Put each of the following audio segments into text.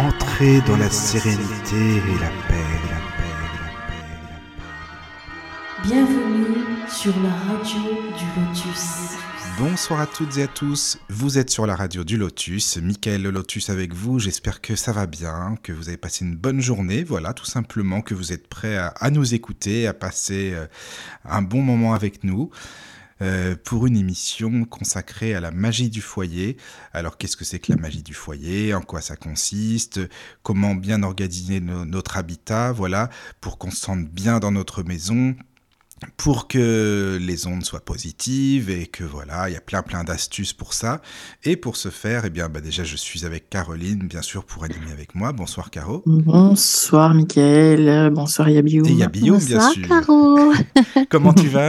Entrez dans la sérénité et la paix, la paix, la paix, la paix. Bienvenue sur la radio du Lotus. Bonsoir à toutes et à tous, vous êtes sur la radio du Lotus, Mickaël le Lotus avec vous, j'espère que ça va bien, que vous avez passé une bonne journée, voilà, tout simplement, que vous êtes prêts à nous écouter, à passer un bon moment avec nous. Pour une émission consacrée à la magie du foyer. Alors, qu'est-ce que c'est que la magie du foyer ? En quoi ça consiste ? Comment bien organiser notre habitat ? Voilà, pour qu'on se sente bien dans notre maison, pour que les ondes soient positives et que voilà, il y a plein d'astuces pour ça. Et pour ce faire, déjà, je suis avec Caroline, bien sûr, pour animer avec moi. Bonsoir, Caro. Bonsoir, Mickaël. Bonsoir, Yabioum. Et Yabioum, bien Bonsoir, sûr. Caro. Comment tu vas ?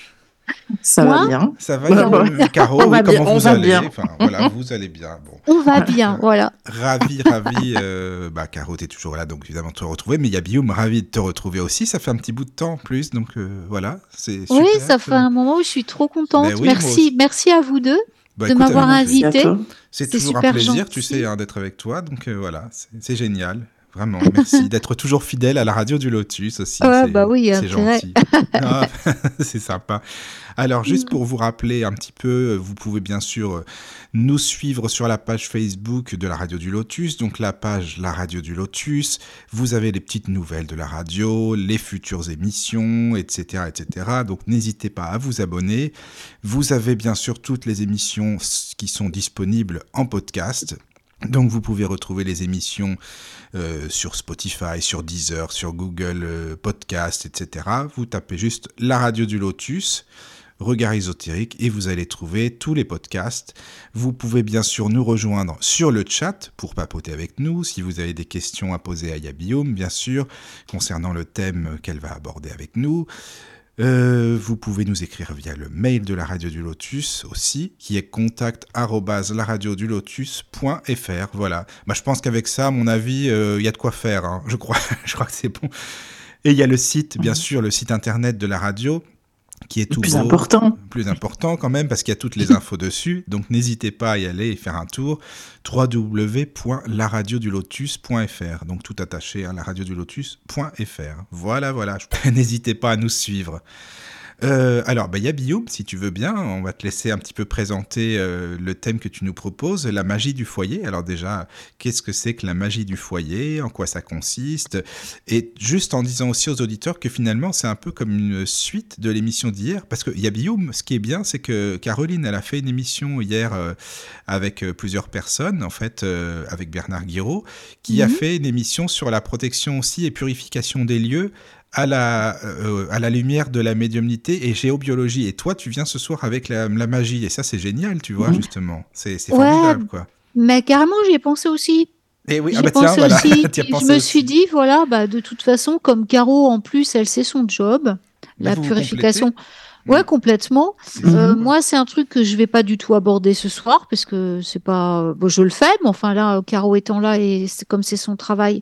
Ça Moi va bien. Ça va, Ouais. Caro, On oui, va bien, comment on vous va allez ? bien. Enfin, voilà, vous allez bien. Bon. On va bien, voilà. Ravi. Caro, t'es toujours là, donc évidemment, te retrouver. Mais Yabioum, ravi de te retrouver aussi. Ça fait un petit bout de temps en plus, donc voilà, c'est super. Oui, ça fait un moment où je suis trop contente. Ben oui, moi aussi. Merci à vous deux de Écoute, m'avoir avec plaisir. Merci à invité. toi. C'est C'est toujours un super plaisir, gentil. tu sais, d'être avec toi. Donc voilà, c'est génial. Vraiment, merci d'être toujours fidèle à la radio du Lotus aussi. Ouais, c'est, bah oui, c'est intérêt. gentil. Ah, c'est sympa. Alors, juste pour vous rappeler un petit peu, vous pouvez bien sûr nous suivre sur la page Facebook de la radio du Lotus, donc la page La Radio du Lotus. Vous avez les petites nouvelles de la radio, les futures émissions, etc., etc. Donc, n'hésitez pas à vous abonner. Vous avez bien sûr toutes les émissions qui sont disponibles en podcast. Donc vous pouvez retrouver les émissions sur Spotify, sur Deezer, sur Google Podcast, etc. Vous tapez juste la radio du Lotus, Regard ésotérique, et vous allez trouver tous les podcasts. Vous pouvez bien sûr nous rejoindre sur le chat pour papoter avec nous, si vous avez des questions à poser à Yabioum, bien sûr, concernant le thème qu'elle va aborder avec nous. Vous pouvez nous écrire via le mail de la Radio du Lotus aussi, qui est contact@laradiodulotus.fr. Voilà. Bah, je pense qu'avec ça, à mon avis, y a de quoi faire. Hein. Je crois que c'est bon. Et il y a le site, bien sûr, le site internet de la radio, qui est tout Plus beau. important. Plus important quand même, parce qu'il y a toutes les infos dessus. Donc n'hésitez pas à y aller et faire un tour. www.laradiodulotus.fr. Donc tout attaché à laradiodulotus.fr. Voilà. N'hésitez pas à nous suivre. Alors, Yabioum, si tu veux bien, on va te laisser un petit peu présenter le thème que tu nous proposes, la magie du foyer. Alors déjà, qu'est-ce que c'est que la magie du foyer ? En quoi ça consiste ? Et juste en disant aussi aux auditeurs que finalement, c'est un peu comme une suite de l'émission d'hier. Parce que Yabioum, ce qui est bien, c'est que Caroline, elle a fait une émission hier avec plusieurs personnes, en fait, avec Bernard Guiraud, qui a fait une émission sur la protection aussi et purification des lieux à la lumière de la médiumnité et géobiologie. Et toi, tu viens ce soir avec la magie. Et ça, c'est génial, tu vois, justement. C'est formidable, quoi. Mais carrément, j'y ai pensé aussi. Et oui, J'y ai pensé voilà. aussi. Je me suis aussi. dit, voilà, de toute façon, comme Caro, en plus, elle sait son job, la vous purification. complétez. Ouais, complètement. Mhm. Moi, c'est un truc que je vais pas du tout aborder ce soir, parce que c'est pas... Bon, je le fais, mais enfin là, Caro étant là, et comme c'est son travail...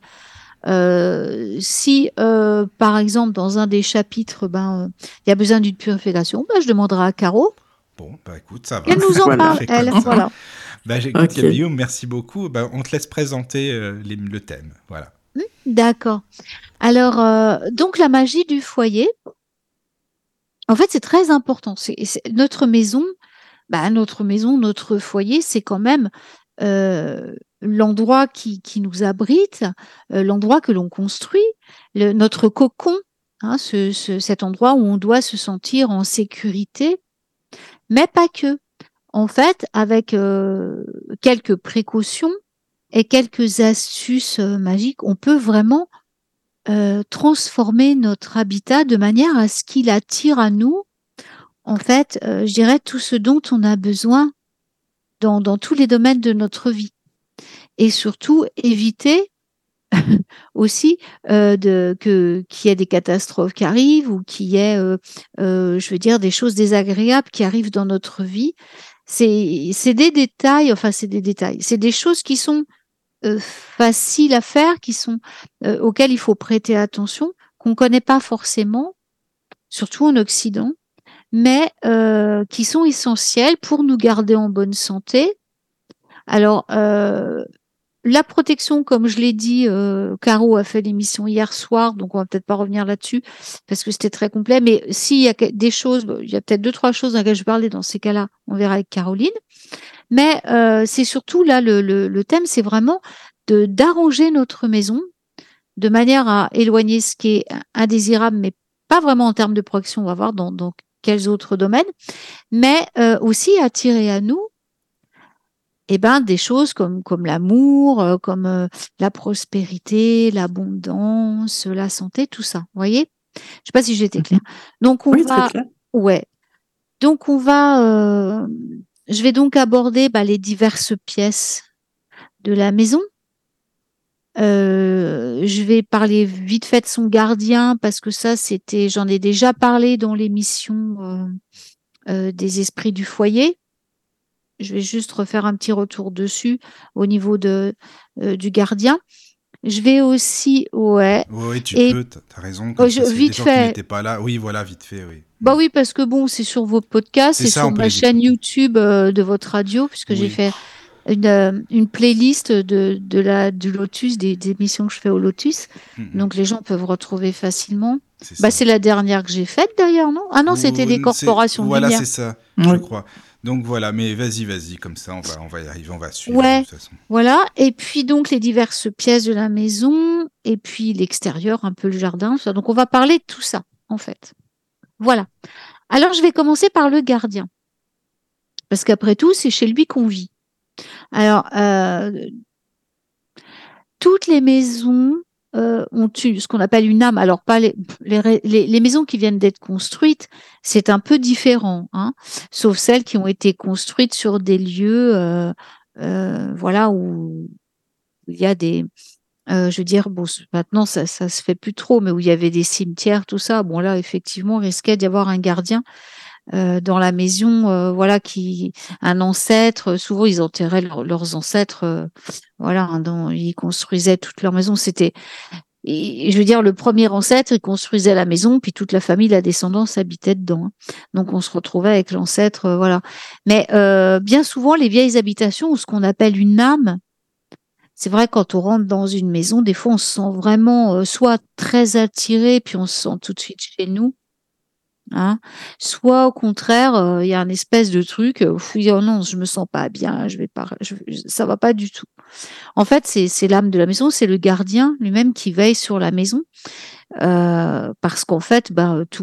si, par exemple, dans un des chapitres, il y a besoin d'une purification, je demanderai à Caro Bon, écoute, ça va. qu'elle nous en Voilà. parle, elle. Voilà. Écoute, Ok. Yabioum, merci beaucoup. On te laisse présenter le thème. Voilà. D'accord. Alors, donc, la magie du foyer, en fait, c'est très important. C'est notre maison, notre foyer, c'est quand même l'endroit qui nous abrite, l'endroit que l'on construit, notre cocon, hein, cet endroit où on doit se sentir en sécurité, mais pas que. En fait, avec quelques précautions et quelques astuces magiques, on peut vraiment transformer notre habitat de manière à ce qu'il attire à nous, en fait, je dirais tout ce dont on a besoin dans tous les domaines de notre vie. Et surtout, éviter aussi qu'il y ait des catastrophes qui arrivent ou qu'il y ait, je veux dire, des choses désagréables qui arrivent dans notre vie. C'est des détails, c'est des choses qui sont faciles à faire, auxquelles il faut prêter attention, qu'on ne connaît pas forcément, surtout en Occident, mais qui sont essentielles pour nous garder en bonne santé. Alors, la protection, comme je l'ai dit, Caro a fait l'émission hier soir, donc on va peut-être pas revenir là-dessus parce que c'était très complet. Mais s'il y a des choses, il y a peut-être 2-3 choses dans lesquelles je vais parler dans ces cas-là, on verra avec Caroline. Mais c'est surtout là le thème, c'est vraiment d'arranger notre maison de manière à éloigner ce qui est indésirable, mais pas vraiment en termes de protection, on va voir dans quels autres domaines, mais aussi attirer à nous des choses comme l'amour, comme la prospérité, l'abondance, la santé, tout ça. Vous voyez? Je sais pas si j'étais claire. Donc on Oui, très va, clair. ouais. Donc on va, je vais donc aborder les diverses pièces de la maison. Je vais parler vite fait de son gardien parce que ça, j'en ai déjà parlé dans l'émission des esprits du foyer. Je vais juste refaire un petit retour dessus au niveau du gardien. Je vais aussi, ouais. Oui, tu Et peux, t'as raison. Comme ça, s'il y a des vite gens qui fait. n'étaient pas là, oui, voilà, vite fait, oui. Bah oui, parce que bon, c'est sur vos podcasts, C'est c'est ça, sur on peut ma les chaîne écouter. YouTube de votre radio, puisque j'ai Oui. fait une playlist du Lotus, des émissions que je fais au Lotus. Donc les gens peuvent retrouver facilement. C'est ça. C'est la dernière que j'ai faite d'ailleurs, non? Ah non, c'était les corporations Voilà, lumière. c'est ça, Oui. je crois. Donc voilà, mais vas-y, comme ça, on va y arriver, on va suivre Ouais, de toute façon. voilà. Et puis donc les diverses pièces de la maison, et puis l'extérieur, un peu le jardin. Tout ça. Donc on va parler de tout ça, en fait. Voilà. Alors je vais commencer par le gardien. Parce qu'après tout, c'est chez lui qu'on vit. Alors, toutes les maisons ont ce qu'on appelle une âme. Alors, pas les maisons qui viennent d'être construites, c'est un peu différent, hein, sauf celles qui ont été construites sur des lieux, voilà, où il y a des, je veux dire, bon, maintenant ça se fait plus trop, mais où il y avait des cimetières, tout ça. Bon là, effectivement, il risquait d'y avoir un gardien dans la maison, voilà, un ancêtre. Souvent, ils enterraient leurs ancêtres, voilà, hein, ils construisaient toute leur maison. Je veux dire, le premier ancêtre, il construisait la maison, puis toute la famille, la descendance habitait dedans, hein. Donc, on se retrouvait avec l'ancêtre, voilà. Mais bien souvent, les vieilles habitations, ou ce qu'on appelle une âme, c'est vrai, quand on rentre dans une maison, des fois, on se sent vraiment soit très attiré, puis on se sent tout de suite chez nous. Hein. Soit au contraire, il y a un espèce de truc, oh non, je me sens pas bien, je vais pas, ça va pas du tout. En fait, c'est l'âme de la maison, c'est le gardien lui-même qui veille sur la maison, parce qu'en fait,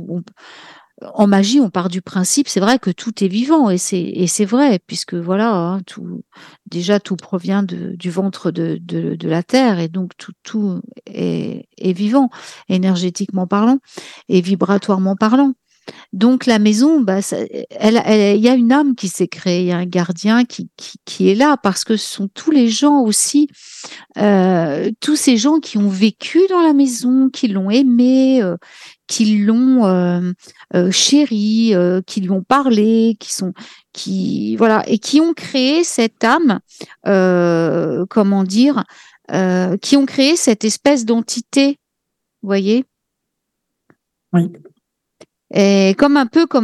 en magie, on part du principe, c'est vrai que tout est vivant et c'est vrai puisque voilà, hein, déjà tout provient du ventre de la terre et donc tout est vivant, énergétiquement parlant et vibratoirement parlant. Donc la maison, il y a une âme qui s'est créée, il y a un gardien qui est là parce que ce sont tous les gens aussi, tous ces gens qui ont vécu dans la maison, qui l'ont aimé, qui l'ont chéri, qui lui ont parlé, voilà, et qui ont créé cette âme, comment dire, qui ont créé cette espèce d'entité, vous voyez? Oui. Et un peu comme,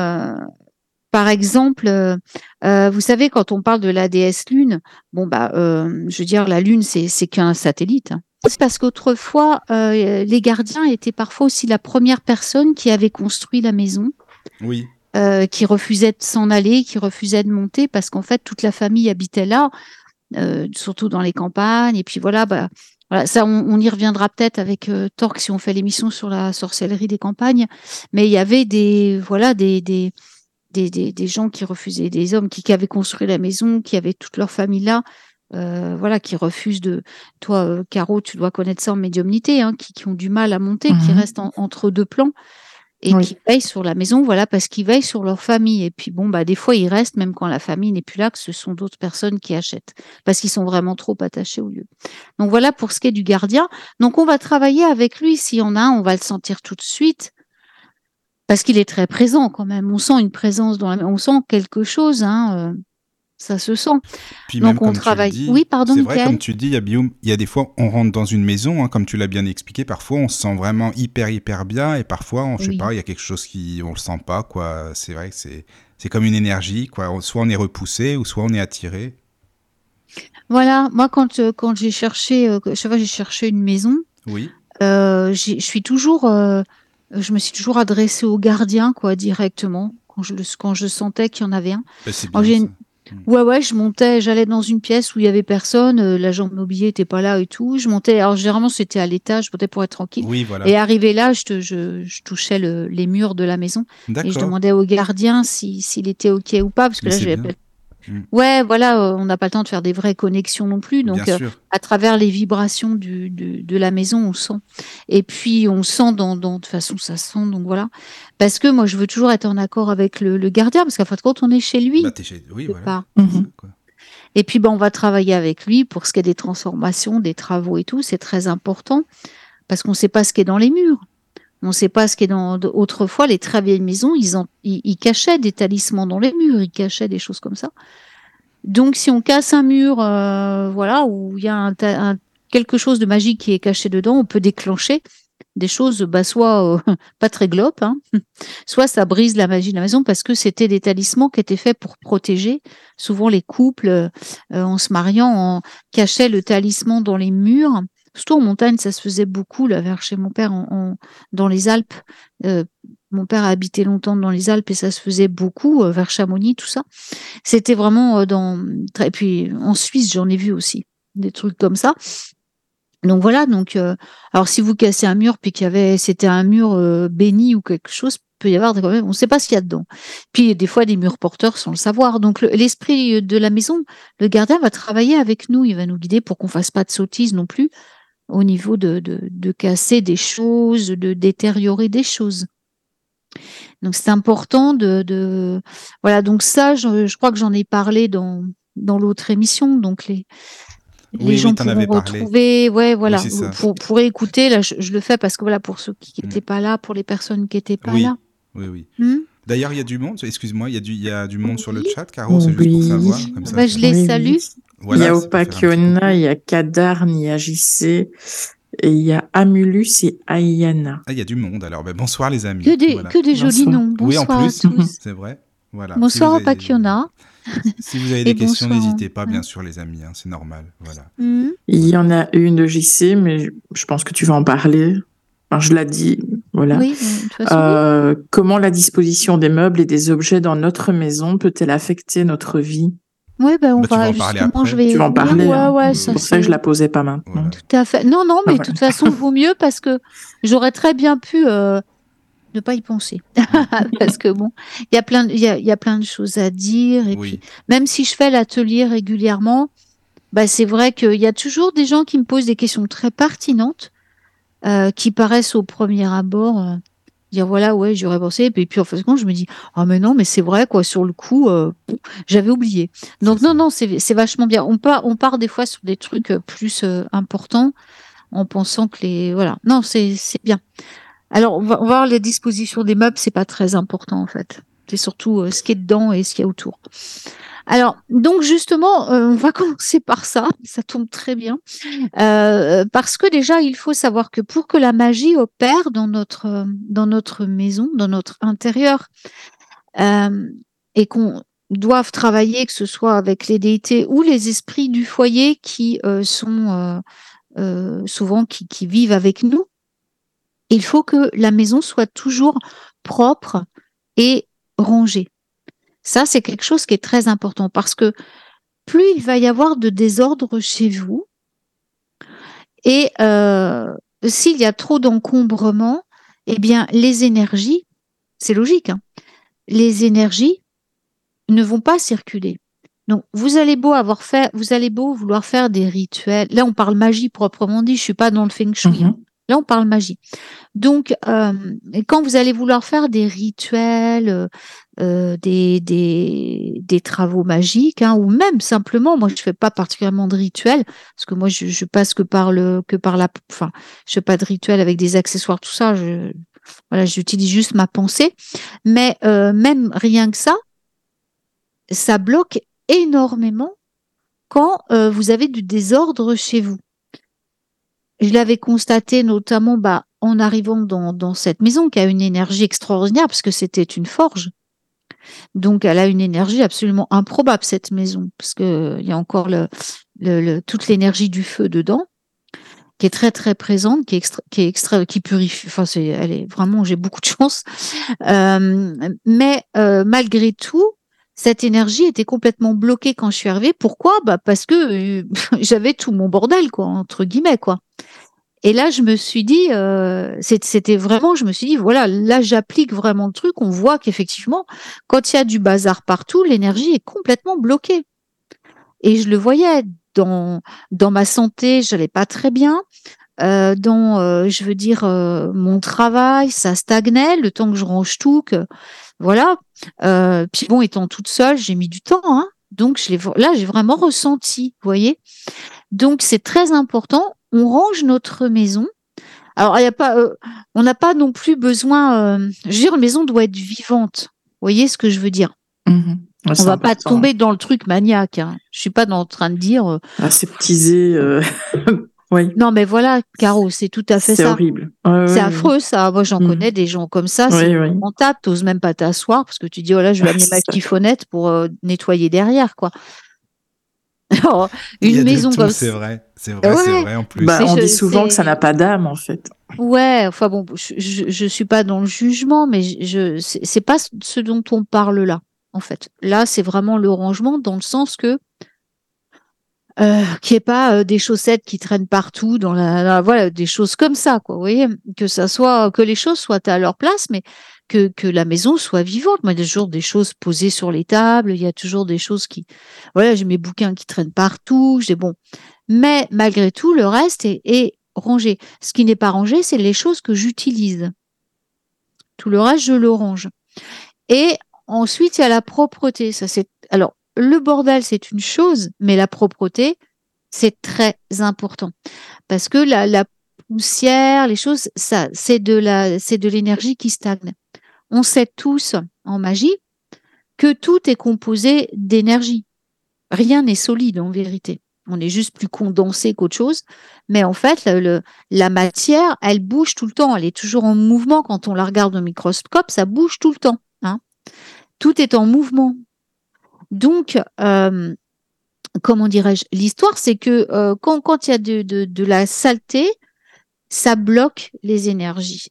par exemple, vous savez, quand on parle de la déesse Lune, je veux dire, la Lune, c'est qu'un satellite, hein. C'est parce qu'autrefois, les gardiens étaient parfois aussi la première personne qui avait construit la maison. Oui. Qui refusait de s'en aller, qui refusait de monter, parce qu'en fait, toute la famille habitait là, surtout dans les campagnes. Et puis voilà, voilà, ça, on y reviendra peut-être avec Torque si on fait l'émission sur la sorcellerie des campagnes. Mais il y avait des gens qui refusaient, des hommes qui avaient construit la maison, qui avaient toute leur famille là, voilà, qui refusent de. Toi, Caro, tu dois connaître ça en médiumnité, hein, qui ont du mal à monter, qui restent entre deux plans et qui veillent sur la maison, voilà, parce qu'ils veillent sur leur famille. Et puis des fois, ils restent, même quand la famille n'est plus là, que ce sont d'autres personnes qui achètent, parce qu'ils sont vraiment trop attachés au lieu. Donc voilà pour ce qui est du gardien. Donc on va travailler avec lui. S'il y en a un, on va le sentir tout de suite, parce qu'il est très présent quand même. On sent une présence on sent quelque chose, hein, ça se sent. Puis donc même on comme travaille. tu le dis, Oui, pardon, c'est vrai, Mickaël. comme tu dis, il y a des fois, on rentre dans une maison, hein, comme tu l'as bien expliqué, parfois on se sent vraiment hyper bien, et parfois, je sais pas, il y a quelque chose on le sent pas, quoi. C'est vrai que c'est comme une énergie, quoi. Soit on est repoussé, ou soit on est attiré. Voilà, moi quand j'ai cherché, chaque fois que j'ai cherché une maison, Oui, je me suis toujours adressée au gardien, quoi, directement, quand je sentais qu'il y en avait un. ben, c'est Alors, bien ça. Mm. ouais, j'allais dans une pièce où il y avait personne, l'agent immobilier était pas là et tout. Je montais, alors généralement c'était à l'étage, je montais pour être tranquille. Oui, voilà. Et arrivé là, je touchais les murs de la maison et je D'accord, demandais au gardien s'il était OK ou pas, parce que mais là, c'est j'avais bien. pas. Mm. Ouais, voilà, on n'a pas le temps de faire des vraies connexions non plus. Bien Donc, sûr. à travers les vibrations de la maison, on sent. Et puis, on sent de toute façon, ça sent. Donc, voilà. Parce que moi, je veux toujours être en accord avec le gardien, parce qu'en fin de compte, on est chez Bah, lui, Oui, quelque voilà, part. c'est ça, Mhm. quoi. Et puis, ben, on va travailler avec lui pour ce qui est des transformations, des travaux et tout. C'est très important, parce qu'on ne sait pas ce qui est dans les murs. On ne sait pas ce qui est autrefois, les très vieilles maisons, ils cachaient des talismans dans les murs, ils cachaient des choses comme ça. Donc, si on casse un mur, voilà, où il y a quelque chose de magique qui est caché dedans, on peut déclencher des choses, bah, soit pas très glauques, hein, soit ça brise la magie de la maison parce que c'était des talismans qui étaient faits pour protéger. Souvent, les couples, en se mariant, cachaient le talisman dans les murs. Surtout en montagne, ça se faisait beaucoup, là, vers chez mon père, dans les Alpes. Euh, Mon père a habité longtemps dans les Alpes et ça se faisait beaucoup, vers Chamonix, tout ça. C'était vraiment et puis en Suisse, j'en ai vu aussi des trucs comme ça. Donc voilà, alors si vous cassez un mur puis c'était un mur béni ou quelque chose, peut y avoir quand même, on ne sait pas ce qu'il y a dedans. Puis des fois des murs porteurs sans le savoir. Donc l'esprit de la maison, le gardien va travailler avec nous, il va nous guider pour qu'on fasse pas de sottises non plus au niveau de casser des choses, de détériorer des choses. Donc c'est important voilà, donc ça je crois que j'en ai parlé dans l'autre émission. Donc les Oui, oui, gens t'en pourront avais parlé. retrouver, ouais, Oui, voilà, c'est ça. pour écouter. Là, je le fais parce que voilà, pour ceux qui Mm. n'étaient pas là, pour les personnes qui n'étaient pas là. Oui, oui, oui. Hmm. D'ailleurs, il y a du monde, excuse-moi, il y a du monde sur le Oui. chat, Caro, c'est juste pour savoir, Oui, comme ça. Bah, je les oui, salue. oui. Il y Voilà, a c'est pour faire un petit Opakiona, coucou. il y a Kadarn, il y a JC, et il y a Amulus et Ayana. Ah, il y a du monde, alors ben, bonsoir les Que amis, des, voilà. que des jolis Bonsoir. noms. Oui, en Bonsoir à plus, Mhm. tous. c'est vrai, voilà. Bonsoir, Pakiona. Si vous avez Et des questions, bonsoir. n'hésitez pas, Voilà. bien sûr, les amis, hein, c'est normal, voilà. Hmm. Il y en a une de JC, mais je pense que tu vas en parler. Enfin, je l'ai dit, voilà. Oui, de toute façon, oui. Comment la disposition des meubles et des objets dans notre maison peut-elle affecter notre vie? Oui, ben on Bah, tu vas va en parler justement, je après. vais Tu y vas en venir. parler, Ouais, hein. ouais, Oui, C'est ça oui, pour ça que je la c'est posais pas maintenant. voilà. tout à fait. Non, non, Ah, mais de voilà. toute façon, vaut mieux parce que j'aurais très bien pu ne pas y penser. Mm. Parce que bon, il y a plein de choses à dire. Et puis, Oui, même si je fais l'atelier régulièrement, bah, c'est vrai qu'il y a toujours des gens qui me posent des questions très pertinentes, qui paraissent au premier abord, dire voilà, ouais, j'aurais pensé. Et puis en fait, quand je me dis, ah, mais non, mais c'est vrai, quoi, sur le coup, j'avais oublié. c'est Donc, non, ça. non, c'est vachement bien. On part des fois sur des trucs plus importants en pensant que voilà. Non, c'est bien. Alors, on va voir les dispositions des meubles, c'est pas très important en fait. C'est surtout ce qui est dedans et ce qu'il y a autour. Alors, donc justement, on va commencer par ça. Ça tombe très bien. Parce que déjà, il faut savoir que pour que la magie opère dans notre maison, dans notre intérieur, euh, et qu'on doive travailler, que ce soit avec les déités ou les esprits du foyer qui sont souvent qui vivent avec nous, il faut que la maison soit toujours propre et rangée. Ça, c'est quelque chose qui est très important parce que plus il va y avoir de désordre chez vous et s'il y a trop d'encombrement, eh bien, les énergies, c'est logique, hein, les énergies ne vont pas circuler. Donc, vous allez beau vouloir faire des rituels. Là, on parle magie proprement dit. Je suis pas dans le feng shui, hein. Mhm. Là, on parle magie. Donc, quand vous allez vouloir faire des rituels, des travaux magiques, hein, ou même simplement, moi, je fais pas particulièrement de rituels, parce que moi, je passe que par enfin, je fais pas de rituel avec des accessoires, tout ça. Voilà, j'utilise juste ma pensée. Mais même rien que ça bloque énormément quand vous avez du désordre chez vous. Je l'avais constaté notamment en arrivant dans cette maison qui a une énergie extraordinaire parce que c'était une forge. Donc, elle a une énergie absolument improbable, cette maison, parce que il y a encore toute l'énergie du feu dedans, qui est très, très présente, qui purifie. Enfin, elle est vraiment, j'ai beaucoup de chance. Mais malgré tout, cette énergie était complètement bloquée quand je suis arrivée. Pourquoi? Parce que j'avais tout mon bordel, quoi, entre guillemets, quoi. Et là, je me suis dit, c'était vraiment, je me suis dit, voilà, là, j'applique vraiment le truc. On voit qu'effectivement, quand il y a du bazar partout, l'énergie est complètement bloquée. Et je le voyais dans ma santé, j'allais pas très bien. Je veux dire, mon travail, ça stagnait, le temps que je range tout, voilà. Puis bon, étant toute seule, j'ai mis du temps, hein. Donc, là, j'ai vraiment ressenti, vous voyez. Donc, c'est très important. On range notre maison. Alors, on n'a pas non plus besoin. Je veux dire, une maison doit être vivante. Vous voyez ce que je veux dire? Mhm. Ouais, On c'est va pas important. tomber dans le truc maniaque, hein. Je suis pas en train de dire. Aseptiser, oui, Non, mais voilà, Caro, c'est tout à fait c'est ça. horrible. Ouais, C'est ouais, affreux, ça. Moi, j'en ouais. connais des gens comme ça. C'est Oui, oui. épouvantable. T'oses même pas t'asseoir parce que tu dis, oh là, je vais amener ma C'est ça. chiffonnette pour nettoyer derrière, quoi. Alors, Il y une a de maison tout, comme c'est ça. vrai. C'est vrai, c'est Ouais, vrai en plus. Bah, mais on dit souvent que ça n'a pas d'âme, en fait. ouais, enfin bon, je suis pas dans le jugement, mais c'est pas ce dont on parle là, en fait. Là, c'est vraiment le rangement dans le sens que qu'il n'y ait pas des chaussettes qui traînent partout voilà, des choses comme ça, quoi. Vous voyez, que les choses soient à leur place, mais que la maison soit vivante. Moi, il y a toujours des choses posées sur les tables, il y a toujours des choses voilà, j'ai mes bouquins qui traînent partout, bon. Mais malgré tout, le reste est rangé. Ce qui n'est pas rangé, c'est les choses que j'utilise. Tout le reste, je le range. Et ensuite, il y a la propreté. Alors, le bordel, c'est une chose, mais la propreté, c'est très important. Parce que la poussière, les choses, ça, c'est de l'énergie qui stagne. On sait tous en magie que tout est composé d'énergie. Rien n'est solide en vérité. On est juste plus condensé qu'autre chose. Mais en fait, la matière, elle bouge tout le temps. Elle est toujours en mouvement. Quand on la regarde au microscope, ça bouge tout le temps, hein. Tout est en mouvement. Donc, comment dirais-je, l'histoire, c'est que quand il y a de la saleté, ça bloque les énergies.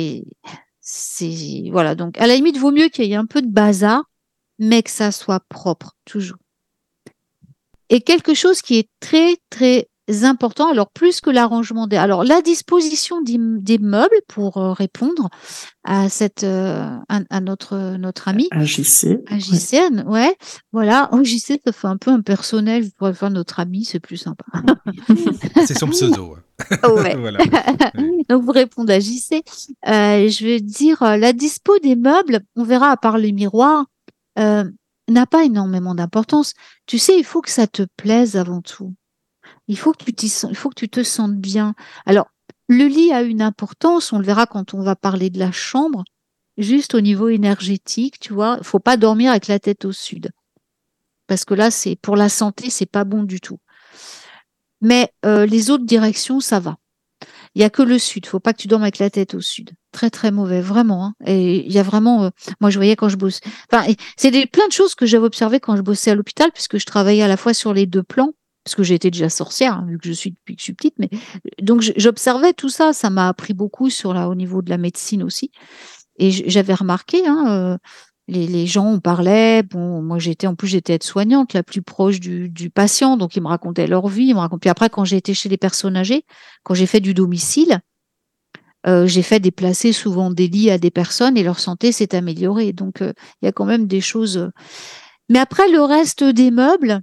Voilà. Donc, à la limite, vaut mieux qu'il y ait un peu de bazar, mais que ça soit propre, toujours. Et quelque chose qui est très, très important, alors plus que l'arrangement alors la disposition des meubles pour répondre à notre ami. Un JC. Un JC, ouais. Voilà. Un JC, ça fait un peu impersonnel. Je pourrais faire notre ami, c'est plus sympa. C'est son pseudo. Ouais. Voilà. Ouais. Donc, pour répondre à JC, je veux dire, la dispo des meubles, on verra à part les miroirs, n'a pas énormément d'importance. Tu sais, il faut que ça te plaise avant tout. Il faut que il faut que tu te sentes bien. Alors, le lit a une importance, on le verra quand on va parler de la chambre, juste au niveau énergétique, tu vois. Il faut pas dormir avec la tête au sud. Parce que là, c'est pour la santé, c'est pas bon du tout. Mais les autres directions, ça va. Il y a que le sud. Faut pas que tu dormes avec la tête au sud. Très très mauvais, vraiment, hein. Et il y a vraiment, moi je voyais quand je bosse. Enfin, c'est plein de choses que j'avais observées quand je bossais à l'hôpital, puisque je travaillais à la fois sur les deux plans, parce que j'étais déjà sorcière, hein, vu que je suis depuis que je suis petite. Mais donc j'observais tout ça. Ça m'a appris beaucoup au niveau de la médecine aussi. Et j'avais remarqué, hein, les gens, on parlait. Bon, moi j'étais aide-soignante, la plus proche du patient, donc ils me racontaient leur vie. Puis après, quand j'ai été chez les personnes âgées, quand j'ai fait du domicile, j'ai fait déplacer souvent des lits à des personnes et leur santé s'est améliorée. Donc il y a quand même des choses. Mais après, le reste des meubles,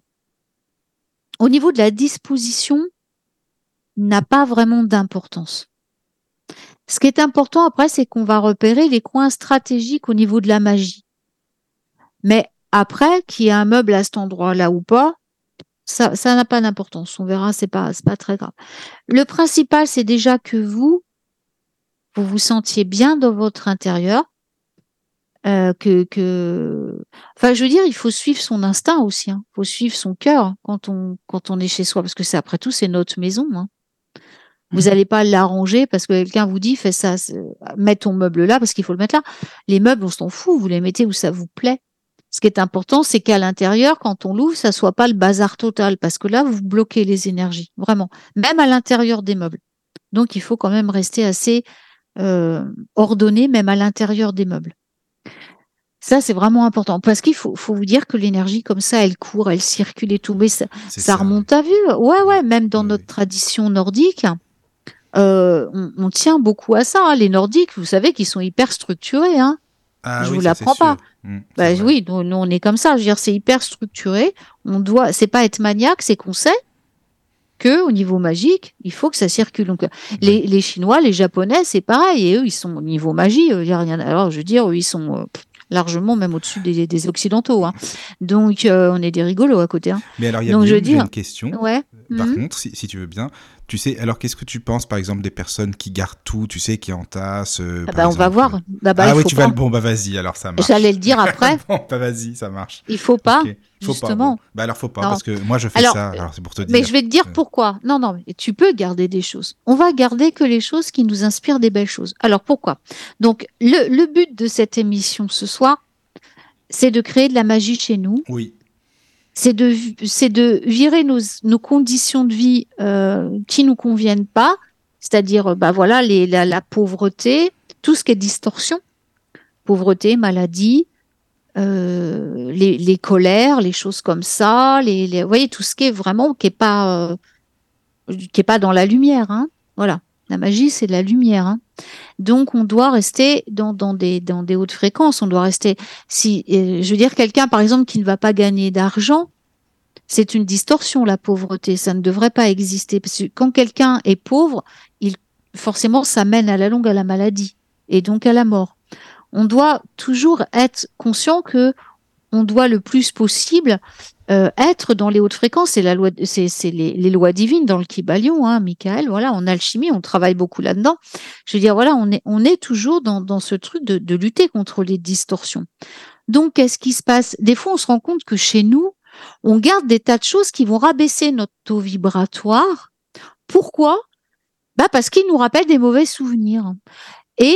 au niveau de la disposition, n'a pas vraiment d'importance. Ce qui est important après, c'est qu'on va repérer les coins stratégiques au niveau de la magie. Mais après, qu'il y ait un meuble à cet endroit-là ou pas, ça n'a pas d'importance. On verra, c'est pas très grave. Le principal, c'est déjà que vous vous sentiez bien dans votre intérieur, enfin, je veux dire, il faut suivre son instinct aussi, hein. Il faut suivre son cœur, hein, quand on est chez soi, parce que après tout, c'est notre maison, hein. Vous n'allez pas l'arranger parce que quelqu'un vous dit, fais ça, mets ton meuble là parce qu'il faut le mettre là. Les meubles, on s'en fout, vous les mettez où ça vous plaît. Ce qui est important, c'est qu'à l'intérieur, quand on l'ouvre, ça soit pas le bazar total, parce que là, vous bloquez les énergies, vraiment, même à l'intérieur des meubles. Donc, il faut quand même rester assez ordonné, même à l'intérieur des meubles. Ça, c'est vraiment important, parce qu'il faut vous dire que l'énergie, comme ça, elle court, elle circule et tout, mais ça C'est ça, remonte à vue. Ouais, même dans oui, notre oui. tradition nordique, on tient beaucoup à ça, hein. Les Nordiques, vous savez qu'ils sont hyper structurés, hein. Ah Je oui, vous ça c'est l'apprends pas. sûr. C'est vrai. Oui, nous, on est comme ça. Je veux dire, c'est hyper structuré. C'est pas être maniaque, c'est qu'on sait que au niveau magique, il faut que ça circule. Donc, Oui. les Chinois, les Japonais, c'est pareil. Et eux, ils sont au niveau magie. Il y a rien. Alors, je veux dire, eux, ils sont largement même au-dessus des Occidentaux, hein. Donc, on est des rigolos à côté, hein. Mais alors, Donc, je veux Guillaume, j'ai dire, une question. ouais. Par Mhm. contre, si tu veux bien, tu sais, alors qu'est-ce que tu penses, par exemple, des personnes qui gardent tout, tu sais, qui entassent, Ah par bah, on va exemple. voir. Là-bas, il Ah oui, faut tu vas pas. le bon, bah vas-y, alors ça J'allais marche. le dire après. Bon, bah vas-y, ça marche. Il faut pas, Ok. Faut pas, bon. justement. Bah alors faut pas, Non. parce que moi je fais Alors, ça, alors c'est pour te mais je dire. vais te dire pourquoi. Non, non, mais tu peux garder des choses. On va garder que les choses qui nous inspirent des belles choses. Alors pourquoi? Donc, le but de cette émission ce soir, c'est de créer de la magie chez nous. Oui, C'est de virer nos conditions de vie qui nous conviennent pas, c'est-à-dire, bah voilà, la pauvreté, tout ce qui est distorsion, pauvreté, maladie, les colères, les choses comme ça, vous voyez, tout ce qui est vraiment, qui est pas dans la lumière, hein. Voilà. La magie, c'est de la lumière, hein. Donc, on doit rester dans des hautes fréquences. On doit rester. Si, je veux dire, quelqu'un, par exemple, qui ne va pas gagner d'argent, c'est une distorsion, la pauvreté. Ça ne devrait pas exister. Parce que quand quelqu'un est pauvre, forcément, ça mène à la longue à la maladie et donc à la mort. On doit toujours être conscient que on doit le plus possible être dans les hautes fréquences. C'est la loi, c'est les lois divines dans le Kybalion, hein, Michael. Voilà, en alchimie, on travaille beaucoup là-dedans. Je veux dire, voilà, on est toujours dans ce truc de lutter contre les distorsions. Donc, qu'est-ce qui se passe? Des fois, on se rend compte que chez nous, on garde des tas de choses qui vont rabaisser notre taux vibratoire. Pourquoi? Bah parce qu'ils nous rappellent des mauvais souvenirs. Et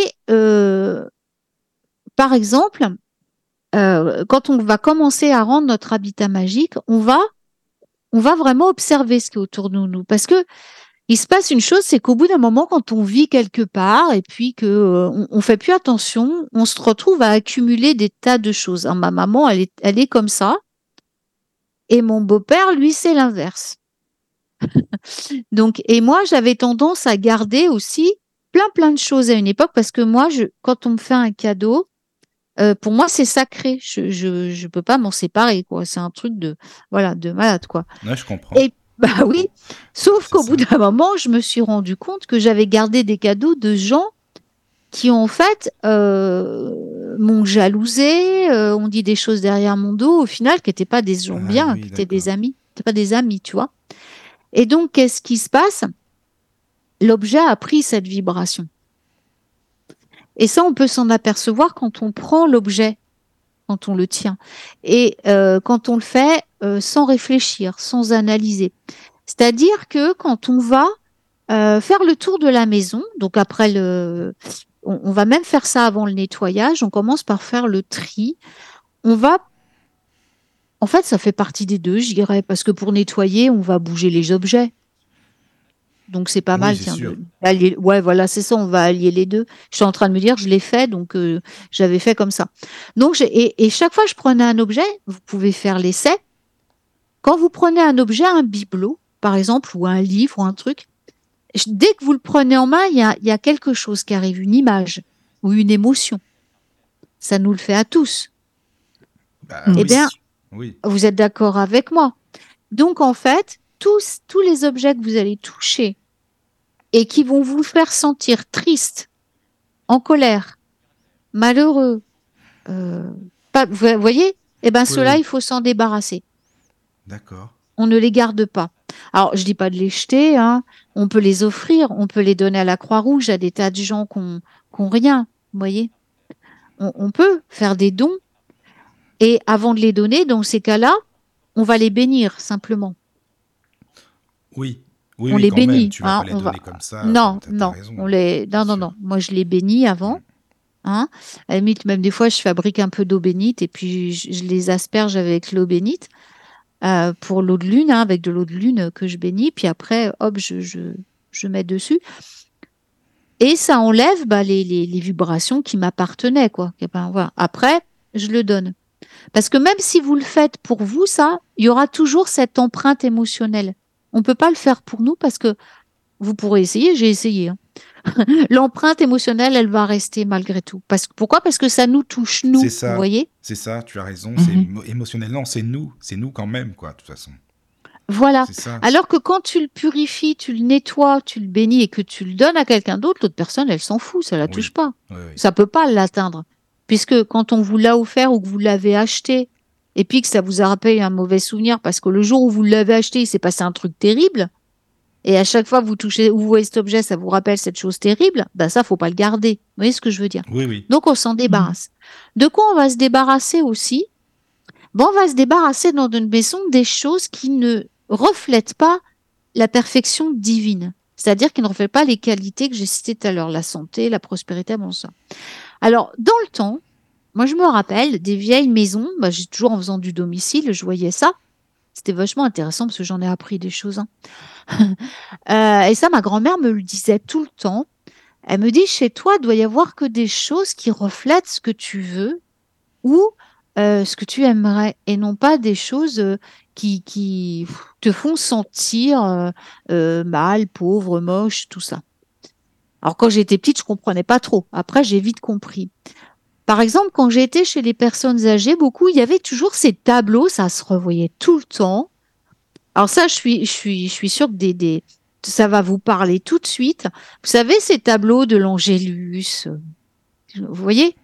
par exemple, quand on va commencer à rendre notre habitat magique, on va vraiment observer ce qui est autour de nous. Parce que il se passe une chose, c'est qu'au bout d'un moment, quand on vit quelque part et puis que on fait plus attention, on se retrouve à accumuler des tas de choses. Alors, ma maman, elle est comme ça, et mon beau-père, lui, c'est l'inverse. Donc, et moi, j'avais tendance à garder aussi plein de choses à une époque parce que moi, quand on me fait un cadeau, pour moi, c'est sacré. Je peux pas m'en séparer, quoi. C'est un truc voilà, de malade, quoi. ouais, je comprends. Et bah oui, sauf C'est qu'au ça. bout d'un moment, je me suis rendu compte que j'avais gardé des cadeaux de gens qui, en fait, m'ont jalousé, ont dit des choses derrière mon dos, au final, qui n'étaient pas des gens Ah bien, oui, qui étaient d'accord. des amis, qui n'étaient pas des amis, tu vois. Et donc, qu'est-ce qui se passe? L'objet a pris cette vibration. Et ça, on peut s'en apercevoir quand on prend l'objet, quand on le tient. Et quand on le fait sans réfléchir, sans analyser. C'est-à-dire que quand on va faire le tour de la maison, donc après on va même faire ça avant le nettoyage, on commence par faire le tri. En fait, ça fait partie des deux, je dirais, parce que pour nettoyer, on va bouger les objets. Donc c'est pas Oui, mal, c'est tiens, sûr. d'allier. Ouais, voilà, c'est ça, on va allier les deux. Je suis en train de me dire, je l'ai fait, donc j'avais fait comme ça. Donc et chaque fois que je prenais un objet, vous pouvez faire l'essai. Quand vous prenez un objet, un bibelot, par exemple, ou un livre, ou un truc, dès que vous le prenez en main, il y a quelque chose qui arrive, une image ou une émotion. Ça nous le fait à tous. Bah Eh oui. bien, Oui. vous êtes d'accord avec moi. Donc, en fait, tous les objets que vous allez toucher et qui vont vous faire sentir triste, en colère, malheureux, vous voyez, eh bien, Oui, ceux-là, oui. il faut s'en débarrasser. D'accord. On ne les garde pas. Alors, je dis pas de les jeter, hein. On peut les offrir, on peut les donner à la Croix-Rouge, à des tas de gens qui ont rien, vous voyez. On peut faire des dons et avant de les donner, dans ces cas-là, on va les bénir simplement. Oui. Oui, On oui, les quand même. bénit, Tu vas hein. pas les donner comme ça. Non, T'as non, raison. non, Bien sûr. non. Moi, je les bénis avant. Hein. À la limite, même des fois, je fabrique un peu d'eau bénite et puis je les asperge avec l'eau bénite pour l'eau de lune, hein, avec de l'eau de lune que je bénis. Puis après, hop, je mets dessus. Et ça enlève les vibrations qui m'appartenaient, quoi. Et ben, voilà. Après, je le donne. Parce que même si vous le faites pour vous, ça, il y aura toujours cette empreinte émotionnelle. On ne peut pas le faire pour nous parce que vous pourrez essayer, j'ai essayé. Hein. L'empreinte émotionnelle, elle va rester malgré tout. Pourquoi? Parce que ça nous touche, C'est nous, vous ça, voyez? c'est ça, tu as raison, c'est Mhm. émotionnel. Non, c'est nous quand même, quoi, de toute façon. Voilà. C'est ça. Alors que quand tu le purifies, tu le nettoies, tu le bénis et que tu le donnes à quelqu'un d'autre, l'autre personne, elle s'en fout, ça la touche Oui, pas. oui, oui. Ça peut pas l'atteindre. Puisque quand on vous l'a offert ou que vous l'avez acheté, et puis que ça vous a rappelé un mauvais souvenir parce que le jour où vous l'avez acheté, il s'est passé un truc terrible, et à chaque fois que vous touchez ou vous voyez cet objet, ça vous rappelle cette chose terrible, ben ça, faut pas le garder. Vous voyez ce que je veux dire? Oui, oui. Donc, on s'en débarrasse. De quoi on va se débarrasser aussi? Bon, on va se débarrasser dans une maison des choses qui ne reflètent pas la perfection divine. C'est-à-dire qui ne reflètent pas les qualités que j'ai citées tout à l'heure, la santé, la prospérité, bon ça. Alors, dans le temps, moi, je me rappelle des vieilles maisons, j'ai toujours en faisant du domicile, je voyais ça. C'était vachement intéressant parce que j'en ai appris des choses. Hein. Et ça, ma grand-mère me le disait tout le temps. Elle me dit, chez toi, il doit y avoir que des choses qui reflètent ce que tu veux ou ce que tu aimerais et non pas des choses qui te font sentir mal, pauvre, moche, tout ça. Alors, quand j'étais petite, je comprenais pas trop. Après, j'ai vite compris. Par exemple, quand j'étais chez les personnes âgées, beaucoup, il y avait toujours ces tableaux, ça se revoyait tout le temps. Alors ça, je suis sûre que ça va vous parler tout de suite. Vous savez, ces tableaux de l'Angélus, vous voyez,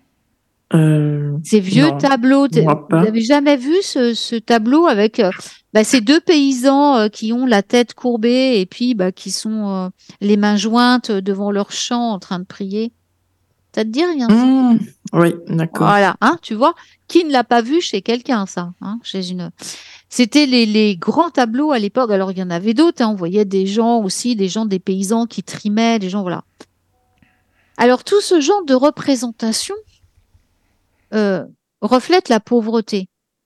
ces vieux Non, tableaux. moi Vous pas. n'avez jamais vu ce tableau avec ces deux paysans qui ont la tête courbée et puis qui sont les mains jointes devant leur champ en train de prier. Ça te dit rien, ça? Hmm, oui, d'accord. Voilà, hein, tu vois, qui ne l'a pas vu chez quelqu'un, ça, hein, chez une. C'était les grands tableaux à l'époque. Alors, il y en avait d'autres. Hein, on voyait des gens aussi, des paysans qui trimaient, des gens, voilà. Alors, tout ce genre de représentation euh, reflète la pauvreté.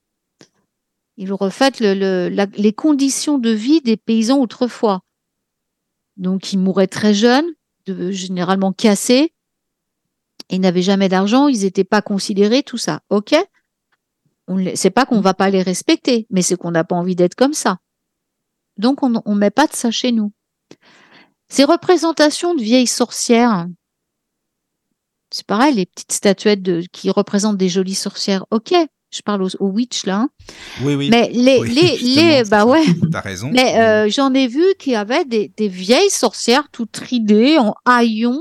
Il reflète les conditions de vie des paysans autrefois. Donc, ils mouraient très jeunes, généralement cassés. Ils n'avaient jamais d'argent, ils n'étaient pas considérés, tout ça. OK? C'est pas qu'on va pas les respecter, mais c'est qu'on n'a pas envie d'être comme ça. Donc, on ne met pas de ça chez nous. Ces représentations de vieilles sorcières, c'est pareil, les petites statuettes qui représentent des jolies sorcières. OK, je parle aux witch là. Hein. Oui, oui. Mais Oui, justement, c'est bah ça. ouais. T'as raison. Mais Oui. j'en ai vu qui avaient des vieilles sorcières toutes ridées en haillons.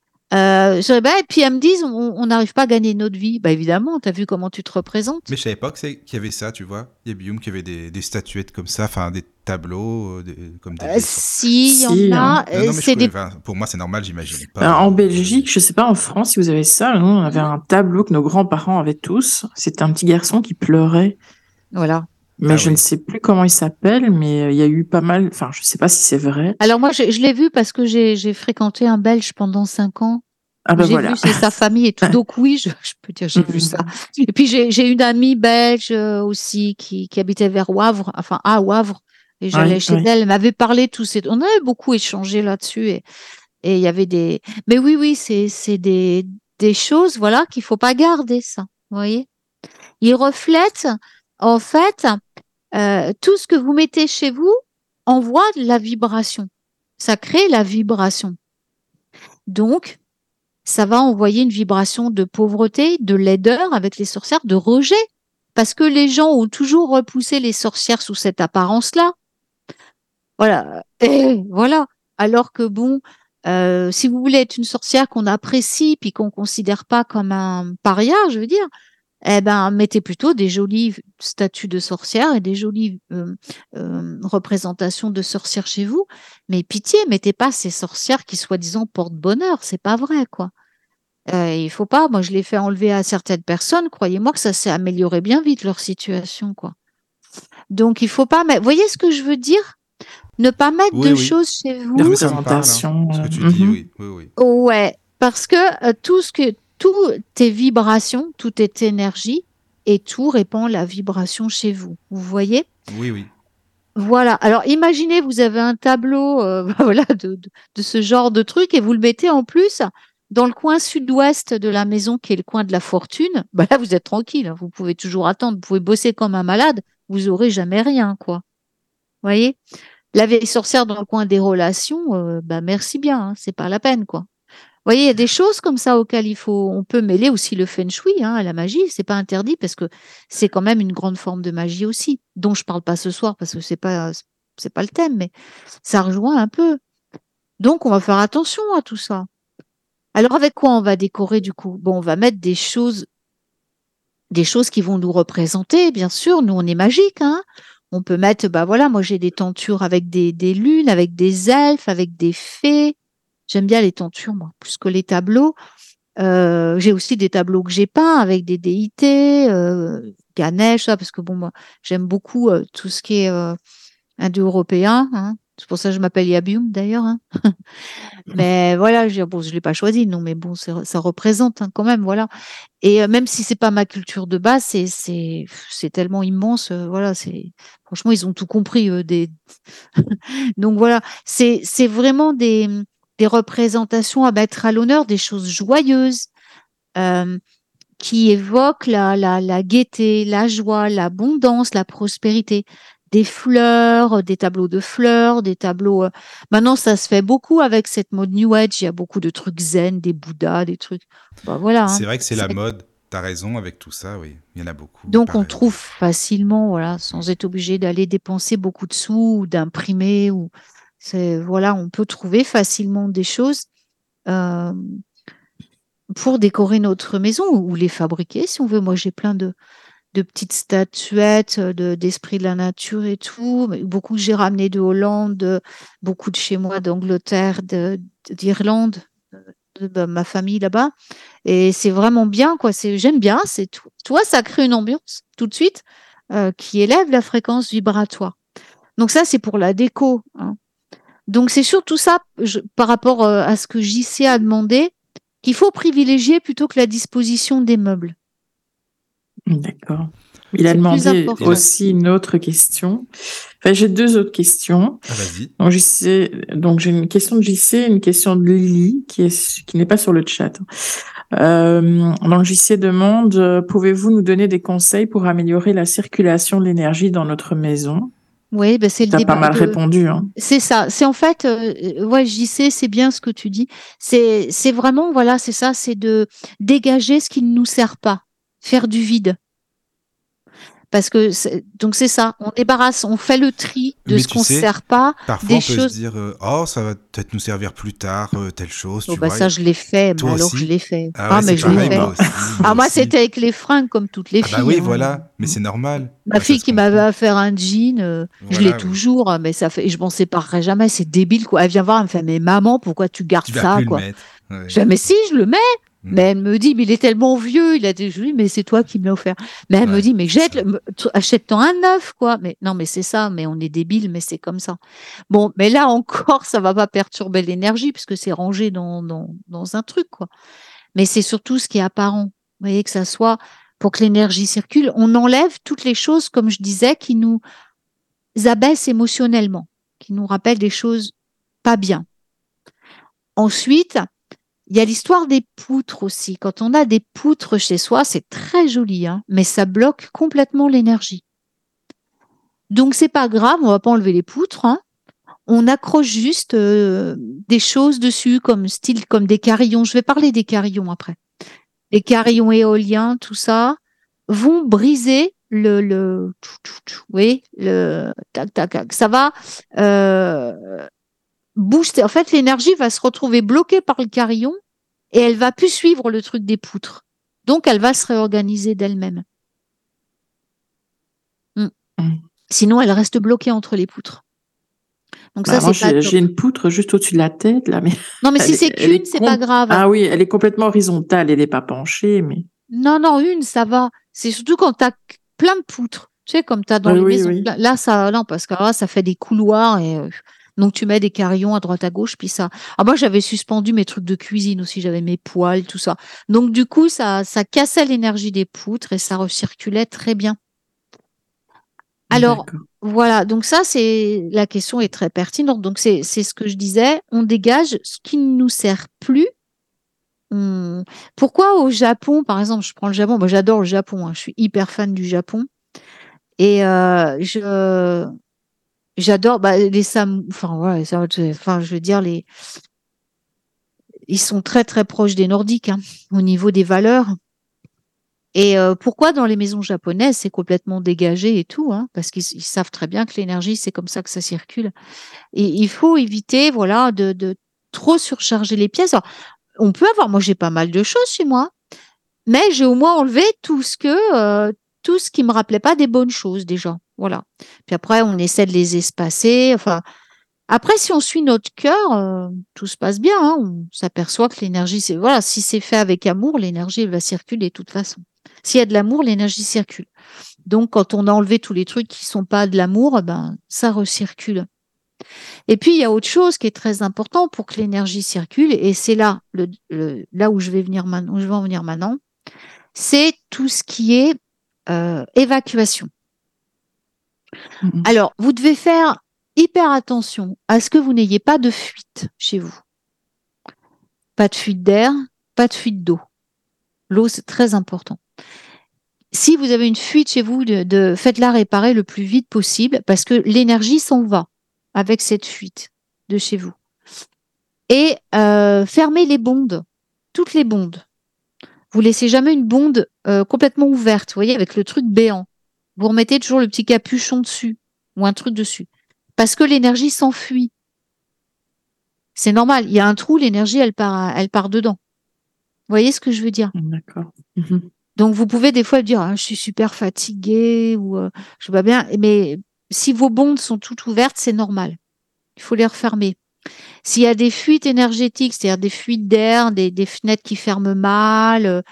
Et puis elles me disent, on n'arrive pas à gagner notre vie. Bah évidemment, t'as vu comment tu te représentes. Mais je savais pas qu'il y avait ça, tu vois. Il y a Bioum qui avait des statuettes comme ça, enfin des tableaux, comme des vieilles sortes. Si, il y en Si, hein. a. Non, mais C'est des. pour moi, c'est normal, j'imagine pas. En Belgique, je sais pas en France si vous avez ça, nous on avait un tableau que nos grands-parents avaient tous. C'était un petit garçon qui pleurait, Voilà. mais Ah je ne oui. sais plus comment il s'appelle, mais il y a eu pas mal, enfin je sais pas si c'est vrai. Alors moi, je l'ai vu parce que j'ai fréquenté un Belge pendant 5 ans. Ah ben J'ai vu voilà. c'est sa famille et tout. Donc oui, je peux dire j'ai vu ça. Et puis j'ai une amie belge aussi qui habitait vers Wavre, enfin à Wavre. Et j'allais Oui, chez oui. elle. Elle m'avait parlé tout ces. On avait beaucoup échangé là-dessus et il y avait des. Mais oui, c'est des choses voilà qu'il faut pas garder ça. Vous voyez. Ils reflètent en fait tout ce que vous mettez chez vous envoie de la vibration. Ça crée la vibration. Donc ça va envoyer une vibration de pauvreté, de laideur avec les sorcières, de rejet. Parce que les gens ont toujours repoussé les sorcières sous cette apparence-là. Voilà. Et voilà. Alors que bon, si vous voulez être une sorcière qu'on apprécie puis qu'on considère pas comme un paria, je veux dire, eh ben, mettez plutôt des jolies statues de sorcières et des jolies représentations de sorcières chez vous. Mais pitié, mettez pas ces sorcières qui soi-disant portent bonheur. C'est pas vrai, quoi. Il faut pas. Moi, je l'ai fait enlever à certaines personnes. Croyez-moi que ça s'est amélioré bien vite leur situation, quoi. Donc, il faut pas mettre. Vous voyez ce que je veux dire? Ne pas mettre Oui, de oui. choses chez Les Non, vous. mais ça me parle, hein, représentations. ce que tu dis, oui, oui, oui. Ouais, parce que tout est vibration, tout est énergie et tout répand la vibration chez vous. Vous voyez? Oui. Voilà. Alors, imaginez, vous avez un tableau voilà, de ce genre de truc et vous le mettez en plus dans le coin sud-ouest de la maison qui est le coin de la fortune. Bah là, vous êtes tranquille. Vous pouvez toujours attendre. Vous pouvez bosser comme un malade. Vous aurez jamais rien, quoi. Vous voyez? La vieille sorcière dans le coin des relations, bah merci bien. Hein, c'est pas la peine, quoi. Vous voyez, il y a des choses comme ça auxquelles on peut mêler aussi le feng shui, hein, à la magie. C'est pas interdit parce que c'est quand même une grande forme de magie aussi, dont je parle pas ce soir parce que c'est pas le thème, mais ça rejoint un peu. Donc, on va faire attention à tout ça. Alors, avec quoi on va décorer du coup? Bon, on va mettre des choses qui vont nous représenter, bien sûr. Nous, on est magique, hein. On peut mettre, bah voilà, moi j'ai des tentures avec des lunes, avec des elfes, avec des fées. J'aime bien les tentures, moi, plus que les tableaux. J'ai aussi des tableaux que j'ai peints avec des déités, Ganesh, ça, parce que bon, moi, j'aime beaucoup tout ce qui est indo-européen. Hein. C'est pour ça que je m'appelle Yabium, d'ailleurs. Hein. Mais voilà, bon, je l'ai pas choisi, non, mais bon, ça représente hein, quand même, voilà. Et même si c'est pas ma culture de base, c'est tellement immense, voilà, franchement, ils ont tout compris, donc voilà, c'est vraiment des représentations à mettre à l'honneur, des choses joyeuses qui évoquent la gaieté, la joie, l'abondance, la prospérité. Des fleurs, des tableaux de fleurs, des tableaux. Maintenant, ça se fait beaucoup avec cette mode New Age. Il y a beaucoup de trucs zen, des Bouddhas, des trucs. Bah, voilà. C'est hein. vrai que c'est la mode. T'as raison avec tout ça, oui. Il y en a beaucoup. Donc, on Pareil. trouve facilement, voilà, sans être obligé d'aller dépenser beaucoup de sous ou d'imprimer. Voilà, on peut trouver facilement des choses pour décorer notre maison ou les fabriquer si on veut. Moi, j'ai plein de petites statuettes d'esprit de la nature et tout. Beaucoup que j'ai ramené de Hollande, beaucoup de chez moi d'Angleterre, d'Irlande, de ma famille là-bas. Et c'est vraiment bien, quoi. J'aime bien. C'est tout. Tu vois, ça crée une ambiance tout de suite qui élève la fréquence vibratoire. Donc ça, c'est pour la déco. Hein. Donc c'est surtout ça, par rapport à ce que JC a demandé, qu'il faut privilégier plutôt que la disposition des meubles. D'accord. Il a C'est plus demandé important. aussi une autre question. Enfin, j'ai deux autres questions. Ah, vas-y. Donc, j'ai une question de JC et une question de Lily qui n'est pas sur le chat. Donc, JC demande, pouvez-vous nous donner des conseils pour améliorer la circulation de l'énergie dans notre maison? Oui, ben c'est le T'as pas débat. mal répondu, hein. C'est ça. C'est en fait, ouais, JC, c'est bien ce que tu dis. C'est vraiment, voilà, c'est ça, c'est de dégager ce qui ne nous sert pas, faire du vide. Parce que donc c'est ça, on débarrasse, on fait le tri de Mais ce tu qu'on ne sais, sert pas, Parfois, des on peut se choses. dire oh, ça va peut-être nous servir plus tard, telle chose, Oh tu bah vois. ça je l'ai fait, mais Toi alors je aussi l'ai fait. Ah Ah ouais, mais c'est je l'ai pareil, fait. moi aussi. Ah moi aussi. c'était avec les fringues comme toutes les Ah filles. bah oui, hein. voilà, mais c'est normal. Ma Bah, ça fille se qui m'avait comprend. à faire un jean, je l'ai Voilà, oui. toujours, mais ça fait, et je m'en séparerai jamais. C'est débile quoi. Elle vient voir, elle me fait mais maman pourquoi tu gardes Tu vas ça plus le quoi. mettre. Ouais. Je dis mais si je le mets. Mm. Mais elle me dit, mais il est tellement vieux, il a des joli, mais c'est toi qui me l'as offert. Mais elle me Ouais, dit, mais c'est ça. achète-toi un neuf, quoi. Mais non, mais c'est ça, mais on est débile, mais c'est comme ça. Bon, mais là encore, ça va pas perturber l'énergie, puisque c'est rangé dans un truc, quoi. Mais c'est surtout ce qui est apparent. Vous voyez, que ça soit pour que l'énergie circule, on enlève toutes les choses, comme je disais, qui nous abaissent émotionnellement, qui nous rappellent des choses pas bien. Ensuite, il y a l'histoire des poutres aussi. Quand on a des poutres chez soi, c'est très joli, hein, mais ça bloque complètement l'énergie. Donc c'est pas grave, on va pas enlever les poutres. Hein. On accroche juste des choses dessus, comme des carillons. Je vais parler des carillons après. Les carillons éoliens, tout ça, vont briser oui, le tac tac tac. Ça va booster. En fait, l'énergie va se retrouver bloquée par le carillon. Et elle va plus suivre le truc des poutres. Donc, elle va se réorganiser d'elle-même. Sinon, elle reste bloquée entre les poutres. Donc Bah, ça, moi, c'est pas top. j'ai une poutre juste au-dessus de la tête, là, mais. Non, mais si c'est qu'une, c'est pas grave. Ah oui, elle est complètement horizontale, elle n'est pas penchée, mais. Non, une, ça va. C'est surtout quand tu as plein de poutres. Tu sais, comme tu as dans les maisons. Oui. Là, ça, non, parce que là, ça fait des couloirs et Donc, tu mets des carillons à droite à gauche, puis ça. Ah, moi, j'avais suspendu mes trucs de cuisine aussi, j'avais mes poêles, tout ça. Donc, du coup, ça cassait l'énergie des poutres et ça recirculait très bien. Alors, D'accord. voilà. Donc, ça, la question est très pertinente. Donc, c'est ce que je disais. On dégage ce qui ne nous sert plus. Pourquoi au Japon, par exemple, je prends le Japon, moi j'adore le Japon, hein, je suis hyper fan du Japon et j'adore les enfin ouais, enfin je veux dire ils sont très très proches des Nordiques hein, au niveau des valeurs. Et pourquoi dans les maisons japonaises c'est complètement dégagé et tout, hein, parce qu'ils savent très bien que l'énergie c'est comme ça que ça circule. Et il faut éviter voilà de trop surcharger les pièces. Alors, on peut avoir, moi j'ai pas mal de choses chez moi. Mais j'ai au moins enlevé tout ce qui me rappelait pas des bonnes choses déjà. Voilà. Puis après, on essaie de les espacer. Enfin, après, si on suit notre cœur, tout se passe bien, hein. On s'aperçoit que l'énergie, voilà, si c'est fait avec amour, l'énergie, elle va circuler de toute façon. S'il y a de l'amour, l'énergie circule. Donc, quand on a enlevé tous les trucs qui sont pas de l'amour, ben, ça recircule. Et puis, il y a autre chose qui est très important pour que l'énergie circule, et c'est là, là où je vais venir maintenant, où je vais en venir maintenant, c'est tout ce qui est évacuation. Mhm. Alors, vous devez faire hyper attention à ce que vous n'ayez pas de fuite chez vous. Pas de fuite d'air, pas de fuite d'eau. L'eau, c'est très important. Si vous avez une fuite chez vous, faites-la réparer le plus vite possible parce que l'énergie s'en va avec cette fuite de chez vous. Et fermez les bondes, toutes les bondes. Vous laissez jamais une bonde complètement ouverte, vous voyez, avec le truc béant. Vous remettez toujours le petit capuchon dessus ou un truc dessus. Parce que l'énergie s'enfuit. C'est normal. Il y a un trou, l'énergie, elle part dedans. Vous voyez ce que je veux dire? D'accord. Mhm. Donc, vous pouvez des fois dire, ah, je suis super fatiguée ou je vais bien. Mais si vos bondes sont toutes ouvertes, c'est normal. Il faut les refermer. S'il y a des fuites énergétiques, c'est-à-dire des fuites d'air, des fenêtres qui ferment mal,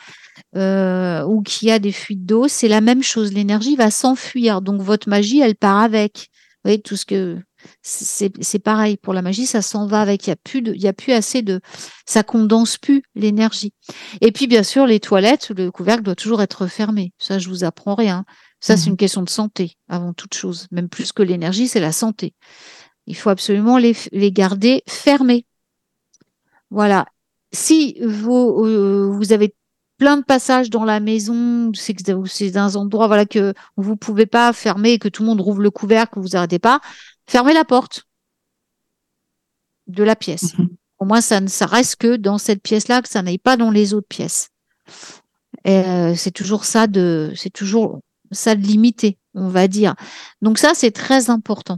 ou qu'il y a des fuites d'eau, c'est la même chose. L'énergie va s'enfuir. Donc, votre magie, elle part avec. Vous voyez, tout ce que c'est pareil pour la magie, ça s'en va avec. Il y a plus assez ça condense plus l'énergie. Et puis, bien sûr, les toilettes, le couvercle doit toujours être fermé. Ça, je vous apprends rien. Ça, c'est Mhm. une question de santé avant toute chose. Même plus que l'énergie, c'est la santé. Il faut absolument les garder fermés. Voilà. Si vous avez plein de passages dans la maison, c'est un endroit voilà que vous pouvez pas fermer et que tout le monde rouvre le couvercle, que vous arrêtez pas, fermez la porte de la pièce. Mhm. Au moins ça reste que dans cette pièce-là, que ça n'aille pas dans les autres pièces. Et, c'est toujours ça de limité, on va dire. Donc ça c'est très important.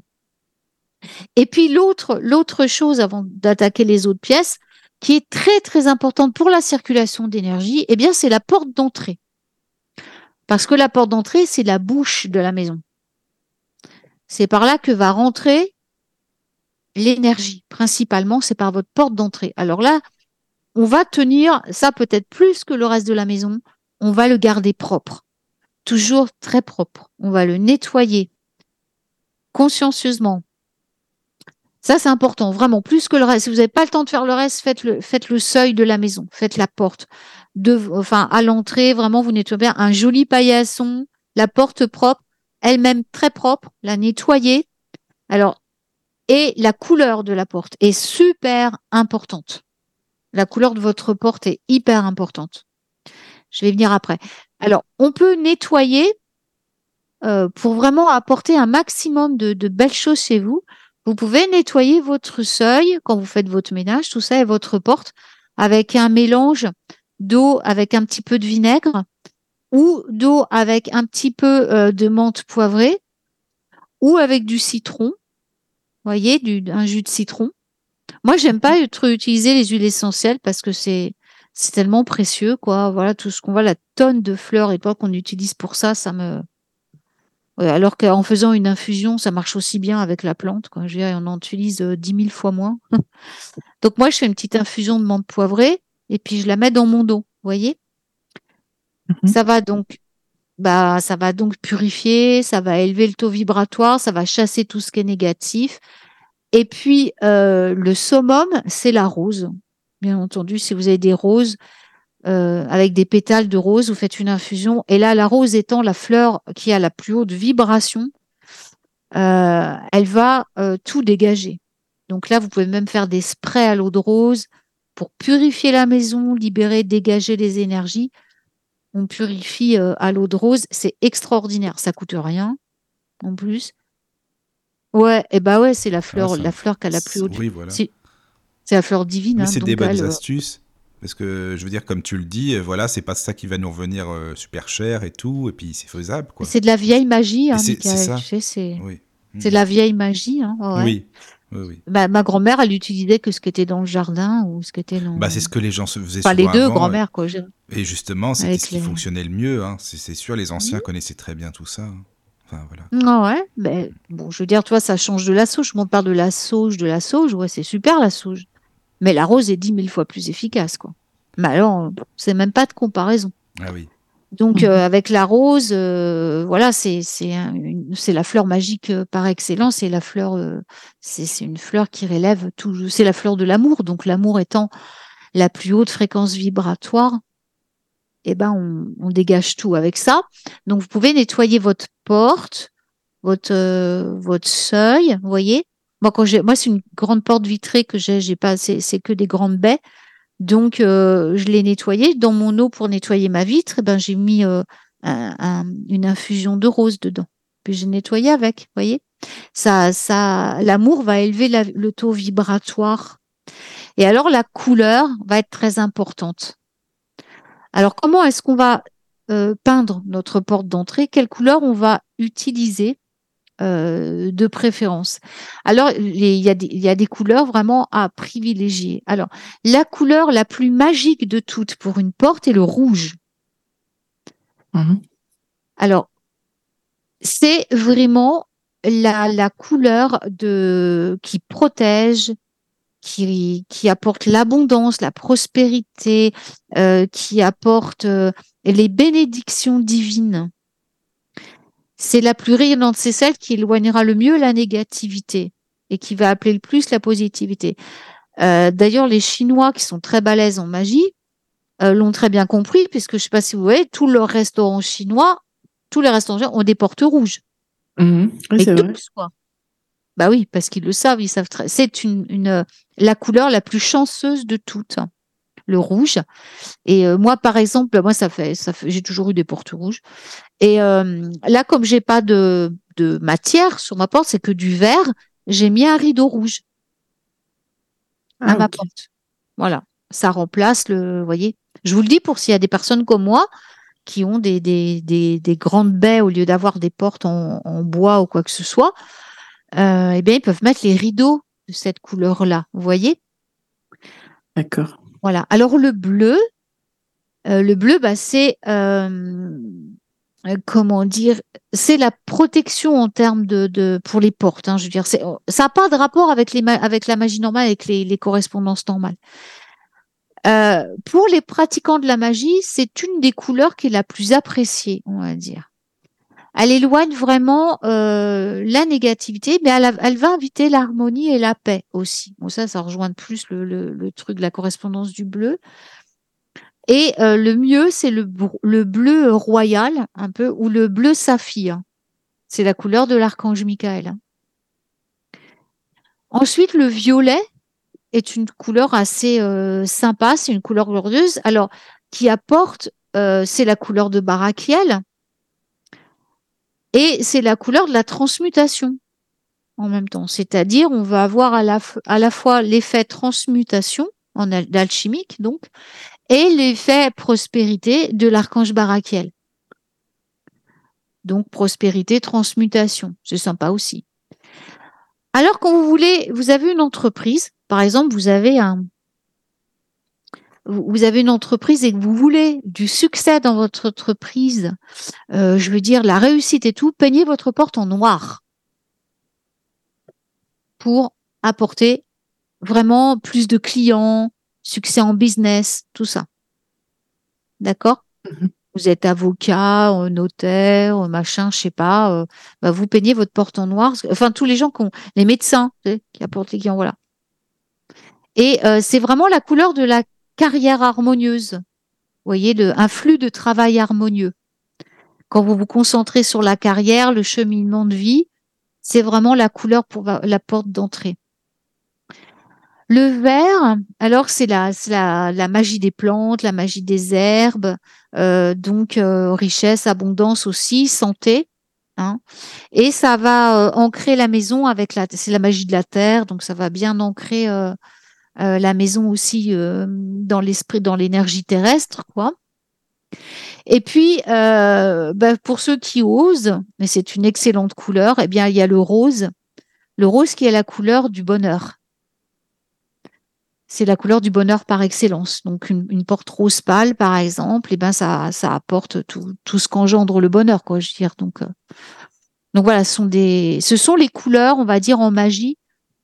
Et puis l'autre chose avant d'attaquer les autres pièces, qui est très très importante pour la circulation d'énergie, eh bien c'est la porte d'entrée. Parce que la porte d'entrée, c'est la bouche de la maison. C'est par là que va rentrer l'énergie. Principalement, c'est par votre porte d'entrée. Alors là, on va tenir ça peut-être plus que le reste de la maison. On va le garder propre. Toujours très propre. On va le nettoyer consciencieusement. Ça, c'est important, vraiment, plus que le reste. Si vous n'avez pas le temps de faire le reste, faites le seuil de la maison, faites la porte. Enfin, à l'entrée, vraiment, vous nettoyez bien un joli paillasson, la porte propre, elle-même très propre, la nettoyer. Alors, et la couleur de la porte est super importante. La couleur de votre porte est hyper importante. Je vais venir après. Alors, on peut nettoyer pour vraiment apporter un maximum de belles choses chez vous. Vous pouvez nettoyer votre seuil quand vous faites votre ménage, tout ça, et votre porte avec un mélange d'eau avec un petit peu de vinaigre ou d'eau avec un petit peu de menthe poivrée ou avec du citron, voyez, un jus de citron. Moi, j'aime pas utiliser les huiles essentielles parce que c'est tellement précieux, quoi. Voilà, tout ce qu'on voit, la tonne de fleurs et toi qu'on utilise pour ça, ouais, alors qu'en faisant une infusion, ça marche aussi bien avec la plante, quoi. Je veux dire, on en utilise 10 000 fois moins. Donc moi, je fais une petite infusion de menthe poivrée et puis je la mets dans mon dos, vous voyez. Mhm. Ça va donc, ça va donc purifier, ça va élever le taux vibratoire, ça va chasser tout ce qui est négatif. Et puis, le summum, c'est la rose. Bien entendu, si vous avez des roses avec des pétales de rose, vous faites une infusion. Et là, la rose étant la fleur qui a la plus haute vibration, elle va tout dégager. Donc là, vous pouvez même faire des sprays à l'eau de rose pour purifier la maison, libérer, dégager les énergies. On purifie à l'eau de rose. C'est extraordinaire. Ça coûte rien en plus. Ouais, et bah ouais, c'est la Ah, fleur qui a la plus haute. oui, voilà. C'est la fleur divine, Mais hein, c'est des donc bonnes elle. astuces. Parce que, je veux dire, comme tu le dis, voilà, c'est pas ça qui va nous revenir super cher et tout. Et puis, c'est faisable, quoi. C'est de la vieille magie, Et hein, c'est Michael. Tu ça. sais, Oui. c'est de Mhm. la vieille magie, hein. Ouais, ouais. Oui. Oui, oui. Ma grand-mère, elle utilisait que ce qui était dans le jardin ou ce qui était Bah, dans. c'est ce que les gens se faisaient Enfin, les souvent deux avant. grand-mères, quoi. Et justement, c'était ce Avec qui les. fonctionnait le mieux. Hein. C'est sûr, les anciens connaissaient très bien tout ça. Hein. Enfin, voilà. Ah ouais, ben, bon, je veux dire, toi, ça change de la sauge. On parle de la sauge, ouais, c'est super la sauge. Mais la rose est 10 000 fois plus efficace, quoi. Mais alors, c'est même pas de comparaison. Ah oui. Donc, Mhm. avec la rose, voilà, c'est la fleur magique par excellence. Et la fleur, c'est une fleur qui relève tout. C'est la fleur de l'amour. Donc, l'amour étant la plus haute fréquence vibratoire, eh ben, on dégage tout avec ça. Donc, vous pouvez nettoyer votre porte, votre seuil, vous voyez. Moi, c'est une grande porte vitrée que j'ai pas, c'est que des grandes baies. Donc, je l'ai nettoyée. Dans mon eau pour nettoyer ma vitre, eh ben, j'ai mis une infusion de rose dedans. Puis j'ai nettoyé avec, vous voyez. L'amour va élever le taux vibratoire. Et alors, la couleur va être très importante. Alors, comment est-ce qu'on va peindre notre porte d'entrée? Quelle couleur on va utiliser de préférence? Alors, il y a des couleurs vraiment à privilégier. Alors, la couleur la plus magique de toutes pour une porte est le rouge. Mhm. Alors, c'est vraiment la couleur qui protège, qui apporte l'abondance, la prospérité, qui apporte les bénédictions divines. C'est la plus rayonnante, c'est celle qui éloignera le mieux la négativité et qui va appeler le plus la positivité. D'ailleurs, les Chinois qui sont très balèzes en magie l'ont très bien compris, puisque je ne sais pas si vous voyez, tous leurs restaurants chinois, tous les restaurants chinois ont des portes rouges. Mhm. Oui, Et c'est vrai. tous, quoi. Bah oui, parce qu'ils le savent, c'est la couleur la plus chanceuse de toutes, hein, le rouge. Et moi, par exemple, moi, j'ai toujours eu des portes rouges. Et là, comme j'ai pas de matière sur ma porte, c'est que du verre, j'ai mis un rideau rouge à Ah, ma ok. porte. Voilà, ça remplace vous voyez. Je vous le dis pour s'il y a des personnes comme moi qui ont des grandes baies au lieu d'avoir des portes en bois ou quoi que ce soit, eh bien, ils peuvent mettre les rideaux de cette couleur-là. Vous voyez? D'accord. Voilà. Alors, le bleu, bah, c'est comment dire, c'est la protection en termes pour les portes. Hein, je veux dire, ça n'a pas de rapport avec avec la magie normale, avec les correspondances normales. Pour les pratiquants de la magie, c'est une des couleurs qui est la plus appréciée, on va dire. Elle éloigne vraiment la négativité, mais elle va inviter l'harmonie et la paix aussi. Bon, ça rejoint plus le truc de la correspondance du bleu. Et le mieux, c'est le bleu royal, un peu, ou le bleu saphir. C'est la couleur de l'archange Michael, hein. Ensuite, le violet est une couleur assez sympa, c'est une couleur glorieuse. Alors, qui apporte, c'est la couleur de Barakiel et c'est la couleur de la transmutation en même temps. C'est-à-dire, on va avoir à la fois l'effet transmutation d'alchimique, donc, et l'effet prospérité de l'archange Barakiel. Donc, prospérité, transmutation. C'est sympa aussi. Alors, quand vous avez une entreprise, par exemple, vous avez une entreprise et que vous voulez du succès dans votre entreprise, je veux dire la réussite et tout, peignez votre porte en noir pour apporter vraiment plus de clients, succès en business, tout ça. D'accord? Vous êtes avocat, notaire, machin, je sais pas. Bah, vous peignez votre porte en noir. Enfin, tous les gens les médecins, tu sais, qui apportent les clients, voilà. Et c'est vraiment la couleur de la carrière harmonieuse. Vous voyez, un flux de travail harmonieux. Quand vous vous concentrez sur la carrière, le cheminement de vie, c'est vraiment la couleur pour la porte d'entrée. Le vert, alors c'est la magie des plantes, la magie des herbes, donc richesse, abondance aussi, santé, hein. Et ça va ancrer la maison c'est la magie de la terre, donc ça va bien ancrer la maison aussi dans l'esprit, dans l'énergie terrestre, quoi. Et puis, pour ceux qui osent, mais c'est une excellente couleur, eh bien il y a le rose qui est la couleur du bonheur. C'est la couleur du bonheur par excellence. Donc, une porte rose pâle, par exemple, eh ben, ça apporte tout ce qu'engendre le bonheur, quoi, je veux dire. Donc voilà, ce sont les couleurs, on va dire, en magie,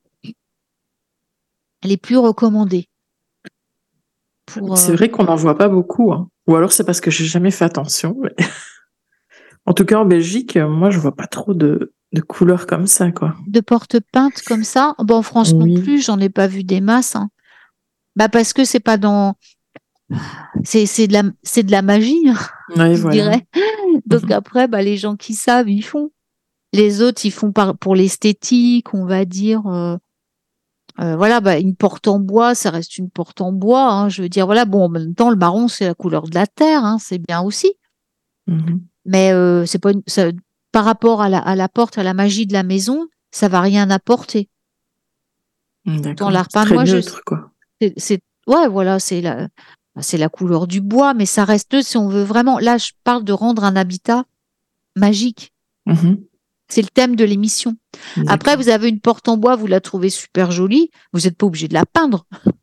les plus recommandées. C'est vrai qu'on n'en voit pas beaucoup, hein. Ou alors c'est parce que j'ai jamais fait attention. Mais... En tout cas, en Belgique, moi, je vois pas trop de couleurs comme ça, quoi. De portes peintes comme ça. Bon, en France Oui. non plus, j'en ai pas vu des masses, hein. Bah, parce que c'est pas dans... C'est de la magie, hein, Ouais, je voilà. dirais. Donc après, bah, les gens qui savent, ils font. Les autres, ils font pour l'esthétique, on va dire. Voilà, bah, une porte en bois, ça reste une porte en bois, hein. Je veux dire, voilà, bon, en même temps, le marron, c'est la couleur de la terre, hein, c'est bien aussi. Mais c'est pas par rapport à la porte, à la magie de la maison, ça va rien apporter. D'accord. L'art C'est très neutre, quoi. Ouais, voilà, c'est la couleur du bois, mais ça reste, si on veut vraiment, là, je parle de rendre un habitat magique. C'est le thème de l'émission. Après, vous avez une porte en bois, vous la trouvez super jolie, vous n'êtes pas obligé de la peindre.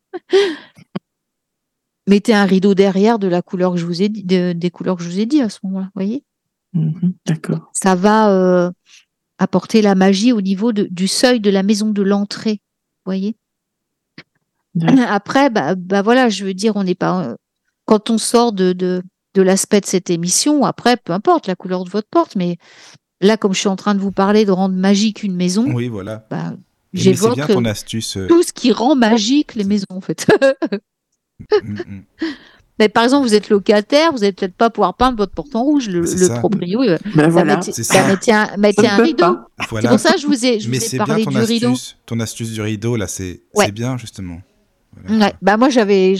Mettez un rideau derrière de la couleur que je vous ai dit, des couleurs que je vous ai dit à ce moment-là, voyez. D'accord. Ça va apporter la magie au niveau du seuil de la maison, de l'entrée, voyez. Après, voilà, je veux dire, on n'est pas quand on sort de l'aspect de cette émission. Après, peu importe la couleur de votre porte, mais là, comme je suis en train de vous parler de rendre magique une maison, oui, voilà. J'évoque c'est bien ton astuce. Tout ce qui rend magique les maisons, en fait. Mais par exemple, vous êtes locataire, vous n'allez peut-être pas pouvoir peindre votre porte en rouge. Le proprio, voilà. mettez un rideau. Voilà. C'est pour ça que je vous ai parlé du rideau. Ton astuce du rideau, là, c'est bien, justement. Voilà. Ouais. Moi, j'avais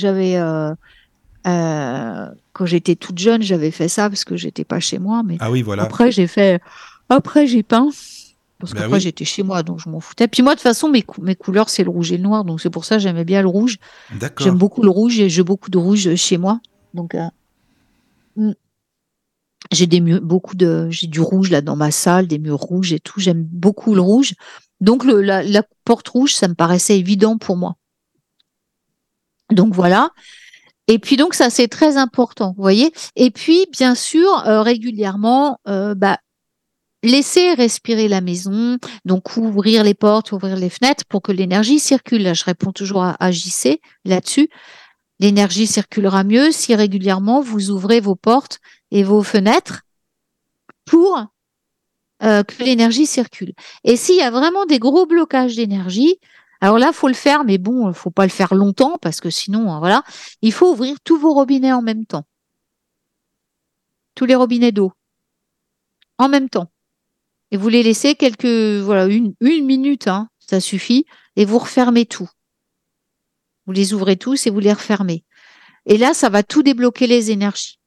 quand j'étais toute jeune, j'avais fait ça parce que j'étais pas chez moi. Mais voilà. Après, j'ai peint. Parce qu'après, j'étais chez moi, donc je m'en foutais. Puis moi, de toute façon, mes couleurs, c'est le rouge et le noir. Donc c'est pour ça que j'aimais bien le rouge. D'accord. J'aime beaucoup le rouge et j'ai beaucoup de rouge chez moi. Donc j'ai j'ai du rouge là dans ma salle, des murs rouges et tout. J'aime beaucoup le rouge. Donc la porte rouge, ça me paraissait évident pour moi. Donc voilà. Et puis donc ça, c'est très important, vous voyez. Et puis bien sûr, régulièrement, laisser respirer la maison, donc ouvrir les portes, ouvrir les fenêtres pour que l'énergie circule. Là, je réponds toujours à JC là-dessus. L'énergie circulera mieux si régulièrement vous ouvrez vos portes et vos fenêtres pour que l'énergie circule. Et s'il y a vraiment des gros blocages d'énergie, alors là, faut le faire, mais bon, faut pas le faire longtemps parce que sinon, voilà, il faut ouvrir tous vos robinets en même temps. Tous les robinets d'eau. En même temps. Et vous les laissez une minute, hein, ça suffit, et vous refermez tout. Vous les ouvrez tous et vous les refermez. Et là, ça va tout débloquer les énergies.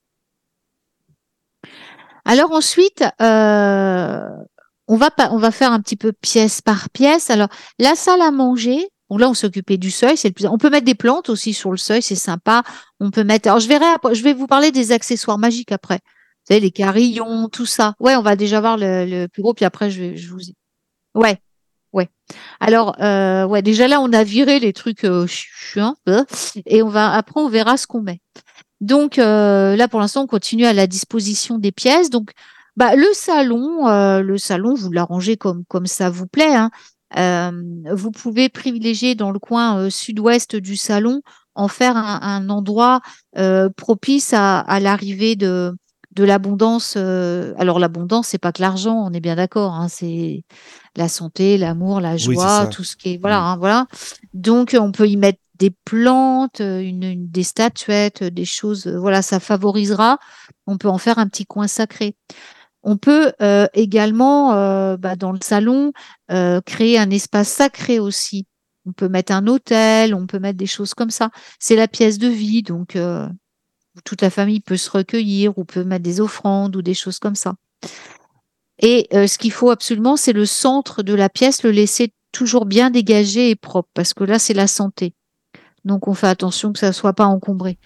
Alors ensuite, on va faire un petit peu pièce par pièce. Alors, la salle à manger, donc là, on s'occupait du seuil, c'est le plus. On peut mettre des plantes aussi sur le seuil, c'est sympa. On peut mettre. Alors, je vais vous parler des accessoires magiques après. Vous savez, les carillons, tout ça. Ouais, on va déjà voir le plus gros, puis après, je vous. Ouais. Alors, déjà là, on a viré les trucs chiants, et après, on verra ce qu'on met. Donc là, pour l'instant, on continue à la disposition des pièces. Donc, le salon, vous l'arrangez comme ça vous plaît, hein. Vous pouvez privilégier dans le coin sud-ouest du salon, en faire un endroit propice à l'arrivée de l'abondance. Alors l'abondance, c'est pas que l'argent, on est bien d'accord, hein, c'est la santé, l'amour, la Oui, c'est joie, ça. tout ce qui est Mm. voilà. Donc on peut y mettre des plantes, des statuettes, des choses. Voilà, ça favorisera. On peut en faire un petit coin sacré. On peut également, dans le salon, créer un espace sacré aussi. On peut mettre un autel, on peut mettre des choses comme ça. C'est la pièce de vie, donc toute la famille peut se recueillir ou peut mettre des offrandes ou des choses comme ça. Et ce qu'il faut absolument, c'est le centre de la pièce, le laisser toujours bien dégagé et propre, parce que là, c'est la santé. Donc, on fait attention que ça ne soit pas encombré.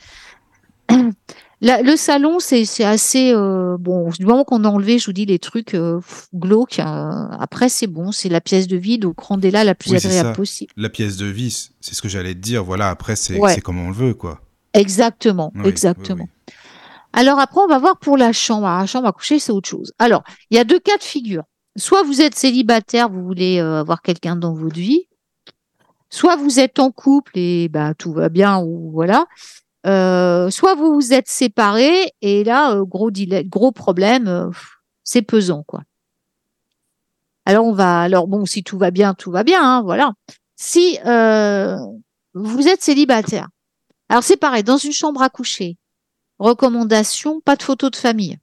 Le salon, c'est assez bon. Du moment qu'on a enlevé, je vous dis, les trucs glauques, après c'est bon, c'est la pièce de vie, donc rendez-la la plus Oui, c'est agréable ça. possible. La pièce de vie, c'est ce que j'allais te dire. Voilà, après, c'est Ouais, comme on le veut, quoi. exactement, Oui, oui, oui. exactement. Alors après, on va voir pour la chambre. Alors, la chambre à coucher, c'est autre chose. Alors, il y a deux cas de figure. Soit vous êtes célibataire, vous voulez avoir quelqu'un dans votre vie, soit vous êtes en couple et bah tout va bien ou voilà. Soit vous vous êtes séparés et là, gros problème, c'est pesant, quoi. Alors bon, si tout va bien, hein, voilà. Si vous êtes célibataire, alors c'est pareil, dans une chambre à coucher, recommandation, pas de photos de famille.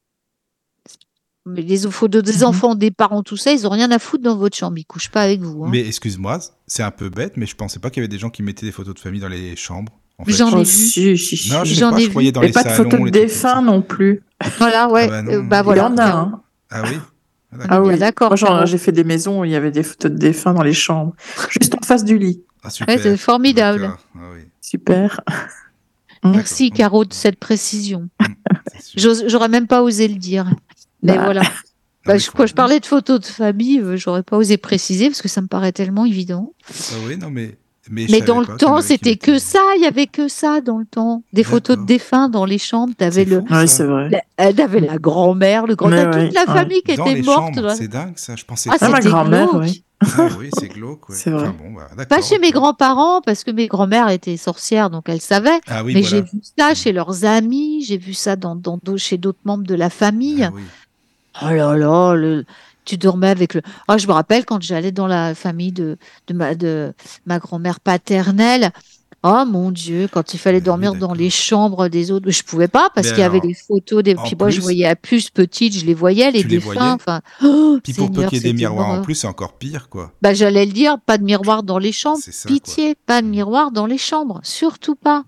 Mais les photos des Mhm. enfants, des parents, tout ça, ils ont rien à foutre dans votre chambre, ils couchent pas avec vous, hein. Mais excuse-moi, c'est un peu bête, mais je pensais pas qu'il y avait des gens qui mettaient des photos de famille dans les chambres. En fait, J'en Oh, ai vu, si. non, je sais j'en pas, ai je croyais vu. dans Et les pas de photos salons, de les trucs comme ça. défunts non plus. Voilà, Ah ouais, bah non, bah Il y voilà, en a, Caro. hein. Ah oui? Ah, On est Ah d'accord. bien oui. d'accord, Moi, Caro. j'ai fait des maisons où il y avait des photos de défunts dans les chambres, juste en face du lit. Ah Ouais, c'est super. formidable. D'accord. Ah oui. Super. Mm. D'accord. Merci, Caro, de cette précision. C'est sûr. J'aurais même pas osé le dire. Mais Bah, voilà. Non, mais Quand faut. je parlais de photos de famille, j'aurais pas osé préciser parce que ça me paraît tellement évident. Ah oui, non, mais je Mais dans savais le pas qu'il y en temps, avait qui c'était mettaient. que ça. Il y avait que ça dans le temps. Des photos de D'accord. défunts dans les chambres. C'est fou oui, ça. c'est vrai. T'avais la grand-mère, le grand, Mais t'as toute oui, la ouais. famille qui Dans était les morte. chambres, c'est dingue ça. Je pensais Ah, Ah, ma pas. c'était grand-mère, glauque. oui. Ah oui, c'est glauque, ouais. C'est Enfin vrai. bon, bah Pas d'accord, chez mes ok. grands-parents parce que mes grand-mères étaient sorcières, donc elles savaient. Ah oui, Mais j'ai voilà. vu ça chez leurs amis, j'ai vu ça chez d'autres membres de la famille. Ah oui. Oh là là, tu dormais avec le. Ah, je me rappelle quand j'allais dans la famille de ma grand-mère paternelle. Oh mon Dieu, quand il fallait Ah oui, dormir dans les d'accord. chambres des autres, je pouvais pas Mais parce qu'il y avait alors, des photos des. en Puis moi, je plus, voyais à plus petite, je les voyais, les tu les défunts. voyais. Enfin, oh, Puis pour peu Seigneur, qu'il y ait des c'était une miroirs en horreur. plus, c'est encore pire, quoi. Bah, j'allais le dire, pas de miroir dans les chambres. C'est ça, quoi. Pitié, pas de Mm. miroir dans les chambres, surtout pas.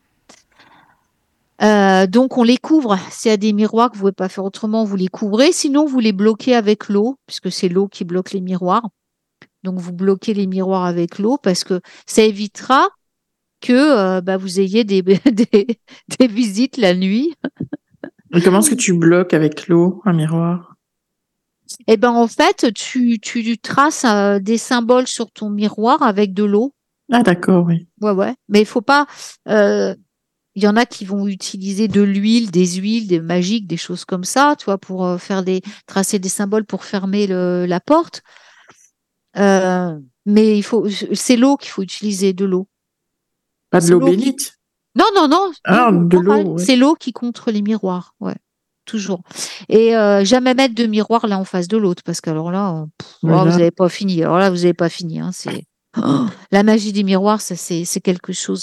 Donc on les couvre. S'il y a des miroirs que vous ne pouvez pas faire autrement, vous les couvrez. Sinon, vous les bloquez avec l'eau, puisque c'est l'eau qui bloque les miroirs. Donc vous bloquez les miroirs avec l'eau parce que ça évitera que vous ayez des visites la nuit. Et comment est-ce que tu bloques avec l'eau un miroir? Et ben en fait, tu traces des symboles sur ton miroir avec de l'eau. Ah, d'accord, oui. Ouais, ouais. Mais il faut pas. Il y en a qui vont utiliser de l'huile, des huiles, des magiques, des choses comme ça, tu vois, pour tracer des symboles pour fermer la porte. Mais c'est l'eau qu'il faut utiliser, de l'eau. Pas de C'est l'eau l'eau qui. bénite? Non, non, non, Ah, de normal. l'eau, oui. C'est l'eau qui contre les miroirs, ouais, toujours. Et jamais mettre de miroir l'un en face de l'autre, parce qu'alors là, Mais vous là, n'avez pas fini. Alors là, vous n'avez pas fini. Hein, la magie des miroirs, ça, c'est quelque chose.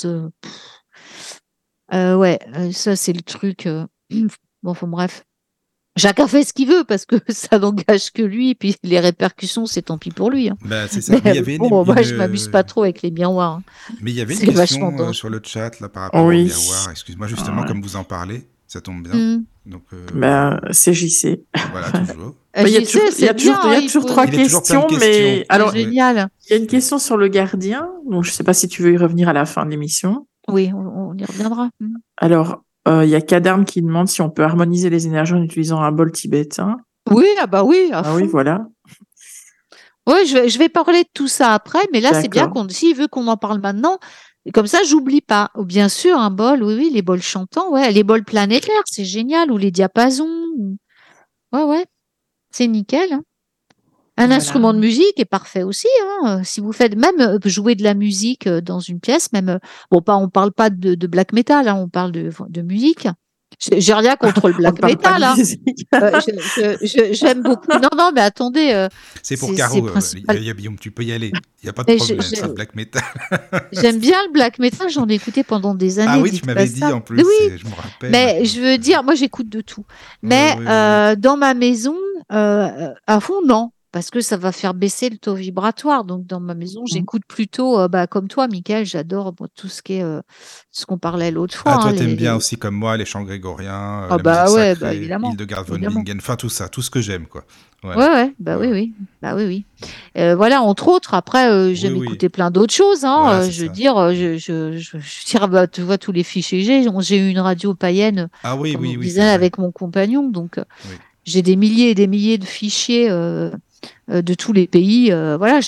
Ouais, ça, c'est le truc. Bon, enfin, bref. Chacun fait ce qu'il veut parce que ça n'engage que lui. Puis les répercussions, c'est tant pis pour lui, hein. Bah, c'est ça. Mais Mais il y avait bon, moi, je m'amuse pas trop avec les miroirs, hein. mais il y avait une C'est vachement question sur dangereux. le chat là par oh, rapport au oui. miroir. Excuse-moi, justement, Ouais. comme vous en parlez, ça tombe bien. Hmm. Donc C'est JC. voilà, toujours. Il y a JC, toujours, il y c'est a toujours, bien, il y a il toujours faut. trois Il est toujours plein de questions, questions. mais C'est alors, génial. il y a une question sur le gardien. Donc, je sais pas si tu veux y revenir à la fin de l'émission. Oui, on y reviendra. Hmm. Alors, il y a Kadarm qui demande si on peut harmoniser les énergies en utilisant un bol tibétain. Oui, ah bah oui, à Ah oui, fond. voilà. Oui, je vais parler de tout ça après, mais là, c'est bien D'accord. s'il veut qu'on en parle maintenant, et comme ça, j'oublie pas. Ou bien sûr, un bol, oui, oui, les bols chantants, ouais, les bols planétaires, c'est génial, ou les diapasons. Ouais, ouais, c'est nickel, hein. Un Voilà. instrument de musique est parfait aussi, hein. Si vous faites même jouer de la musique dans une pièce, même on parle pas de black metal, hein, on parle de musique. J'ai rien contre le On ne black parle pas metal, de hein. musique. J'aime beaucoup. Non, non, mais attendez, C'est pour c'est Caro, principal. Guillaume, tu peux y aller. Il n'y a pas de Mais problème, c'est black metal. j'aime bien le black metal, j'en ai écouté pendant des Ah années, oui, tu dites m'avais pas dit ça. en plus, Oui, je me rappelle mais maintenant. je veux dire, moi j'écoute de tout. Oui, Mais oui, oui. dans ma maison, à fond, non, parce que ça va faire baisser le taux vibratoire. Donc dans ma maison, j'écoute plutôt, comme toi, Michael, j'adore moi, tout ce qui est ce qu'on parlait l'autre fois, Ah, hein, toi, t'aimes bien aussi, comme moi, les chants grégoriens, Ah la musique bah ouais, bah sacrée, évidemment, Hildegard von évidemment. Bingen, enfin tout ça, tout ce que j'aime, quoi. Ouais, Voilà. ouais, bah Ouais, oui, ouais. oui, bah oui, oui. Voilà, entre autres. Après, Oui, j'aime oui. écouter plein d'autres choses, hein. Voilà, c'est Je veux ça. dire, je tire, bah, tu vois tous les fichiers que j'ai eu une radio païenne, Ah oui, comme on oui, oui, disait, c'est vrai. avec mon compagnon. Donc, Oui. j'ai des milliers et des milliers de fichiers de tous les pays. Voilà,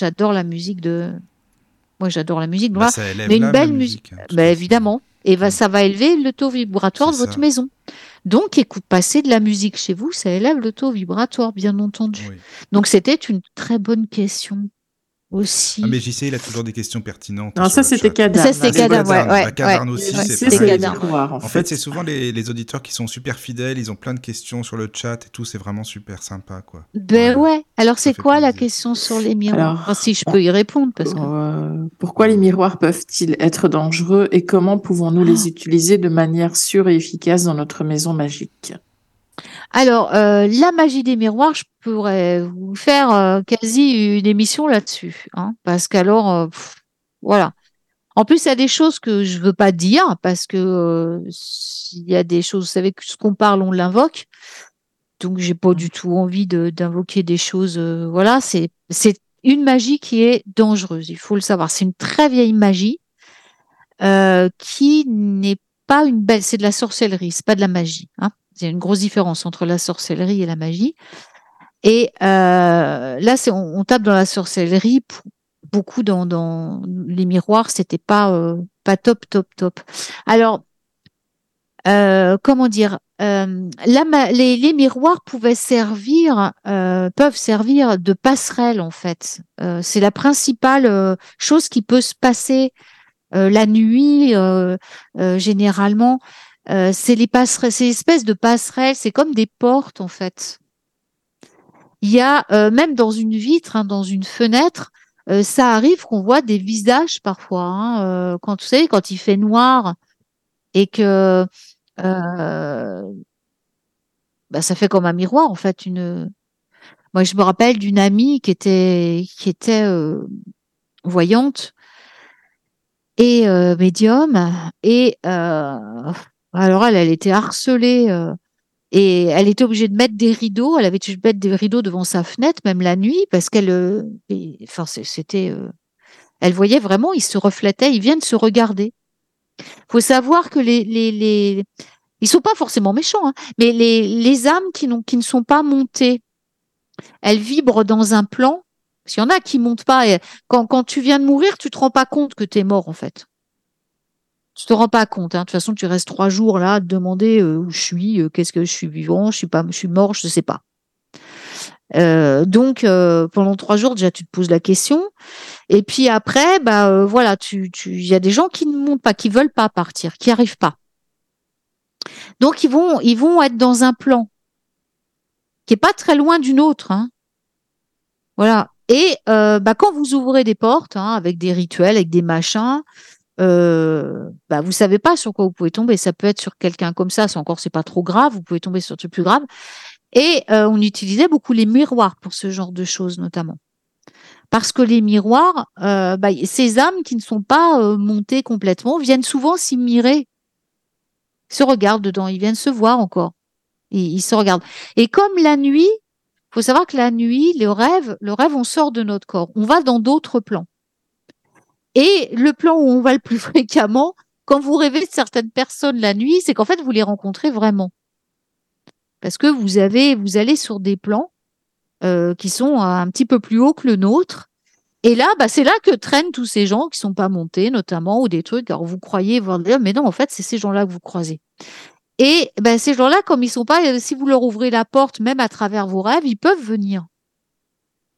moi, j'adore la musique. Bah, Voilà. ça élève Mais une l'âme, la belle musique, musique, hein, de toute bah, façon. évidemment. Et Mm. ça va élever le taux vibratoire C'est de votre ça. maison. Donc, passer de la musique chez vous, ça élève le taux vibratoire, bien entendu. Oui. Donc, c'était une très bonne question Ah, mais aussi. JC, il a toujours des questions pertinentes Non, sur ça, le c'était chat. Ça, Cadavre. c'était Ah, c'est Cadavre, ouais, Cadarn. ouais, Bah, ouais. Cadarn aussi, Le c'est JC, c'est C'était les pareil. Cadavre. miroirs, En fait, c'est souvent les auditeurs qui sont super fidèles, ils ont plein de questions sur le chat et tout, c'est vraiment super sympa, quoi. Ben Voilà, ouais. Alors, ça c'est fait quoi la plaisir. question sur les miroirs? Enfin, Alors, si je peux y répondre, parce que. pourquoi les miroirs peuvent-ils être dangereux et comment pouvons-nous les Oh. utiliser de manière sûre et efficace dans notre maison magique? Alors, la magie des miroirs, je pourrais vous faire quasi une émission là-dessus, hein, parce qu'alors, voilà. En plus, il y a des choses que je veux pas dire parce que il y a des choses, vous savez que ce qu'on parle, on l'invoque. Donc, j'ai pas du tout envie d'invoquer des choses. Voilà, c'est une magie qui est dangereuse. Il faut le savoir. C'est une très vieille magie qui n'est pas une belle. C'est de la sorcellerie, c'est pas de la magie. Hein. Il y a une grosse différence entre la sorcellerie et la magie. Et là, on tape dans la sorcellerie. Beaucoup dans les miroirs, c'était pas top, top, top. Alors, comment dire, les miroirs peuvent servir de passerelle en fait. C'est la principale chose qui peut se passer la nuit généralement. C'est les passerelles, c'est l'espèce de passerelle, c'est comme des portes en fait. Il y a même dans une vitre, hein, dans une fenêtre, ça arrive qu'on voit des visages parfois. Hein, quand vous savez, quand il fait noir et que bah, ça fait comme un miroir en fait. Moi, je me rappelle d'une amie qui était voyante et médium et alors elle était harcelée et elle était obligée de mettre des rideaux. Elle avait obligée de mettre des rideaux devant sa fenêtre même la nuit parce qu'elle, enfin c'était, elle voyait vraiment, ils se reflétaient, ils viennent se regarder. Faut savoir que ils sont pas forcément méchants, hein, mais les âmes qui ne sont pas montées, elles vibrent dans un plan. Parce qu'il y en a qui montent pas. Et quand tu viens de mourir, tu te rends pas compte que tu es mort, en fait. Tu te rends pas compte. Hein. De toute façon, tu restes 3 jours là à te demander où je suis, qu'est-ce que je suis vivant, je suis mort, je sais pas. Donc, pendant 3 jours, déjà, tu te poses la question. Et puis après, bah voilà, il y a des gens qui ne montent pas, qui veulent pas partir, qui arrivent pas. Donc, ils vont être dans un plan qui est pas très loin d'une autre. Hein. Voilà. Et bah, quand vous ouvrez des portes hein, avec des rituels, avec des machins, bah, vous savez pas sur quoi vous pouvez tomber. Ça peut être sur quelqu'un comme ça, c'est pas trop grave. Vous pouvez tomber sur des trucs plus graves. Et on utilisait beaucoup les miroirs pour ce genre de choses, notamment. Parce que les miroirs, bah, ces âmes qui ne sont pas montées complètement viennent souvent s'y mirer, se regardent dedans, ils viennent se voir encore. Ils se regardent. Et comme la nuit, faut savoir que la nuit, le rêve, on sort de notre corps. On va dans d'autres plans. Et le plan où on va le plus fréquemment, quand vous rêvez de certaines personnes la nuit, c'est qu'en fait, vous les rencontrez vraiment. Parce que vous allez sur des plans qui sont un petit peu plus hauts que le nôtre. Et là, bah, c'est là que traînent tous ces gens qui sont pas montés, notamment, ou des trucs. Alors, vous croyez voir, mais non, en fait, c'est ces gens-là que vous croisez. Et ben, ces gens-là, comme ils sont pas, si vous leur ouvrez la porte, même à travers vos rêves, ils peuvent venir.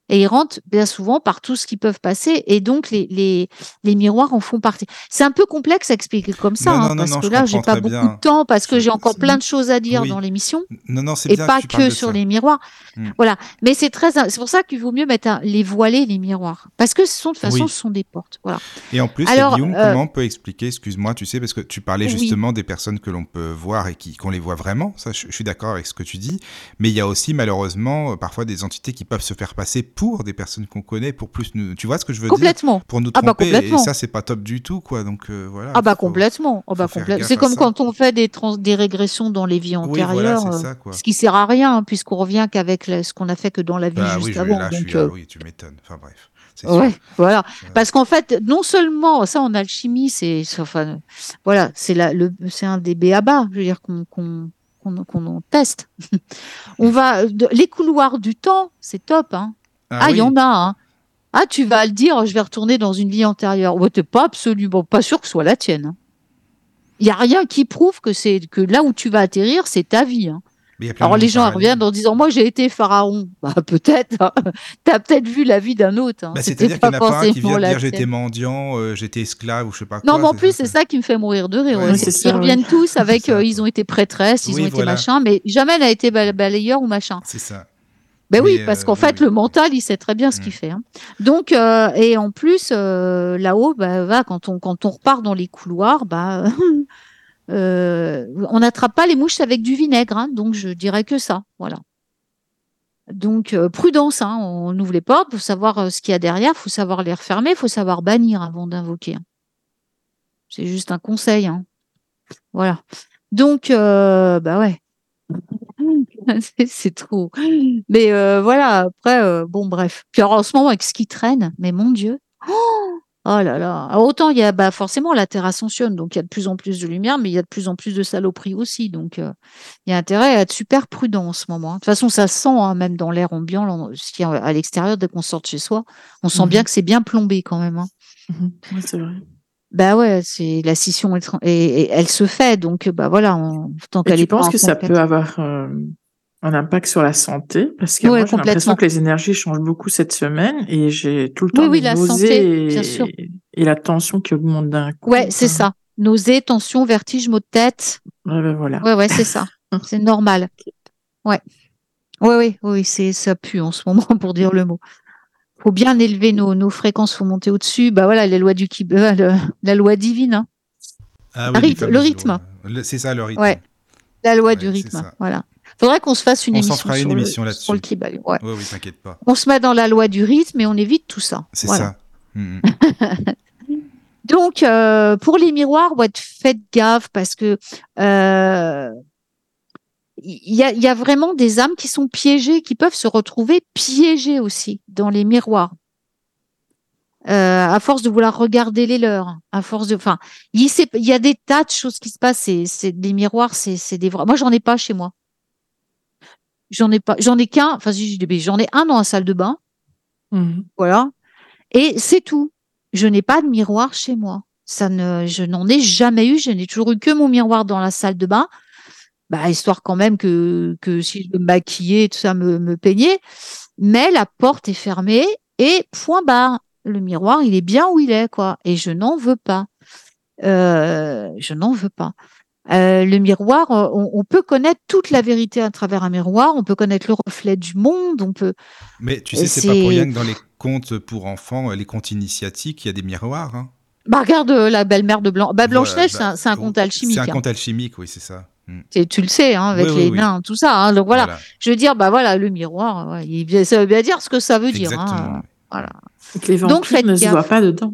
Et ils rentrent bien souvent par tout ce qu'ils peuvent passer. Et donc, les miroirs en font partie. C'est un peu complexe à expliquer comme ça, Non, non, non, parce non, que je là, j'ai comprends pas très beaucoup de bien. temps, parce que j'ai encore c'est- plein de choses à dire Oui. dans l'émission, Non, c'est et bien pas que tu parles que de sur ça. les miroirs. Mm. Voilà. Mais c'est pour ça qu'il vaut mieux mettre les voilés, les miroirs. Parce que de toute façon, Oui. ce sont des portes. Voilà. Et en plus, Alors, Guillaume, comment on peut expliquer, excuse-moi, tu sais, parce que tu parlais oui, justement des personnes que l'on peut voir et qu'on les voit vraiment, ça, je suis d'accord avec ce que tu dis, mais il y a aussi malheureusement parfois des entités qui peuvent se faire passer pour des personnes qu'on connaît, pour plus nous, tu vois ce que je veux dire? complètement. Pour nous Ah bah tromper, et complètement. ça, c'est pas top du tout, quoi, donc voilà, Ah bah complètement. Ah bah faut faire complètement. gaffe C'est à comme ça. quand on fait des régressions dans les vies Oui, voilà, antérieures, c'est ça, quoi. ce qui sert à rien, puisqu'on revient qu'avec ce qu'on a fait que dans la vie Bah oui, juste avant. là, Donc, oui, tu m'étonnes, enfin bref, c'est ouais, sûr. voilà. Ça- Parce qu'en fait, non seulement ça en alchimie, enfin, voilà, c'est un des b.a.-ba, je veux dire qu'on teste. Les couloirs du temps, c'est top, hein. Ah Ah, il y oui, en a, hein. Ah, tu vas le dire, je vais retourner dans une vie antérieure. Ouais, t'es pas absolument pas sûr que ce soit la tienne, hein. Il y a rien qui prouve que là où tu vas atterrir, c'est ta vie, hein. mais il y a plein de Alors les mondes gens parallèles. reviennent en disant moi j'ai été pharaon. Bah peut-être, hein. T'as peut-être vu la vie d'un autre, hein. Bah, C'était c'est-à-dire qu'il pas n'y en a pas un qui forcément vient te la dire j'étais tienne. mendiant, j'étais esclave ou je sais pas Non, quoi, mais en c'est ça. plus, c'est ça qui me fait mourir de rire. Ouais, Ouais, C'est c'est qu'ils ça, oui. reviennent tous avec, ça. ils ont été prêtresses, ils Oui, ont été voilà. machin, mais jamais n'a été balayeur ou machin. C'est ça. Ben oui, Mais parce qu'en oui, fait, oui. le mental, il sait très bien ce qu'il Mm. fait, hein. Donc, et en plus, là-haut, bah, quand on repart dans les couloirs, bah, on n'attrape pas les mouches avec du vinaigre, hein. Donc, je dirais que ça, voilà. Donc, prudence, hein. On ouvre les portes, faut savoir ce qu'il y a derrière, faut savoir les refermer, faut savoir bannir avant d'invoquer, hein. C'est juste un conseil, hein. Voilà. Donc, bah ouais. C'est trop. Mais voilà, après, bon, bref. Puis alors, en ce moment, avec ce qui traîne, mais mon Dieu. Oh là là. Alors, autant il y a forcément la Terre ascensionne, donc il y a de plus en plus de lumière, mais il y a de plus en plus de saloperies aussi. Donc, il y a intérêt à être super prudent en ce moment, hein. De toute façon, ça se sent, hein, même dans l'air ambiant, ce qui est à l'extérieur, dès qu'on sort de chez soi, on sent bien que c'est bien plombé quand même, hein. Ouais, c'est vrai. Bah ouais, c'est la scission et elle se fait, donc bah voilà, tant Et qu'elle tu est pas penses en que ça complète. peut avoir un impact sur la santé? Parce que Ouais, moi, j'ai l'impression complètement. que les énergies changent beaucoup cette semaine et j'ai tout le Oui, temps oui, des la santé, bien sûr. nausées et la tension qui augmente d'un coup. Ouais, c'est Enfin, ça. Nausées, tension, vertige, maux de tête. ouais, ben voilà. Ouais, c'est ça. C'est normal. Ouais. Oui, ça pue en ce moment pour dire le mot. Faut bien élever nos fréquences, faut monter au-dessus. Bah voilà, les lois la loi divine, hein. Ah oui, les Le fameuses rythme. lois. C'est ça le rythme. Ouais, la loi du Ouais, c'est rythme. ça. Voilà. Faudrait qu'on se fasse une On s'en émission fera une sur émission sur là-dessus. le Kibali. Ouais. Oui, t'inquiète pas. On se met dans la loi du rythme et on évite tout ça. C'est Voilà. ça. Mm, mm. Donc, pour les miroirs, ouais, faites gaffe parce que il y a vraiment des âmes qui sont piégées, qui peuvent se retrouver piégées aussi dans les miroirs. À force de vouloir regarder les leurs, à force de, enfin, il y a des tas de choses qui se passent. C'est des miroirs, c'est des vrais. Moi, j'en ai pas chez moi. J'en ai pas. J'en ai qu'un. Enfin, j'en ai un dans la salle de bain. Mhm. Voilà. Et c'est tout. Je n'ai pas de miroir chez moi. Je n'en ai jamais eu. Je n'ai toujours eu que mon miroir dans la salle de bain. Bah, histoire quand même que si je veux me maquiller, tout ça, me peigner. Mais la porte est fermée et point barre. Le miroir, il est bien où il est, quoi. Et je n'en veux pas. Je n'en veux pas. Le miroir, on peut connaître toute la vérité à travers un miroir. On peut connaître le reflet du monde. On peut. Mais tu sais, c'est pas pour rien que dans les contes pour enfants, les contes initiatiques, il y a des miroirs, hein. Bah, regarde la belle-mère de Blanche. Bah, Voilà, Blanche-Neige, c'est un conte alchimique, c'est un hein. conte alchimique, oui, c'est ça. Mm. Tu le sais, hein, avec Oui, les oui. nains, tout ça, hein. Donc voilà. Voilà. Je veux dire, bah voilà, le miroir, ouais, ça veut bien dire ce que ça veut dire, Exactement. hein. Voilà. Et que les Donc, vampires faites ne se gaffe. voient pas dedans.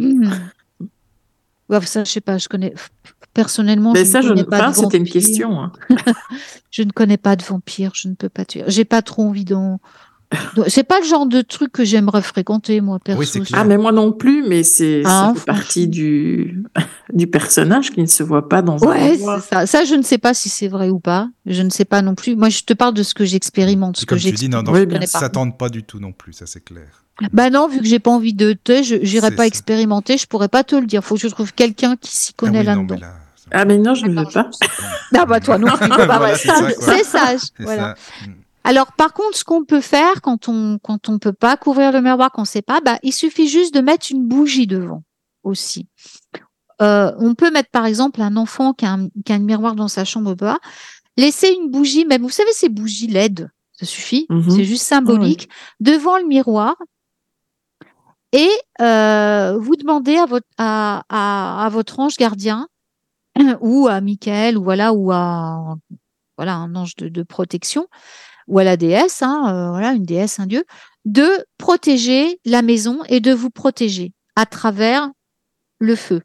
Ouais, ça, je sais pas, je connais. Personnellement, Mais je ça, ne connais pas de c'était une vampires. question, hein. Je ne connais pas de vampires, je ne peux pas tuer. J'ai pas trop envie c'est pas le genre de truc que j'aimerais fréquenter, moi, perso. Oui, c'est Ah, clair. mais moi non plus, mais ça Hein, fait partie du personnage qui ne se voit pas dans un Ouais, c'est miroir. ça. Ça, je ne sais pas si c'est vrai ou pas. Je ne sais pas non plus. Moi, je te parle de ce que j'expérimente, ce Et que comme tu dis, non, j'expérimente. donc, Oui, Je bien connais sûr. pas. ça tente pas du tout non plus, ça c'est clair. Bah non, vu que j'ai pas envie de j'irai C'est pas ça. expérimenter, je pourrais pas te le dire. Faut que je trouve quelqu'un qui s'y Ah connaît oui, non, là-dedans. mais là. Ah, mais non, je ne veux pas. Ah bah toi non plus. Bah, Voilà, ouais, c'est ça, quoi. c'est sage. C'est Voilà. ça. Mm. Alors, par contre, ce qu'on peut faire quand on peut pas couvrir le miroir, qu'on sait pas, il suffit juste de mettre une bougie devant aussi. On peut mettre, par exemple, un enfant qui a un miroir dans sa chambre bas, laisser une bougie, même, vous savez, ces bougies LED, ça suffit, c'est juste symbolique, devant le miroir. Et vous demandez à votre ange gardien ou à Michael ou à un ange de protection ou à la déesse, une déesse, un dieu, de protéger la maison et de vous protéger à travers le feu,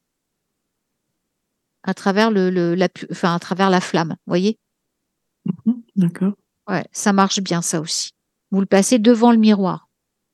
à travers à travers la flamme, voyez. D'accord. Ouais, ça marche bien ça aussi. Vous le placez devant le miroir.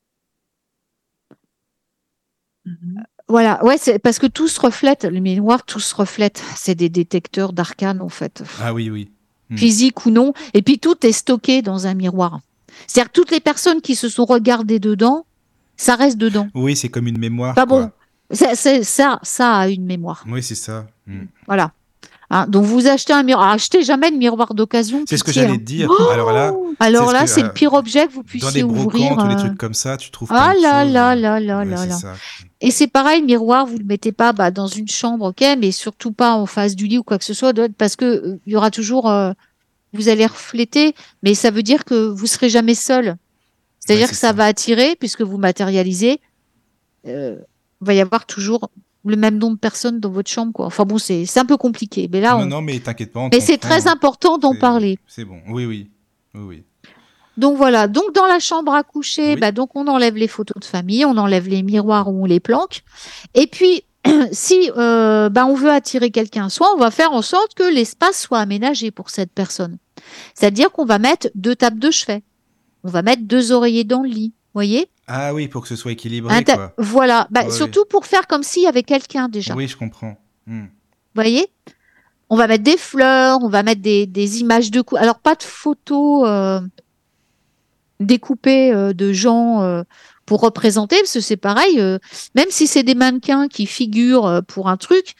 Voilà, ouais, c'est parce que tout se reflète, le miroir, tout se reflète. C'est des détecteurs d'arcanes, en fait. Ah oui. Physique ou non. Et puis tout est stocké dans un miroir. C'est-à-dire que toutes les personnes qui se sont regardées dedans, ça reste dedans. Oui, c'est comme une mémoire. Pas quoi. bon. Ça a une mémoire. Oui, c'est ça. Voilà. Donc vous achetez un miroir. Achetez jamais de miroir d'occasion. C'est ce que pitié, j'allais te dire. Oh Alors là, c'est le pire objet que vous puissiez dans les ouvrir. brocantes ou les trucs comme ça, tu trouves Ah plein de là choses. là là là Ouais, là c'est là. ça. Et c'est pareil, le miroir, vous le mettez pas dans une chambre, ok, mais surtout pas en face du lit ou quoi que ce soit, parce que il y aura toujours, vous allez refléter, mais ça veut dire que vous serez jamais seul. C'est-à-dire c'est que ça va attirer, puisque vous matérialisez, va y avoir toujours le même nombre de personnes dans votre chambre, quoi. Enfin bon, c'est un peu compliqué, mais là, Non, mais t'inquiète pas, on mais c'est comprend, très important d'en parler. C'est bon, oui. Donc voilà, donc dans la chambre à coucher, Oui. donc on enlève les photos de famille, on enlève les miroirs où on les planque. Et puis, si on veut attirer quelqu'un, soit on va faire en sorte que l'espace soit aménagé pour cette personne. C'est-à-dire qu'on va mettre 2 tables de chevet, on va mettre 2 oreillers dans le lit, voyez? Ah oui, pour que ce soit équilibré, quoi. Voilà, Ouais, surtout pour faire comme s'il y avait quelqu'un déjà. Oui, je comprends. Voyez? On va mettre des fleurs, on va mettre des images de coups. Alors pas de photos découpées de gens pour représenter, parce que c'est pareil, même si c'est des mannequins qui figurent pour un truc,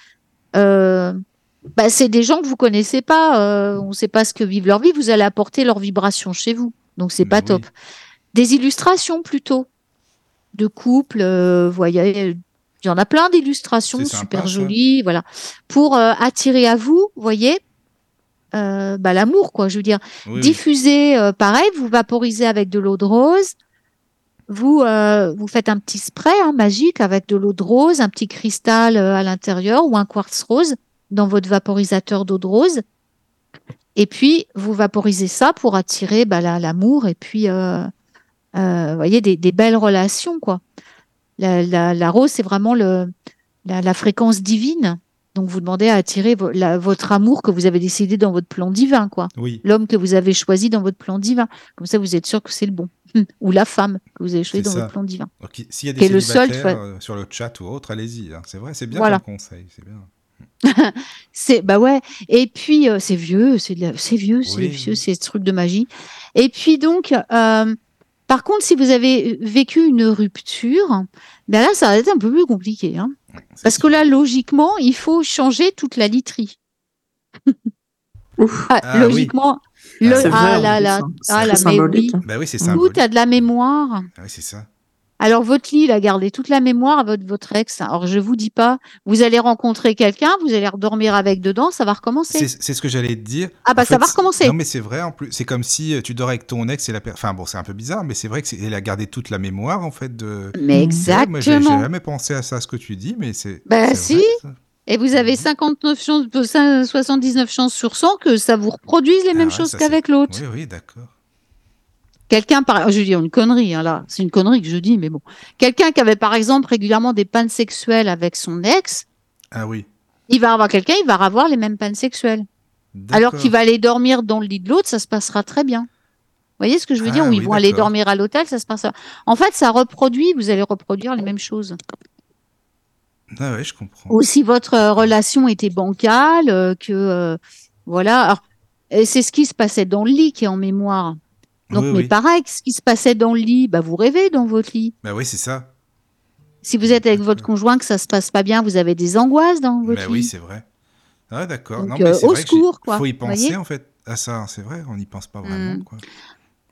c'est des gens que vous connaissez pas, on ne sait pas ce que vivent leur vie, vous allez apporter leur vibration chez vous, donc c'est pas top. Des illustrations plutôt de couples, voyez, il y en a plein d'illustrations super jolies, voilà, pour attirer à vous, voyez, l'amour, quoi. Je veux dire, diffuser, pareil, vous vaporisez avec de l'eau de rose. Vous faites un petit spray magique avec de l'eau de rose, un petit cristal à l'intérieur ou un quartz rose dans votre vaporisateur d'eau de rose. Et puis, vous vaporisez ça pour attirer l'amour et puis, voyez, des belles relations, quoi. La rose, c'est vraiment la fréquence divine. Donc, vous demandez à attirer votre amour que vous avez décidé dans votre plan divin, quoi. Oui. L'homme que vous avez choisi dans votre plan divin. Comme ça, vous êtes sûr que c'est le bon. Ou la femme que vous avez choisi dans votre plan divin. Okay. S'il y a des célibataires sur le chat ou autre, allez-y. C'est vrai, c'est bien comme conseil. C'est bien. Ouais. Et puis, c'est vieux, c'est vieux, c'est ce truc de magie. Et puis, donc... par contre, si vous avez vécu une rupture, là, ça va être un peu plus compliqué. Parce que là, logiquement, il faut changer toute la literie. Logiquement. Oui. C'est symbolique. Oui, c'est symbolique. Tout a de la mémoire. Oui, c'est ça. Alors, votre lit, il a gardé toute la mémoire à votre ex. Alors, je vous dis pas, vous allez rencontrer quelqu'un, vous allez redormir avec dedans, ça va recommencer. C'est ce que j'allais te dire. Ça va recommencer. Non, mais c'est vrai, en plus. C'est comme si tu dors avec ton ex et enfin, bon, c'est un peu bizarre, mais c'est vrai qu'elle a gardé toute la mémoire, en fait. Mais exactement. Moi, j'ai jamais pensé à ça, ce que tu dis, mais c'est. Si. Vrai, et vous avez 79 chances sur 100 que ça vous reproduise les mêmes choses qu'avec l'autre. Oui, d'accord. Quelqu'un, je dis une connerie, là, c'est une connerie que je dis, mais bon. Quelqu'un qui avait, par exemple, régulièrement des pannes sexuelles avec son ex, il va avoir quelqu'un, il va avoir les mêmes pannes sexuelles. Alors qu'il va aller dormir dans le lit de l'autre, ça se passera très bien. Vous voyez ce que je veux dire? Ou ils vont aller dormir à l'hôtel, ça se passera. En fait, ça reproduit, vous allez reproduire les mêmes choses. Ah ouais, je comprends. Ou si votre relation était bancale, voilà. Alors, c'est ce qui se passait dans le lit qui est en mémoire. Donc, mais pareil, ce qui se passait dans le lit, vous rêvez dans votre lit. Oui, c'est ça. Si vous êtes avec votre conjoint, que ça se passe pas bien, vous avez des angoisses dans votre lit. Oui, c'est vrai. Ah, d'accord. Donc, non, mais c'est au vrai secours, quoi. Faut y penser, en fait, à ça. C'est vrai, on n'y pense pas vraiment, quoi.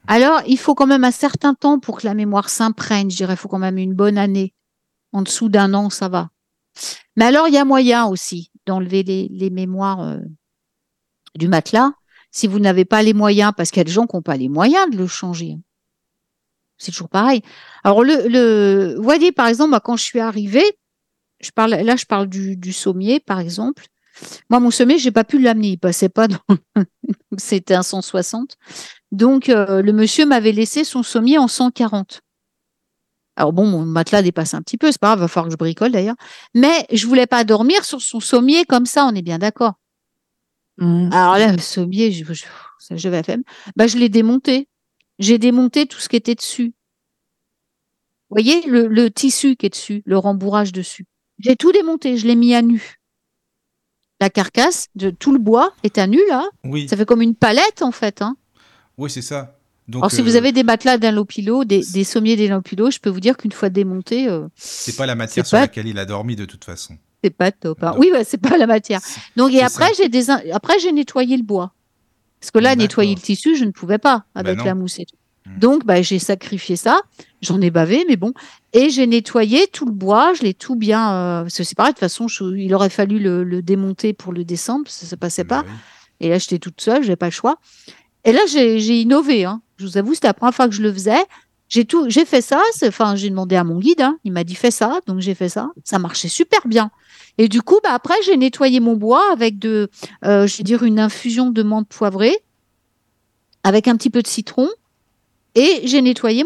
Alors, il faut quand même un certain temps pour que la mémoire s'imprègne. Je dirais, il faut quand même une bonne année. En dessous d'un an, ça va. Mais alors, il y a moyen aussi d'enlever les mémoires du matelas. Si vous n'avez pas les moyens, parce qu'il y a des gens qui n'ont pas les moyens de le changer. C'est toujours pareil. Alors, vous voyez, par exemple, moi, quand je suis arrivée, je parle du sommier, par exemple. Moi, mon sommier, j'ai pas pu l'amener. Il passait pas dans, c'était un 160. Donc, le monsieur m'avait laissé son sommier en 140. Alors bon, mon matelas dépasse un petit peu, c'est pas grave, va falloir que je bricole d'ailleurs. Mais je voulais pas dormir sur son sommier comme ça, on est bien d'accord. Alors là, le sommier, je vais faire. Bah, je l'ai démonté. J'ai démonté tout ce qui était dessus. Vous voyez, le tissu qui est dessus, le rembourrage dessus. J'ai tout démonté, je l'ai mis à nu. La carcasse de tout le bois est à nu là. Oui, Ça fait comme une palette en fait. Hein. oui, c'est ça. Alors Donc, si vous avez des matelas d'Unlopilo, des sommiers d'Unlopilo, je peux vous dire qu'une fois démonté, c'est pas la c'est matière sur pas laquelle il a dormi de toute façon. c'est pas top. Hein. Donc, Oui, ouais, c'est pas la matière. Donc et c'est après ça. après j'ai nettoyé le bois. Parce que là nettoyer le D'accord. tissu, je ne pouvais pas Ben avec non. la mousse et tout. Donc bah, j'ai sacrifié ça. J'en ai bavé, mais bon. Et j'ai nettoyé tout le bois. Je l'ai tout bien. Parce que c'est pareil. De toute façon, il aurait fallu le démonter pour le descendre. Ça ne passait pas. Ben oui. Et là, j'étais toute seule. J'avais pas le choix. Et là, j'ai innové. Hein. Je vous avoue, c'était la première fois que je le faisais. J'ai fait ça. Enfin, j'ai demandé à mon guide. Hein. Il m'a dit fais ça. Donc j'ai fait ça. Ça marchait super bien. Et du coup, bah, après, j'ai nettoyé mon bois avec je vais dire, une infusion de menthe poivrée avec un petit peu de citron. Et j'ai nettoyé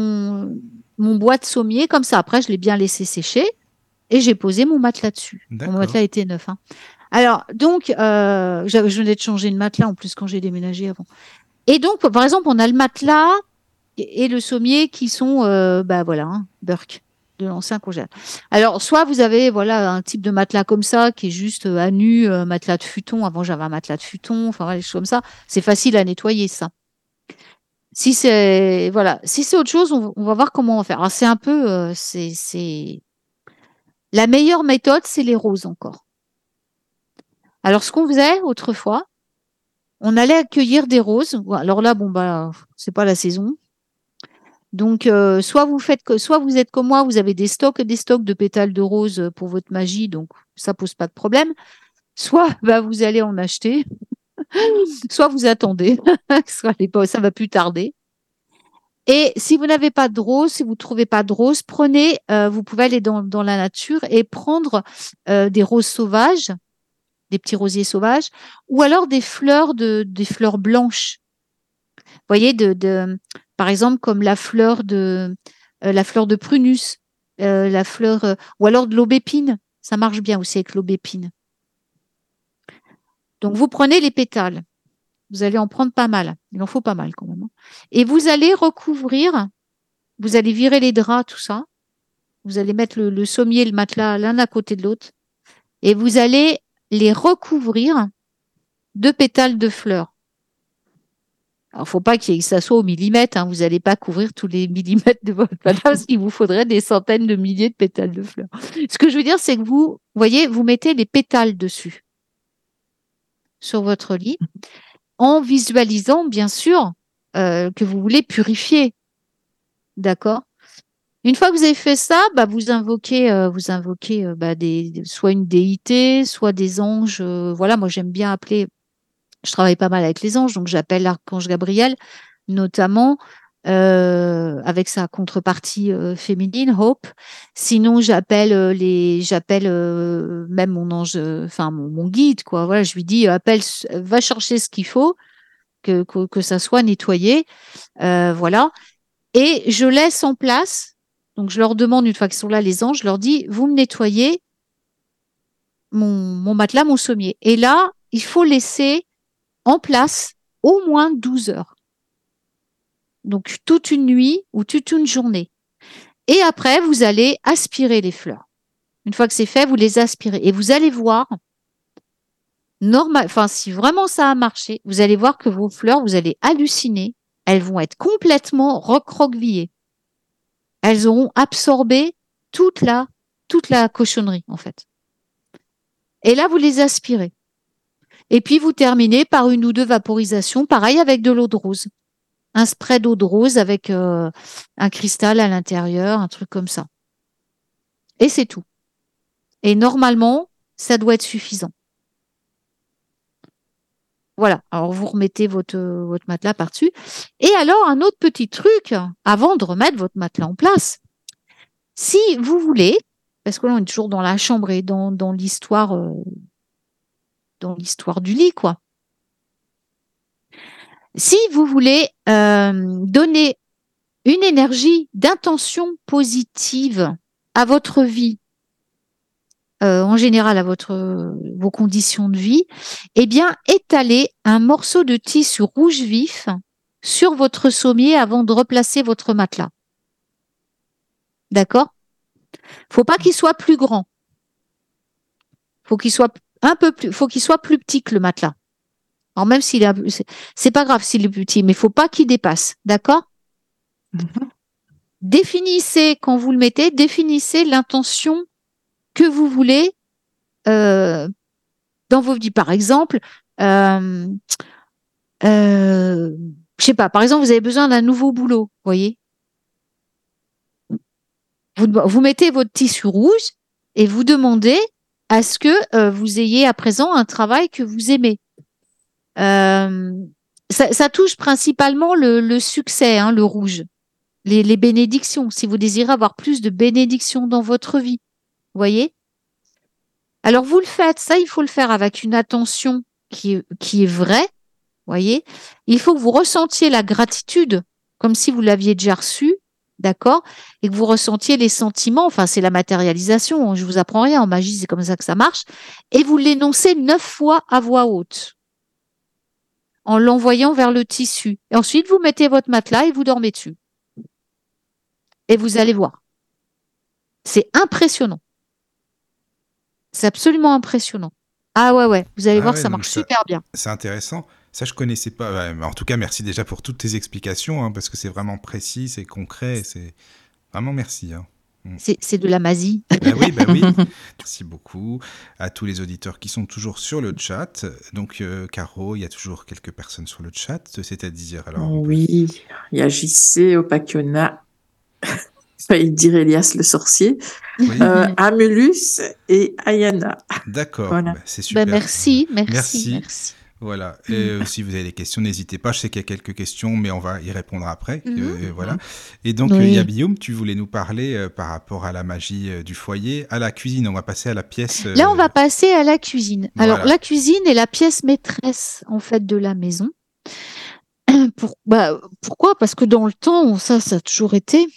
mon bois de sommier comme ça. Après, je l'ai bien laissé sécher et j'ai posé mon matelas dessus. Mon D'accord. matelas était neuf. Hein. Alors, donc, je venais de changer de matelas en plus quand j'ai déménagé avant. Et donc, par exemple, on a le matelas et le sommier qui sont, bah voilà, hein, Burke de l'ancien congélateur. Alors, soit vous avez voilà un type de matelas comme ça qui est juste à nu, matelas de futon. Avant, j'avais un matelas de futon. Enfin, voilà, des choses comme ça. C'est facile à nettoyer ça. Si c'est voilà, si c'est autre chose, on va voir comment on va faire. Alors, c'est un peu, c'est la meilleure méthode, c'est les roses encore. Alors, ce qu'on faisait autrefois, on allait accueillir des roses. Alors là, bon bah, c'est pas la saison. Donc, soit vous êtes comme moi, vous avez des stocks de pétales de roses pour votre magie, donc ça pose pas de problème. Soit bah, vous allez en acheter, soit vous attendez, ça va plus tarder. Et si vous n'avez pas de rose, si vous trouvez pas de rose, vous pouvez aller dans la nature et prendre des roses sauvages, des petits rosiers sauvages, ou alors des fleurs blanches. Vous voyez, par exemple, comme la fleur de prunus, ou alors de l'aubépine. Ça marche bien aussi avec l'aubépine. Donc, vous prenez les pétales. Vous allez en prendre pas mal. Il en faut pas mal quand même. Hein. Et vous allez recouvrir, vous allez virer les draps, tout ça. Vous allez mettre le sommier et le matelas l'un à côté de l'autre. Et vous allez les recouvrir de pétales de fleurs. Alors, faut pas que ça soit au millimètre. Hein. Vous n'allez pas couvrir tous les millimètres de votre matelas parce qu'il vous faudrait des centaines de milliers de pétales de fleurs. Ce que je veux dire, c'est que vous voyez, vous mettez les pétales dessus sur votre lit en visualisant, bien sûr, que vous voulez purifier. D'accord? Une fois que vous avez fait ça, bah, vous invoquez bah, soit une déité, soit des anges. Voilà, moi j'aime bien appeler. Je travaille pas mal avec les anges, donc j'appelle l'archange Gabriel, notamment avec sa contrepartie féminine, Hope. Sinon, j'appelle même mon ange, enfin mon guide, quoi. Voilà, je lui dis va chercher ce qu'il faut, que ça soit nettoyé, voilà. Et je laisse en place. Donc, je leur demande, une fois qu'ils sont là, les anges, je leur dis, vous me nettoyez mon matelas, mon sommier. Et là, il faut laisser en place au moins 12 heures. Donc, toute une nuit ou toute une journée. Et après, vous allez aspirer les fleurs. Une fois que c'est fait, vous les aspirez. Et vous allez voir, si vraiment ça a marché, vous allez voir que vos fleurs, vous allez halluciner. Elles vont être complètement recroquevillées. Elles auront absorbé toute la cochonnerie, en fait. Et là, vous les aspirez. Et puis, vous terminez par une ou deux vaporisations, pareil avec de l'eau de rose. un spray d'eau de rose avec un cristal à l'intérieur, un truc comme ça. Et c'est tout. Et normalement, ça doit être suffisant. Voilà. Alors, vous remettez votre matelas par-dessus. Et alors, un autre petit truc, avant de remettre votre matelas en place, si vous voulez, parce que là, on est toujours dans la chambre et dans l'histoire du lit, quoi. Si vous voulez donner une énergie d'intention positive à votre vie, en général à vos conditions de vie, eh bien, étalez un morceau de tissu rouge vif sur votre sommier avant de replacer votre matelas. D'accord? Faut pas qu'il soit plus grand. Faut qu'il soit plus petit que le matelas. Alors même s'il est, c'est pas grave s'il est plus petit, mais faut pas qu'il dépasse. D'accord? Définissez, quand vous le mettez, définissez l'intention que vous voulez dans vos vies. Par exemple, je sais pas, par exemple, vous avez besoin d'un nouveau boulot, vous voyez. Vous mettez votre tissu rouge et vous demandez à ce que vous ayez à présent un travail que vous aimez. Ça touche principalement le succès, hein, le rouge, les bénédictions, si vous désirez avoir plus de bénédictions dans votre vie, vous voyez. Alors vous le faites, ça il faut le faire avec une attention qui est vraie, vous voyez. Il faut que vous ressentiez la gratitude comme si vous l'aviez déjà reçue, d'accord, et que vous ressentiez les sentiments, enfin c'est la matérialisation, je vous apprends rien en magie, c'est comme ça que ça marche, et vous l'énoncez 9 fois à voix haute en l'envoyant vers le tissu. Et ensuite, vous mettez votre matelas et vous dormez dessus. Et vous allez voir. C'est impressionnant. C'est absolument impressionnant. Ah ouais, vous allez voir, ça marche super bien. C'est intéressant. Ça, je connaissais pas. Ouais, en tout cas, merci déjà pour toutes tes explications, hein, parce que c'est vraiment précis, c'est concret, c'est vraiment merci. Hein. C'est de la magie. Ben oui. Merci beaucoup à tous les auditeurs qui sont toujours sur le chat. Donc, Caro, il y a toujours quelques personnes sur le chat, c'est-à-dire alors. Oui, il y a JC, Opakiona, failli dire Elias le sorcier, Oui. Amulus et Ayana. D'accord, Voilà. c'est super. Merci. Voilà. Et si vous avez des questions, n'hésitez pas. Je sais qu'il y a quelques questions, mais on va y répondre après. Voilà. Et donc, Yabioum, tu voulais nous parler par rapport à la magie du foyer, à la cuisine. On va passer à la pièce. Là, on va passer à la cuisine. Voilà. Alors, la cuisine est la pièce maîtresse, en fait, de la maison. Pourquoi? Parce que dans le temps, ça a toujours été.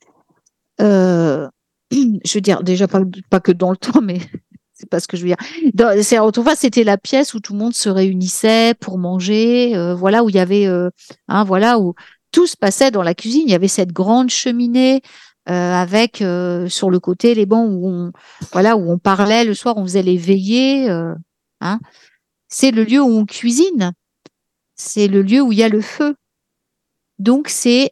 Je veux dire, déjà, pas que dans le temps, mais c'est pas ce que je veux dire. Autrefois, c'était la pièce où tout le monde se réunissait pour manger, voilà, où il y avait, voilà, où tout se passait dans la cuisine. Il y avait cette grande cheminée avec sur le côté les bancs où on parlait le soir, on faisait les veillées. C'est le lieu où on cuisine. C'est le lieu où il y a le feu. Donc c'est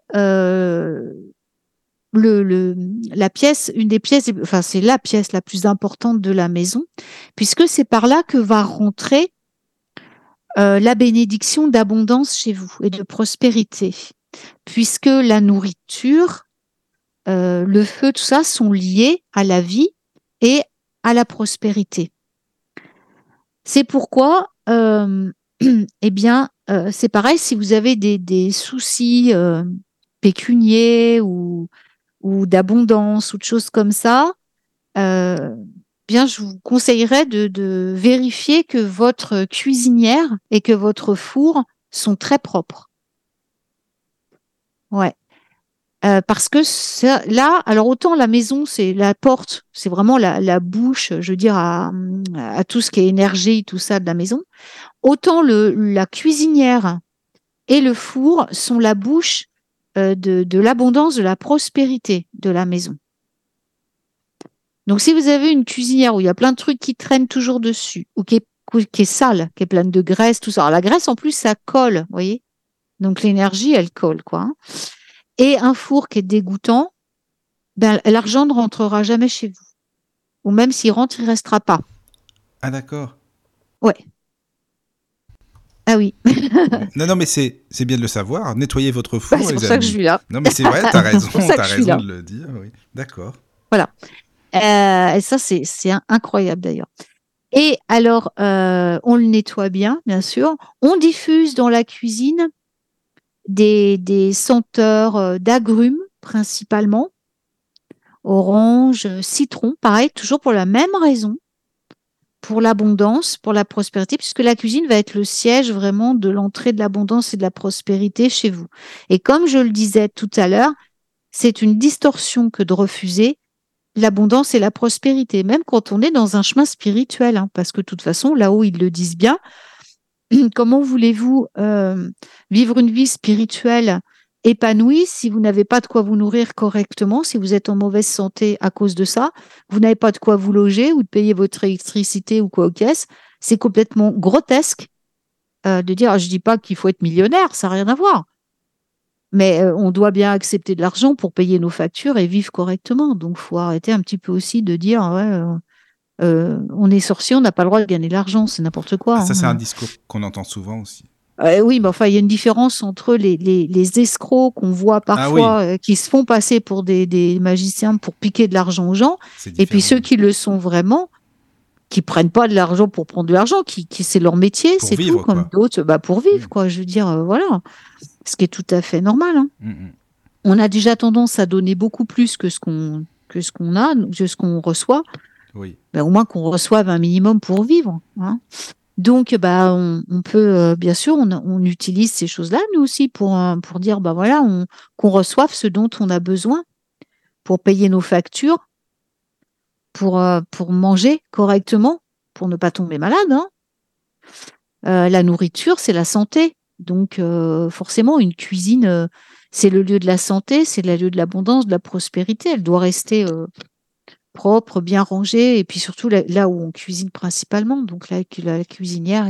la pièce, une des pièces, enfin c'est la pièce la plus importante de la maison, puisque c'est par là que va rentrer la bénédiction d'abondance chez vous et de prospérité, puisque la nourriture, le feu, tout ça sont liés à la vie et à la prospérité. C'est pourquoi, eh bien, c'est pareil, si vous avez des soucis pécuniaires ou d'abondance ou de choses comme ça, bien, je vous conseillerais de vérifier que votre cuisinière et que votre four sont très propres. Ouais. Parce que là, alors autant la maison, c'est la porte, c'est vraiment la bouche, je veux dire, à tout ce qui est énergie, tout ça de la maison. Autant la cuisinière et le four sont la bouche de l'abondance, de la prospérité de la maison. Donc, si vous avez une cuisinière où il y a plein de trucs qui traînent toujours dessus, ou qui est sale, qui est pleine de graisse, tout ça. Alors, la graisse, en plus, ça colle, vous voyez. Donc, l'énergie, elle colle, quoi. Et un four qui est dégoûtant, ben, l'argent ne rentrera jamais chez vous. Ou même s'il rentre, il ne restera pas. Ah, d'accord. Ouais. Ah oui, Non, mais c'est bien de le savoir. Nettoyez votre four, c'est les pour ça que je amis. suis là. Non, mais c'est vrai, t'as raison, C'est pour ça que t'as je suis raison là. de le dire, oui. D'accord. Voilà. Et ça, c'est incroyable d'ailleurs. Et alors, on le nettoie bien sûr. On diffuse dans la cuisine des senteurs d'agrumes principalement, orange, citron, pareil, toujours pour la même raison, pour l'abondance, pour la prospérité, puisque la cuisine va être le siège vraiment de l'entrée de l'abondance et de la prospérité chez vous. Et comme je le disais tout à l'heure, c'est une distorsion que de refuser l'abondance et la prospérité, même quand on est dans un chemin spirituel, hein, parce que de toute façon, là-haut, ils le disent bien, comment voulez-vous vivre une vie spirituelle épanouie si vous n'avez pas de quoi vous nourrir correctement, si vous êtes en mauvaise santé à cause de ça, vous n'avez pas de quoi vous loger ou de payer votre électricité ou quoi aux caisses, c'est complètement grotesque de dire, je dis pas qu'il faut être millionnaire, ça n'a rien à voir, mais on doit bien accepter de l'argent pour payer nos factures et vivre correctement. Donc, faut arrêter un petit peu aussi de dire, ouais, on est sorcier, on n'a pas le droit de gagner de l'argent, c'est n'importe quoi. Ah, ça, c'est un Hein. discours qu'on entend souvent aussi. Oui, mais enfin, il y a une différence entre les escrocs qu'on voit Ah oui, parfois qui se font passer pour des magiciens pour piquer de l'argent aux gens, c'est et puis ceux différent. qui le sont vraiment, qui prennent pas de l'argent pour prendre de l'argent, qui c'est leur métier, Pour c'est tout, vivre, comme quoi. d'autres, bah, pour vivre, Oui. quoi. Je veux dire, voilà, ce qui est tout à fait normal. Hein. Mm. On a déjà tendance à donner beaucoup plus que ce qu'on a, que ce qu'on reçoit. Oui. Ben, au moins qu'on reçoive un minimum pour vivre. Hein. Donc, bah, on peut, bien sûr, on utilise ces choses-là, nous aussi, pour dire, bah voilà, qu'on reçoive ce dont on a besoin pour payer nos factures, pour manger correctement, pour ne pas tomber malade. Hein. La nourriture, c'est la santé. Donc, forcément, une cuisine, c'est le lieu de la santé, c'est le lieu de l'abondance, de la prospérité. Elle doit rester propre, bien rangée, et puis surtout là où on cuisine principalement, donc là, avec la cuisinière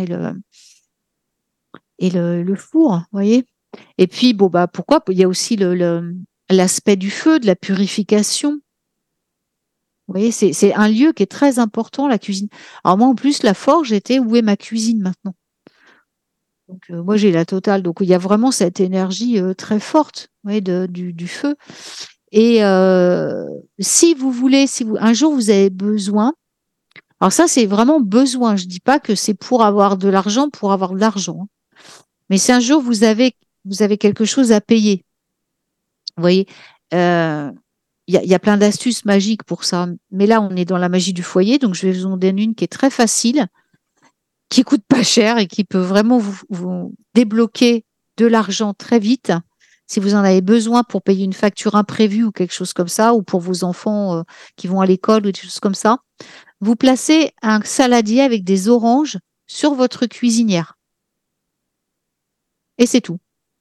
et le four, vous voyez. Et puis, bon, bah, pourquoi? Il y a aussi l'aspect du feu, de la purification. Vous voyez, c'est un lieu qui est très important, la cuisine. Alors moi, en plus, la forge était où est ma cuisine maintenant? Donc, moi, j'ai la totale. Donc, il y a vraiment cette énergie très forte, vous voyez, du feu. Et si vous voulez, un jour vous avez besoin, alors ça, c'est vraiment besoin. Je dis pas que c'est pour avoir de l'argent, pour avoir de l'argent. Hein. Mais si un jour vous avez quelque chose à payer, vous voyez, euh, il y a plein d'astuces magiques pour ça. Mais là, on est dans la magie du foyer, donc je vais vous en donner une qui est très facile, qui coûte pas cher et qui peut vraiment vous débloquer de l'argent très vite. Si vous en avez besoin pour payer une facture imprévue ou quelque chose comme ça, ou pour vos enfants qui vont à l'école ou des choses comme ça, vous placez un saladier avec des oranges sur votre cuisinière. Et c'est tout.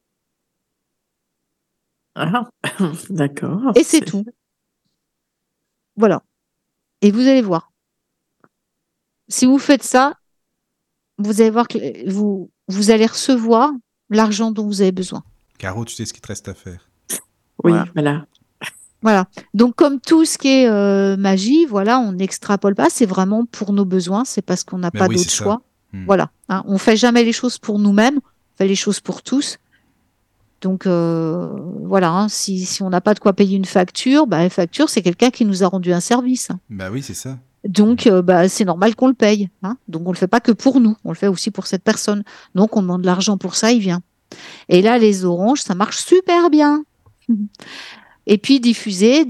Ah, d'accord. Et c'est tout. Voilà. Et vous allez voir. Si vous faites ça, vous allez voir que vous allez recevoir l'argent dont vous avez besoin. Caro, tu sais ce qu'il te reste à faire. Oui, Voilà. voilà. Voilà. Donc, comme tout ce qui est magie, voilà, on n'extrapole pas. C'est vraiment pour nos besoins. C'est parce qu'on n'a Mais pas oui, d'autre c'est ça. choix. Voilà. Hein, on fait jamais les choses pour nous-mêmes. On fait les choses pour tous. Donc, voilà. Hein, si on n'a pas de quoi payer une facture, bah, la facture, c'est quelqu'un qui nous a rendu un service. Hein. Bah oui, c'est ça. Donc, bah, c'est normal qu'on le paye. Hein. Donc, on le fait pas que pour nous. On le fait aussi pour cette personne. Donc, on demande de l'argent pour ça, il vient. Et là, les oranges, ça marche super bien. Et puis diffuser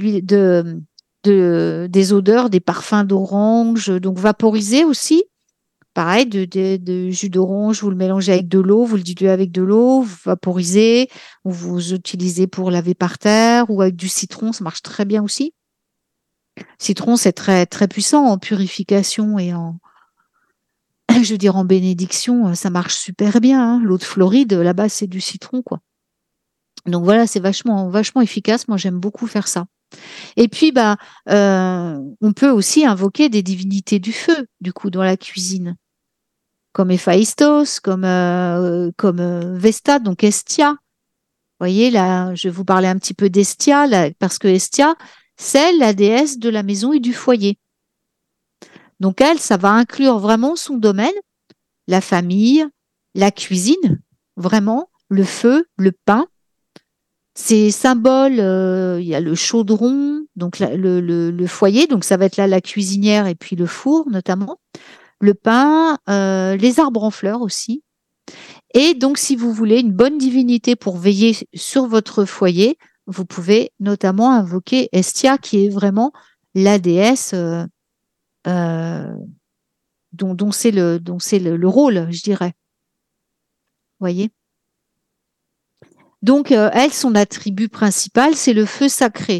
des odeurs, des parfums d'orange, donc vaporiser aussi. Pareil, de jus d'orange, vous le mélangez avec de l'eau, vous le diluez avec de l'eau, vous vaporisez, ou vous utilisez pour laver par terre, ou avec du citron, ça marche très bien aussi. Citron, c'est très, très puissant en purification et je veux dire, en bénédiction, ça marche super bien. Hein. L'eau de Floride, là-bas, c'est du citron, quoi. Donc voilà, c'est vachement, vachement efficace. Moi, j'aime beaucoup faire ça. Et puis, bah, on peut aussi invoquer des divinités du feu, du coup, dans la cuisine, comme Héphaïstos, comme Vesta, donc Hestia. Vous voyez, là, je vais vous parler un petit peu d'Hestia, là, parce que Hestia, c'est la déesse de la maison et du foyer. Donc, elle, ça va inclure vraiment son domaine, la famille, la cuisine, vraiment, le feu, le pain. Ces symboles, il y a le chaudron, donc le foyer, donc ça va être là la cuisinière et puis le four notamment, le pain, les arbres en fleurs aussi. Et donc, si vous voulez une bonne divinité pour veiller sur votre foyer, vous pouvez notamment invoquer Hestia, qui est vraiment la déesse euh, dont c'est le rôle, je dirais. Vous voyez? Donc, elle, son attribut principal, c'est le feu sacré.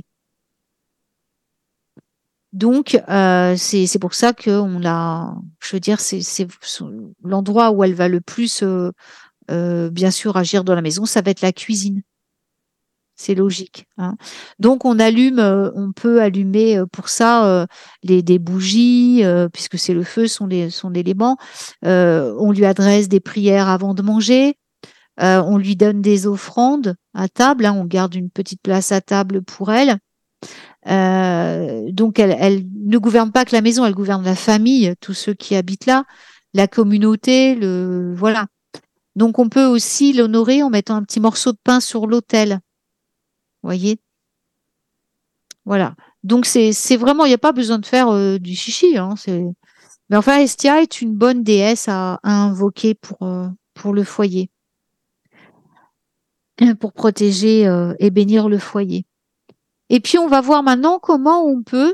Donc, c'est pour ça qu'on l'a, je veux dire, c'est l'endroit où elle va le plus, bien sûr, agir dans la maison, ça va être la cuisine. C'est logique, hein. Donc, on peut allumer pour ça des bougies, puisque c'est le feu, son élément. On lui adresse des prières avant de manger. On lui donne des offrandes à table, hein, on garde une petite place à table pour elle. Donc, elle ne gouverne pas que la maison, elle gouverne la famille, tous ceux qui habitent là, la communauté, voilà. Donc, on peut aussi l'honorer en mettant un petit morceau de pain sur l'autel. Vous voyez? Voilà. Donc, c'est vraiment, il n'y a pas besoin de faire du chichi, hein, mais enfin, Hestia est une bonne déesse à invoquer pour le foyer, pour protéger et bénir le foyer. Et puis, on va voir maintenant comment on peut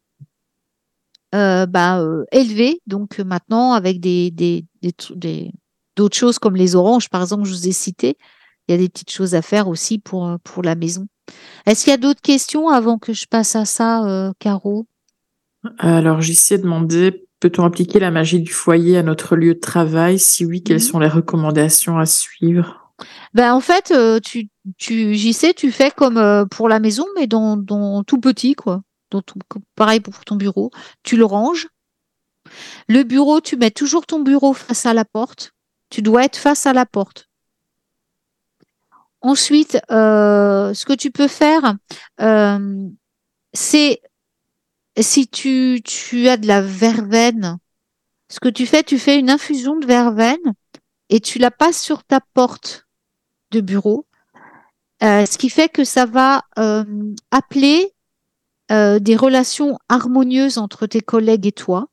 élever, donc maintenant avec d'autres choses comme les oranges, par exemple, je vous ai cité, il y a des petites choses à faire aussi pour la maison. Est-ce qu'il y a d'autres questions avant que je passe à ça, Caro? Alors, JC demandé, peut-on appliquer la magie du foyer à notre lieu de travail? Si oui, quelles sont les recommandations à suivre? En fait, j'y sais, tu fais comme pour la maison, mais dans tout petit, quoi. Pareil pour ton bureau. Tu le ranges. Le bureau, tu mets toujours ton bureau face à la porte. Tu dois être face à la porte. Ensuite, ce que tu peux faire, c'est si tu as de la verveine, ce que tu fais une infusion de verveine et tu la passes sur ta porte de bureau. Ce qui fait que ça va appeler des relations harmonieuses entre tes collègues et toi.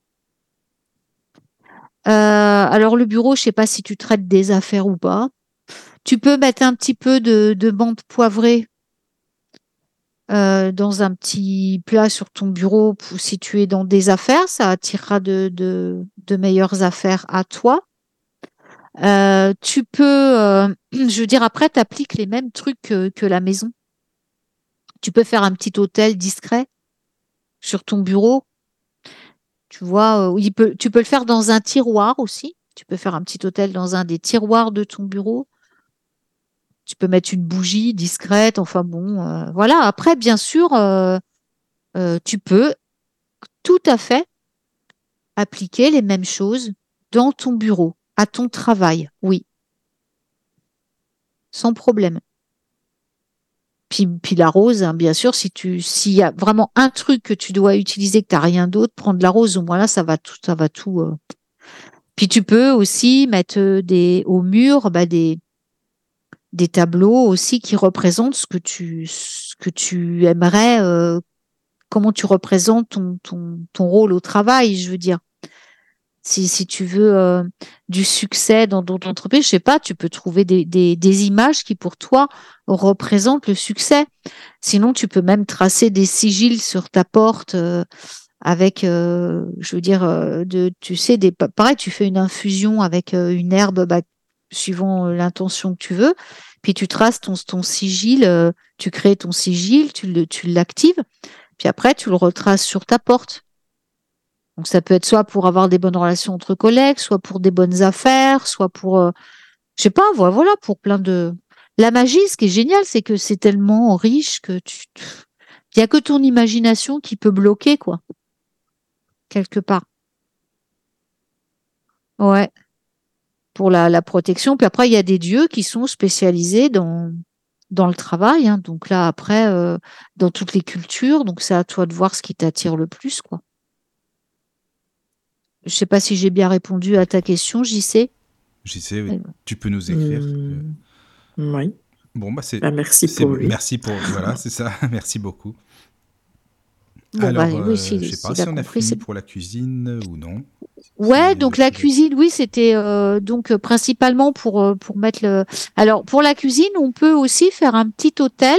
Alors le bureau, je sais pas si tu traites des affaires ou pas. Tu peux mettre un petit peu de menthe poivrée dans un petit plat sur ton bureau si tu es dans des affaires. Ça attirera de meilleures affaires à toi. Tu peux, je veux dire, après, tu appliques les mêmes trucs que la maison. Tu peux faire un petit hôtel discret sur ton bureau. Tu vois, tu peux le faire dans un tiroir aussi. Tu peux faire un petit hôtel dans un des tiroirs de ton bureau. Tu peux mettre une bougie discrète. Enfin bon, voilà. Après, bien sûr, tu peux tout à fait appliquer les mêmes choses dans ton bureau, à ton travail. Oui, sans problème. Puis la rose, hein, bien sûr, s'il y a vraiment un truc que tu dois utiliser, que tu n'as rien d'autre, prendre la rose, au moins là, ça va tout. Puis tu peux aussi mettre au mur des tableaux aussi qui représentent ce que tu aimerais, comment tu représentes ton rôle au travail, je veux dire. Si tu veux du succès dans ton entreprise, je sais pas, tu peux trouver des images qui pour toi représentent le succès. Sinon, tu peux même tracer des sigils sur ta porte avec, je veux dire, tu sais, pareil, tu fais une infusion avec une herbe, suivant l'intention que tu veux. Puis tu traces ton sigil, tu crées ton sigil, tu l'actives. Puis après, tu le retraces sur ta porte. Donc ça peut être soit pour avoir des bonnes relations entre collègues, soit pour des bonnes affaires, soit pour, je sais pas, voilà, pour plein de. La magie, ce qui est génial, c'est que c'est tellement riche que il y a que ton imagination qui peut bloquer, quoi, quelque part. Ouais, pour la protection. Puis après, il y a des dieux qui sont spécialisés dans le travail, hein. Donc là, après, dans toutes les cultures, donc c'est à toi de voir ce qui t'attire le plus, quoi. Je sais pas si j'ai bien répondu à ta question, JC. J'y sais, Eh oui. ben, Tu peux nous écrire. Oui. Bon, bah Ben, merci pour lui. merci pour... Voilà, c'est ça. Merci beaucoup. bon, bah Alors, oui, je sais pas s'il a si on a compris, fini c'est pour la cuisine ou non. ouais, S'il y a donc d'autres la choses à dire. cuisine, oui, c'était principalement pour mettre le. Alors pour la cuisine, on peut aussi faire un petit hôtel.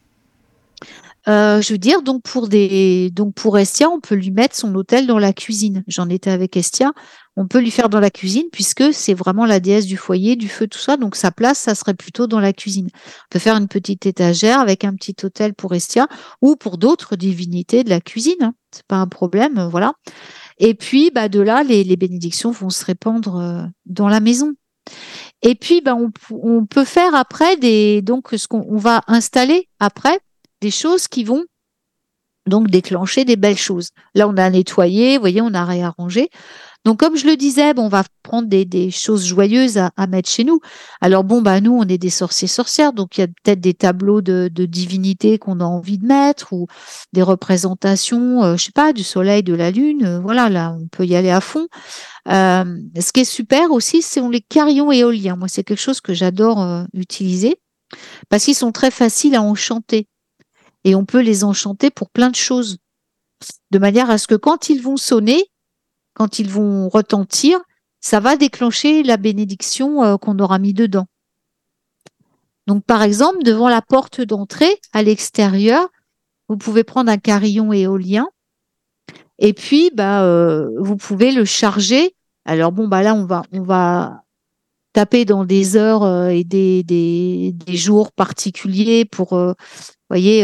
Je veux dire, donc pour Estia, on peut lui mettre son hôtel dans la cuisine. J'en étais avec Estia. On peut lui faire dans la cuisine puisque c'est vraiment la déesse du foyer, du feu, tout ça. Donc sa place, ça serait plutôt dans la cuisine. On peut faire une petite étagère avec un petit hôtel pour Estia ou pour d'autres divinités de la cuisine, hein. C'est pas un problème, voilà. Et puis, bah, de là, les bénédictions vont se répandre dans la maison. Et puis, bah, on peut faire après donc ce qu'on on va installer après des choses qui vont donc déclencher des belles choses. Là, on a nettoyé, vous voyez, on a réarrangé. Donc, comme je le disais, bon, on va prendre des choses joyeuses à mettre chez nous. Alors, bon, bah, nous, on est des sorciers-sorcières, donc il y a peut-être des tableaux de divinités qu'on a envie de mettre ou des représentations, je sais pas, du soleil, de la lune. Voilà, là, on peut y aller à fond. Ce qui est super aussi, c'est les carillons éoliens. Moi, c'est quelque chose que j'adore utiliser parce qu'ils sont très faciles à enchanter et on peut les enchanter pour plein de choses, de manière à ce que quand ils vont sonner, quand ils vont retentir, ça va déclencher la bénédiction qu'on aura mis dedans. Donc, par exemple, devant la porte d'entrée, à l'extérieur, vous pouvez prendre un carillon éolien et puis bah, vous pouvez le charger. Alors bon, bah là, on va taper dans des heures et des jours particuliers pour, voyez,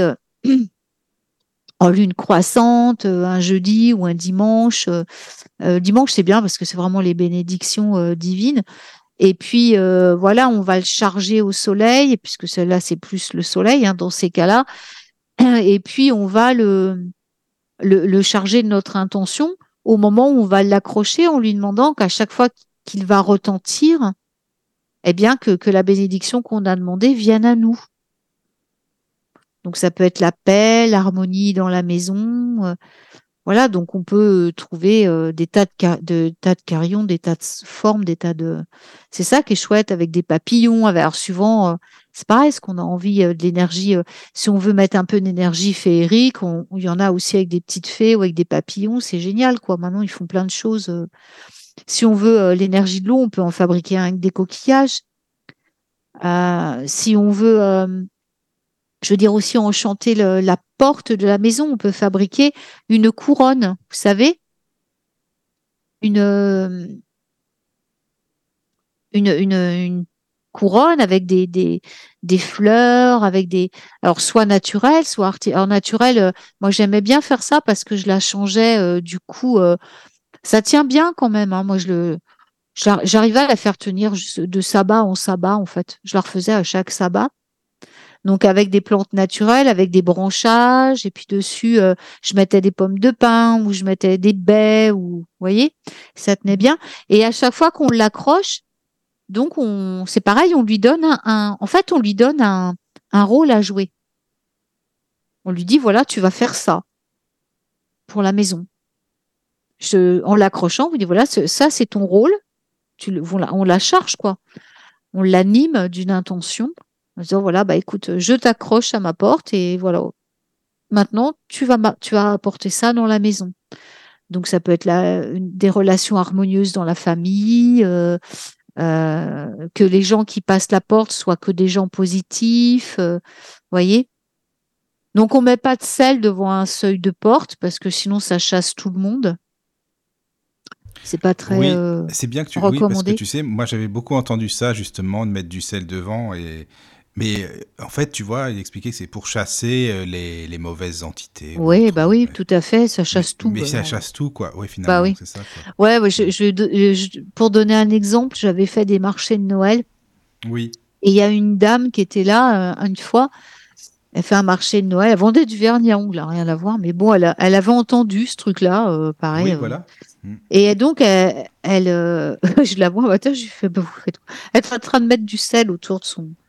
en lune croissante, un jeudi ou un dimanche. Dimanche, c'est bien parce que c'est vraiment les bénédictions divines. Et puis, voilà, on va le charger au soleil, puisque celle-là, c'est plus le soleil, hein, dans ces cas-là. Et puis, on va le charger de notre intention au moment où on va l'accrocher en lui demandant qu'à chaque fois qu'il va retentir, eh bien, que la bénédiction qu'on a demandée vienne à nous. Donc, ça peut être la paix, l'harmonie dans la maison. Voilà, donc on peut trouver des tas de carillons, des tas de formes, des tas de. C'est ça qui est chouette avec des papillons. Alors, suivant, c'est pareil, est-ce qu'on a envie de l'énergie. Si on veut mettre un peu d'énergie féerique, il y en a aussi avec des petites fées ou avec des papillons. C'est génial, quoi. Maintenant, ils font plein de choses. Si on veut l'énergie de l'eau, on peut en fabriquer avec des coquillages. Si on veut je veux dire aussi enchanter la porte de la maison. On peut fabriquer une couronne, vous savez, une, euh, une couronne avec des fleurs, avec des, alors soit naturelles, soit alors naturelles. Moi, j'aimais bien faire ça parce que je la changeais. Du coup, ça tient bien quand même, hein. Moi, j'arrivais à la faire tenir de sabbat en sabbat, en fait. Je la refaisais à chaque sabbat. Donc avec des plantes naturelles, avec des branchages, et puis dessus, je mettais des pommes de pin ou je mettais des baies, ou vous voyez, ça tenait bien. Et à chaque fois qu'on l'accroche, donc c'est pareil, on lui donne en fait, on lui donne un rôle à jouer. On lui dit, voilà, tu vas faire ça pour la maison. En l'accrochant, on lui dit, voilà, ça c'est ton rôle. On la charge, quoi. On l'anime d'une intention. En disant, voilà, bah écoute, je t'accroche à ma porte et voilà, maintenant, tu vas apporter ça dans la maison. Donc, ça peut être des relations harmonieuses dans la famille, que les gens qui passent la porte soient que des gens positifs, voyez. Donc, on met pas de sel devant un seuil de porte parce que sinon, ça chasse tout le monde. C'est pas très Oui, c'est bien que tu... Oui, parce que recommandé. tu sais, moi j'avais beaucoup entendu ça justement, de mettre du sel devant. Mais en fait, tu vois, il expliquait que c'est pour chasser les mauvaises entités ou Oui, autres. bah oui, tout à fait, ça chasse tout. Mais ça Alors, chasse tout, quoi. Oui, bah finalement, oui. c'est ça, quoi. Ouais, ouais, Mm. pour donner un exemple, j'avais fait des marchés de Noël Oui, et il y a une dame qui était là une fois. Elle fait un marché de Noël. Elle vendait du vernis à ongles, hein, rien à voir. Mais bon, elle avait entendu ce truc-là, pareil. oui, voilà. Mm. Et donc, je la vois un matin, je lui fais, bah, vous faites quoi? Elle est en train de mettre du sel autour de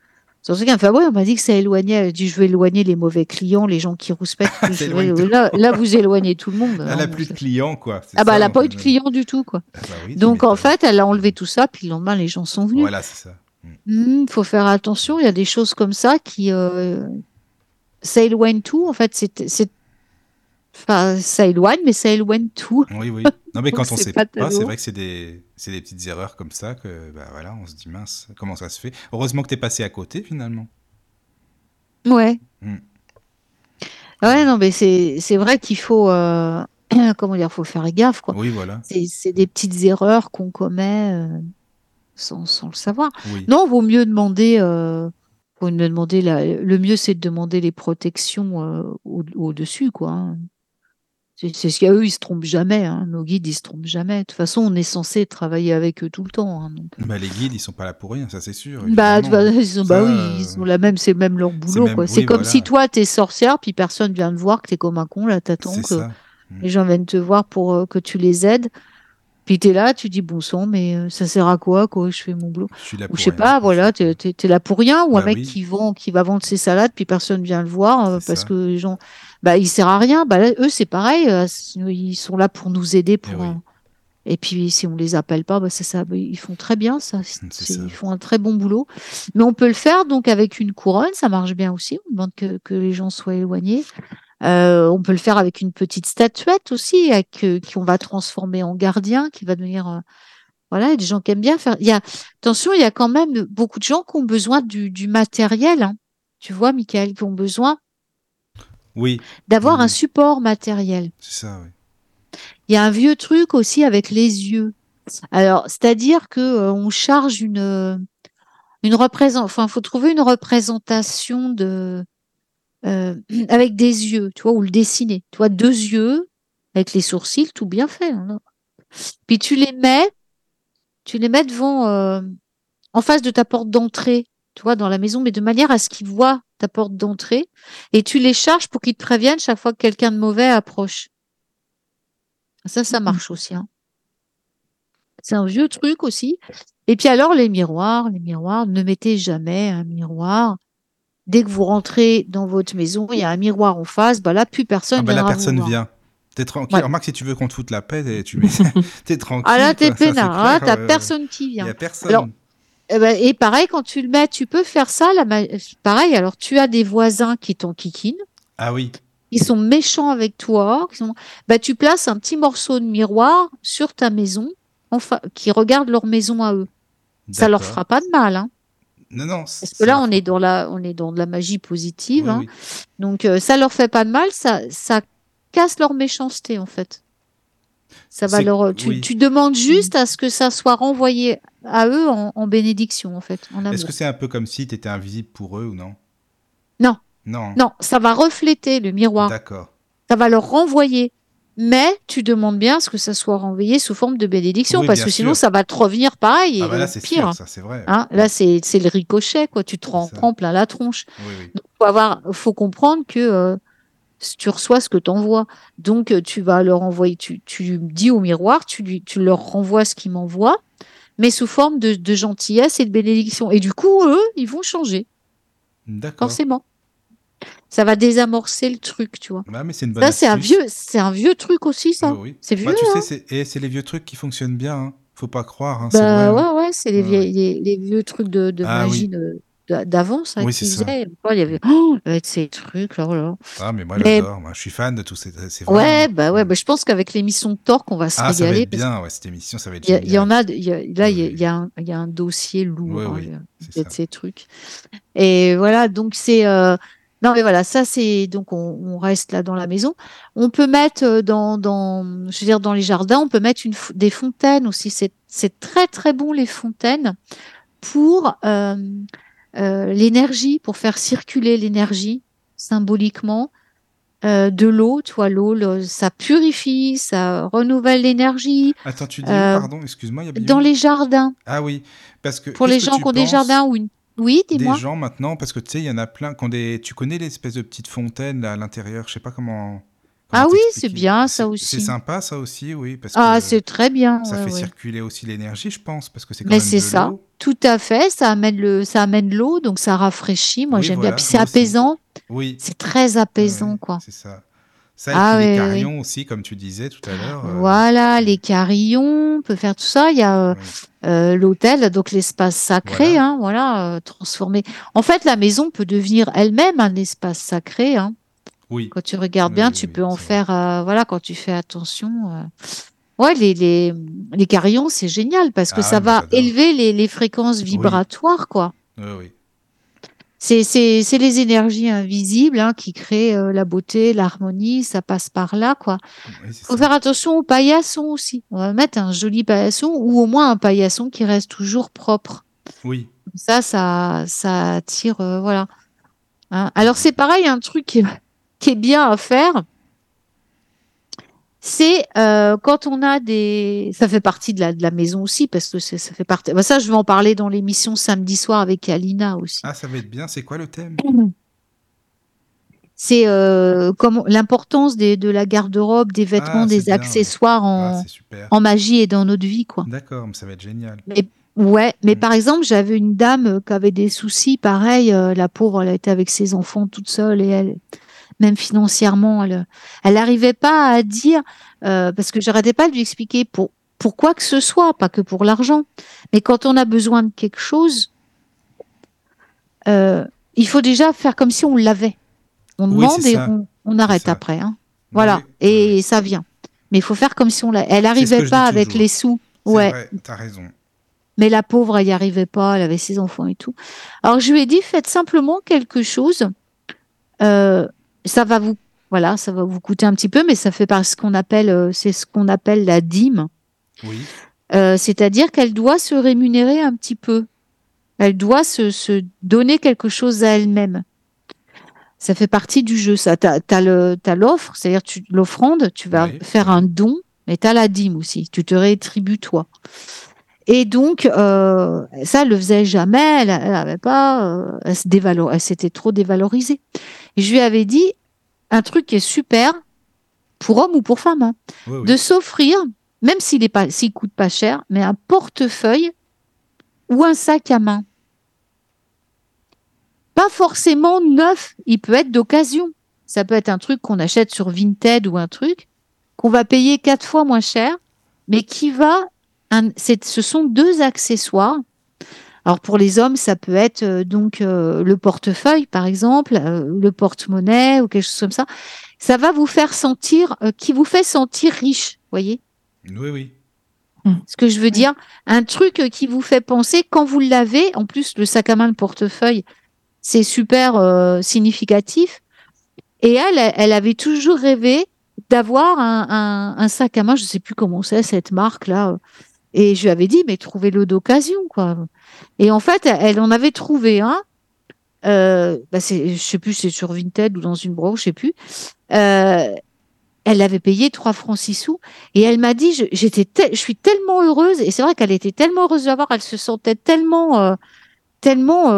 Son truc, elle me fait, ah ouais, on m'a dit que ça éloignait. Elle dit, je vais éloigner les mauvais clients, les gens qui rouspètent. Ça éloigne tout. Là, vous éloignez tout le monde. Elle a plus de clients, quoi. C'est Ah bah, ça, elle n'a en pas eu fait. de clients du tout, quoi. Ah bah oui, tu Donc, en m'étonnes. fait, elle a enlevé tout ça, puis le lendemain, les gens sont venus. Voilà, c'est ça. Faut faire attention, il y a des choses comme ça qui, ça éloigne tout. En fait, enfin, ça éloigne, mais ça éloigne tout. Oui, oui. Non, mais Donc, quand on c'est sait pas pas, c'est tellement. vrai que c'est des petites erreurs comme ça que, bah voilà, on se dit mince, comment ça se fait? Heureusement que t'es passé à côté, finalement. Ouais. Mm. Ouais, non, mais c'est vrai qu'il faut, comment dire, faut faire gaffe, quoi. Oui, voilà. C'est des petites erreurs qu'on commet sans le savoir. Oui. Non, faut mieux demander le mieux, c'est de demander les protections au-dessus, quoi. Hein. C'est ce qu'eux, ils se trompent jamais. Hein. Nos guides, ils se trompent jamais. De toute façon, on est censé travailler avec eux tout le temps. Hein, donc. Bah, les guides, ils sont pas là pour rien, ça c'est sûr, Bah, évidemment. bah Ça, oui, ils ont c'est même leur c'est boulot, même, quoi. C'est oui, comme si voilà, toi, t'es sorcière, puis personne vient te voir, que t'es comme un con, là, t'attends c'est que ça. Mm. les gens viennent te voir pour que tu les aides. Puis t'es là, tu dis, bon sang, mais ça sert à quoi, je fais mon boulot? Je suis là Ou je pour sais rien, pas, quoi. voilà, t'es là pour rien, ou un Bah mec oui, qui va vendre ses salades, puis personne vient le voir c'est parce ça. que les gens, bah, il sert à rien. Bah, là, eux, c'est pareil, ils sont là pour nous aider, Et oui, et puis si on les appelle pas, bah, c'est ça, bah, ils font très bien ça, c'est ça. ils font un très bon boulot. Mais on peut le faire donc avec une couronne, ça marche bien aussi, on demande que les gens soient éloignés. On peut le faire avec une petite statuette aussi, qu'on va transformer en gardien, qui va devenir voilà, il y a des gens qui aiment bien faire. Attention, il y a quand même beaucoup de gens qui ont besoin du matériel. Hein. Tu vois, Michael, qui ont besoin Oui, oui, d'avoir un oui, support matériel. c'est ça, oui. Il y a un vieux truc aussi avec les yeux. Alors, c'est-à-dire que on charge enfin, faut trouver une représentation avec des yeux, tu vois, ou le dessiner. Tu vois, deux yeux avec les sourcils, tout bien fait. Hein. Puis tu les mets devant. En face de ta porte d'entrée, tu vois, dans la maison, mais de manière à ce qu'ils voient ta porte d'entrée et tu les charges pour qu'ils te préviennent chaque fois que quelqu'un de mauvais approche. Ça marche aussi. Hein. C'est un vieux truc aussi. Et puis alors, les miroirs, ne mettez jamais un miroir. Dès que vous rentrez dans votre maison, il y a un miroir en face, bah là, plus Ah personne bah la viendra vous personne voir. vient. T'es tranquille. Ouais. Remarque, si tu veux qu'on te foute la paix, tu mets... t'es Ah là, tranquille, t'es quoi. Ça, c'est peinard. Là, clair. t'as personne qui Il y vient. a Alors, personne. et pareil, quand tu le mets, tu peux faire ça. Pareil, alors tu as des voisins qui t'enquiquinent. Ah oui, Ils sont méchants avec toi, bah, tu places un petit morceau de miroir sur ta maison, qui regarde leur maison à eux. Ça leur d'accord. fera pas de mal, hein. Non, non, Parce que ça là, leur fera pas. on est dans de la magie positive, Oui, hein. oui. Donc, ça leur fait pas de mal, ça casse leur méchanceté, en fait. Ça va Oui. tu demandes juste à ce que ça soit renvoyé à eux en bénédiction, en fait, en Est-ce que amour. c'est un peu comme si t'étais invisible pour eux ou non? Non, Non. non, ça va refléter le miroir. D'accord. Ça va leur renvoyer. Mais tu demandes bien à ce que ça soit renvoyé sous forme de bénédiction, Oui, parce bien que sinon, sûr. ça va te revenir pareil Ah bah là, et c'est pire. sûr, ça, c'est vrai. Hein. Là, c'est le ricochet, quoi. Tu te C'est ça. prends plein la tronche. Oui, oui. Donc, faut comprendre que tu reçois ce que tu envoies. Donc, tu vas leur envoyer, tu dis au miroir, tu leur renvoies ce qu'ils m'envoient, mais sous forme de gentillesse et de bénédiction. Et du coup, eux, ils vont changer, D'accord. forcément. Ça va désamorcer le truc, tu vois. Bah, mais c'est une bonne Ça, astuce. c'est un vieux truc aussi, Oui, ça. oui. C'est vieux, Bah, tu sais, hein. c'est les vieux trucs qui fonctionnent bien, hein. Faut pas croire, hein, c'est vrai, Bah hein. ouais, c'est Ouais, ouais. les vieux trucs de Ah magie oui. d'avant, ça, Oui, c'est qu'ils ça. faisaient. Il y avait ces trucs, là, oh là. Ah, mais moi, Mais j'adore. Moi, je suis fan de tout, c'est vrai, hein. ouais, bah, je pense qu'avec l'émission de Torque, on va se Ah, ça va régaler être parce bien, ouais, cette émission, ça va être qu'il y en génial. a, là, Oui, oui. il y a un dossier Oui, lourd, hein, oui, c'est de ça. ces trucs. Et voilà, donc non, mais voilà, ça c'est donc on reste là dans la maison. On peut mettre je veux dire dans les jardins, on peut mettre des fontaines aussi. C'est très très bon les fontaines pour l'énergie, pour faire circuler l'énergie symboliquement. De l'eau, tu vois, ça purifie, ça renouvelle l'énergie. Attends, tu dis où, Euh, pardon? Excuse-moi, il y a bien dans où? les jardins, Ah oui, parce que pour qu'est-ce les que gens tu qui ont des penses jardins Oui, des dis-moi. gens maintenant? Parce que tu sais, il y en a plein qui ont des... Tu connais l'espèce de petite fontaine là, à l'intérieur? Je sais pas comment Ah oui, c'est t'expliquer. bien ça C'est aussi. sympa ça aussi, oui, parce Ah, que c'est très bien, ça ouais, fait ouais. circuler aussi l'énergie, je pense, parce que c'est quand Mais même c'est de ça. l'eau. Tout à fait, ça amène l'eau, donc ça rafraîchit. Moi, Oui, j'aime bien. voilà, Puis c'est moi aussi. apaisant. Oui, C'est très apaisant, ouais, quoi. c'est ça. Ça, et puis Ah les oui, oui, oui. carillons aussi, comme tu disais tout à l'heure. Voilà, les carillons, on peut faire tout ça. Il y a Oui, l'hôtel, donc l'espace sacré, voilà. hein, voilà, transformé. En fait, la maison peut devenir elle-même un espace sacré, hein. Oui, Quand tu regardes oui, bien, oui, tu oui, peux en c'est vrai. faire, voilà, quand tu fais attention. Ouais, les carillons, c'est génial parce que Ah ça ouais, moi va j'adore. élever les fréquences Oui, vibratoires, quoi. oui, oui. C'est les énergies invisibles, hein, qui créent la beauté, l'harmonie, ça passe par là, quoi. Oui, c'est Faut ça. faire attention aux paillassons aussi. On va mettre un joli paillasson ou au moins un paillasson qui reste toujours propre. Oui. Ça attire, voilà. Hein. Alors c'est pareil, un truc qui est bien à faire, c'est quand on a des. Ça fait partie de la maison aussi parce que ça fait partie. Bah, ça, je vais en parler dans l'émission samedi soir avec Alina aussi. Ah, ça va être bien. C'est quoi le thème? C'est comme l'importance de la garde-robe, des vêtements, Ah, c'est des bien, oui. accessoires Ah, c'est super. en magie et dans notre vie, quoi. D'accord, mais ça va être génial. Mais, ouais, mais Mm. par exemple, j'avais une dame qui avait des soucis, pareil, la pauvre, elle était avec ses enfants toute seule et elle, même financièrement, elle n'arrivait pas à dire, parce que j'arrêtais pas de lui expliquer pour quoi que ce soit, pas que pour l'argent, mais quand on a besoin de quelque chose, euh, il faut déjà faire comme si on l'avait. On Oui, c'est demande et ça. on C'est arrête ça. après, hein. Oui, Voilà, oui, oui, oui. et ça vient. Mais il faut faire comme si on l'a. Elle C'est ce n'arrivait que je dis pas avec les toujours. sous. C'est Ouais, vrai, t'as raison. mais la pauvre, elle n'y arrivait pas, elle avait ses enfants et tout. Alors je lui ai dit, faites simplement quelque chose. euh, ça va vous, voilà, ça va vous coûter un petit peu, mais ça fait par ce qu'on appelle, c'est ce qu'on appelle la dîme. Oui, C'est-à-dire qu'elle doit se rémunérer un petit peu. Elle doit se donner quelque chose à elle-même. Ça fait partie du jeu, ça. T'as l'offre, c'est-à-dire l'offrande, tu vas oui, faire un oui. don, mais tu as la dîme aussi. Tu te rétribues toi. Et donc, ça, elle le faisait jamais. Elle avait pas. Elle s'était trop dévalorisée. Et je lui avais dit un truc qui est super pour homme ou pour femme, hein, Oui, de oui. s'offrir, même s'il coûte pas cher, mais un portefeuille ou un sac à main. Pas forcément neuf, il peut être d'occasion. Ça peut être un truc qu'on achète sur Vinted ou un truc qu'on va payer 4 fois moins cher, mais ce sont deux accessoires. Alors pour les hommes, ça peut être donc le portefeuille, par exemple, le porte-monnaie ou quelque chose comme ça. Ça va vous faire sentir, qui vous fait sentir riche, voyez Oui, oui. ce que je veux dire? Un truc qui vous fait penser quand vous l'avez. En plus, le sac à main, le portefeuille, c'est super significatif. Et elle avait toujours rêvé d'avoir un sac à main. Je ne sais plus comment c'est cette marque-là. Et je lui avais dit, mais trouvez-le d'occasion, quoi. Et en fait, elle en avait trouvé un. Je sais plus, c'est sur Vinted ou dans une broche, je sais plus. Euh, Elle l'avait payé 3 francs 6 sous. Et elle m'a dit, je suis tellement heureuse. Et c'est vrai qu'elle était tellement heureuse de l'avoir. Elle se sentait tellement,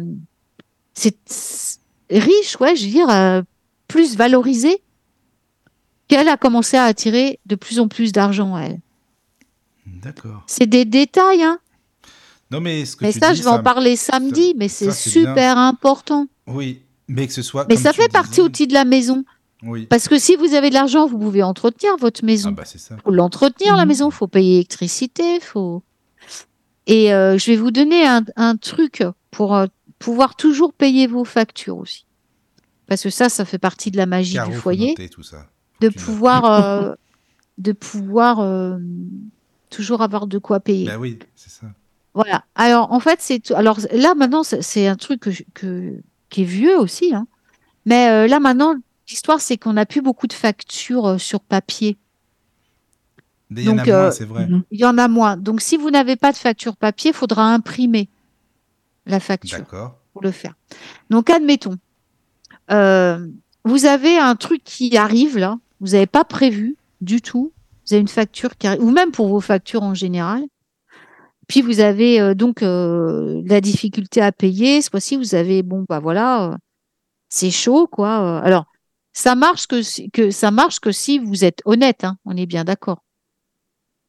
c'est riche, ouais, je veux dire, plus valorisée, qu'elle a commencé à attirer de plus en plus d'argent à elle. D'accord. C'est des détails, hein. Non, mais ce que Mais tu ça, dis, je vais en parler ça, samedi, mais c'est ça, c'est bien. super important. Oui, mais que ce soit Mais comme ça tu fait partie disais. aussi de la maison. Oui. Parce que si vous avez de l'argent, vous pouvez entretenir votre Ah maison. bah c'est ça. Faut l'entretenir, la maison, faut payer l'électricité, faut. Et je vais vous donner un truc pour pouvoir toujours payer vos factures aussi. Parce que ça fait partie de la magie du Caro, faut foyer, noter tout ça. Faut que de tu notes. pouvoir, euh, de pouvoir toujours avoir de quoi payer. Ben oui, c'est ça. Voilà. Alors, en fait, alors là, maintenant, c'est un truc qui est vieux aussi, hein. Mais là, maintenant, l'histoire, c'est qu'on n'a plus beaucoup de factures sur papier. Mais il y en a Donc, moins, c'est vrai. il y en a moins. Donc, si vous n'avez pas de facture papier, il faudra imprimer la facture D'accord. pour le faire. Donc, admettons, euh, vous avez un truc qui arrive là, vous n'avez pas prévu du tout. Vous avez une facture qui arrive, ou même pour vos factures en général. Puis vous avez donc la difficulté à payer. Ce fois-ci, vous avez, bon, bah voilà, c'est chaud, quoi. Alors, ça marche que ça marche que si vous êtes honnête, hein, on est bien d'accord.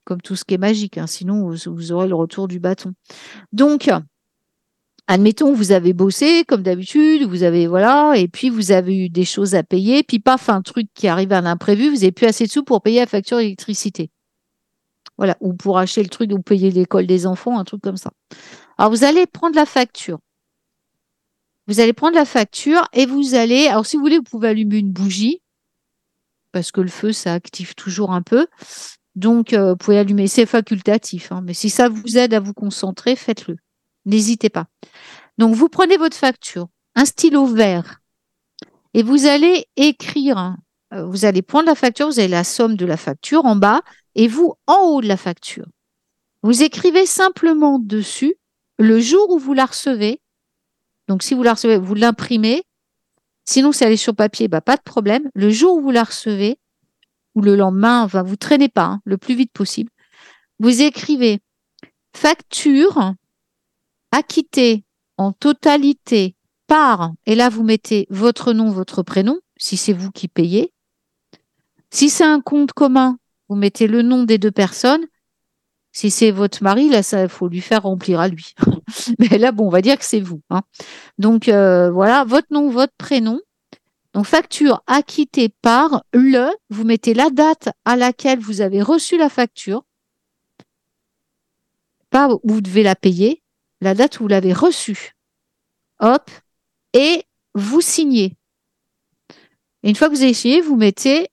comme tout ce qui est magique, hein, sinon vous aurez le retour du bâton. Donc, admettons, vous avez bossé comme d'habitude, vous avez voilà, et puis vous avez eu des choses à payer, puis paf, un truc qui arrive à l'imprévu, vous n'avez plus assez de sous pour payer la facture d'électricité. Voilà, ou pour acheter le truc ou payer l'école des enfants, un truc comme ça. Alors, vous allez prendre la facture. Vous allez prendre la facture et vous allez, alors si vous voulez, vous pouvez allumer une bougie, parce que le feu, ça active toujours un peu. Donc, vous pouvez allumer, c'est facultatif, hein, mais si ça vous aide à vous concentrer, faites-le. N'hésitez pas. Donc, vous prenez votre facture, un stylo vert, et vous allez écrire, vous allez prendre la facture, vous avez la somme de la facture en bas, et vous, en haut de la facture, vous écrivez simplement dessus le jour où vous la recevez. Donc, si vous la recevez, vous l'imprimez. Sinon, si elle est sur papier, pas de problème. Le jour où vous la recevez, ou le lendemain, enfin, vous traînez pas, hein, le plus vite possible. Vous écrivez facture acquittée en totalité par, et là, vous mettez votre nom, votre prénom, si c'est vous qui payez. Si c'est un compte commun, vous mettez le nom des deux personnes. Si c'est votre mari, là, il faut lui faire remplir à lui. Mais là, bon, on va dire que c'est vous, hein. Donc, voilà, votre nom, votre prénom. Donc, facture acquittée par vous mettez la date à laquelle vous avez reçu la facture, pas où vous devez la payer, la date où vous l'avez reçue. Hop, et vous signez. Et une fois que vous avez signé, vous mettez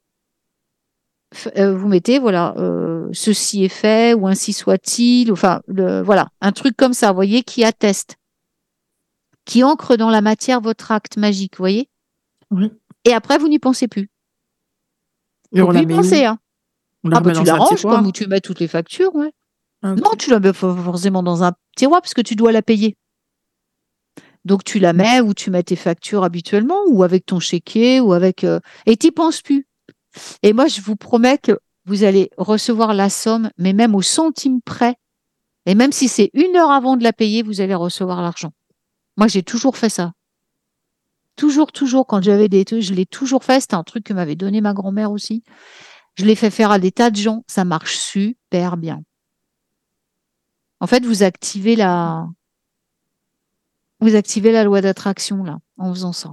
voilà, ceci est fait ou ainsi soit-il, enfin, voilà, un truc comme ça, vous voyez, qui atteste, qui ancre dans la matière votre acte magique, vous voyez. Oui. Et après, vous n'y pensez plus. Et Faut on la plus y met penser, où? hein. On la remet Tu dans la un ranges tiroir. comme où tu mets toutes les factures, ouais. Ah, ok. Non, tu la mets pas forcément dans un tiroir parce que tu dois la payer. Donc, tu la mets où tu mets tes factures habituellement ou avec ton chéquier ou avec... Et tu n'y penses plus. Et moi, je vous promets que vous allez recevoir la somme, mais même au centime près. Et même si c'est 1 heure avant de la payer, vous allez recevoir l'argent. Moi, j'ai toujours fait ça. Toujours, quand j'avais des trucs, je l'ai toujours fait. C'était un truc que m'avait donné ma grand-mère aussi. Je l'ai fait faire à des tas de gens. Ça marche super bien. En fait, vous activez la loi d'attraction, là, en faisant ça.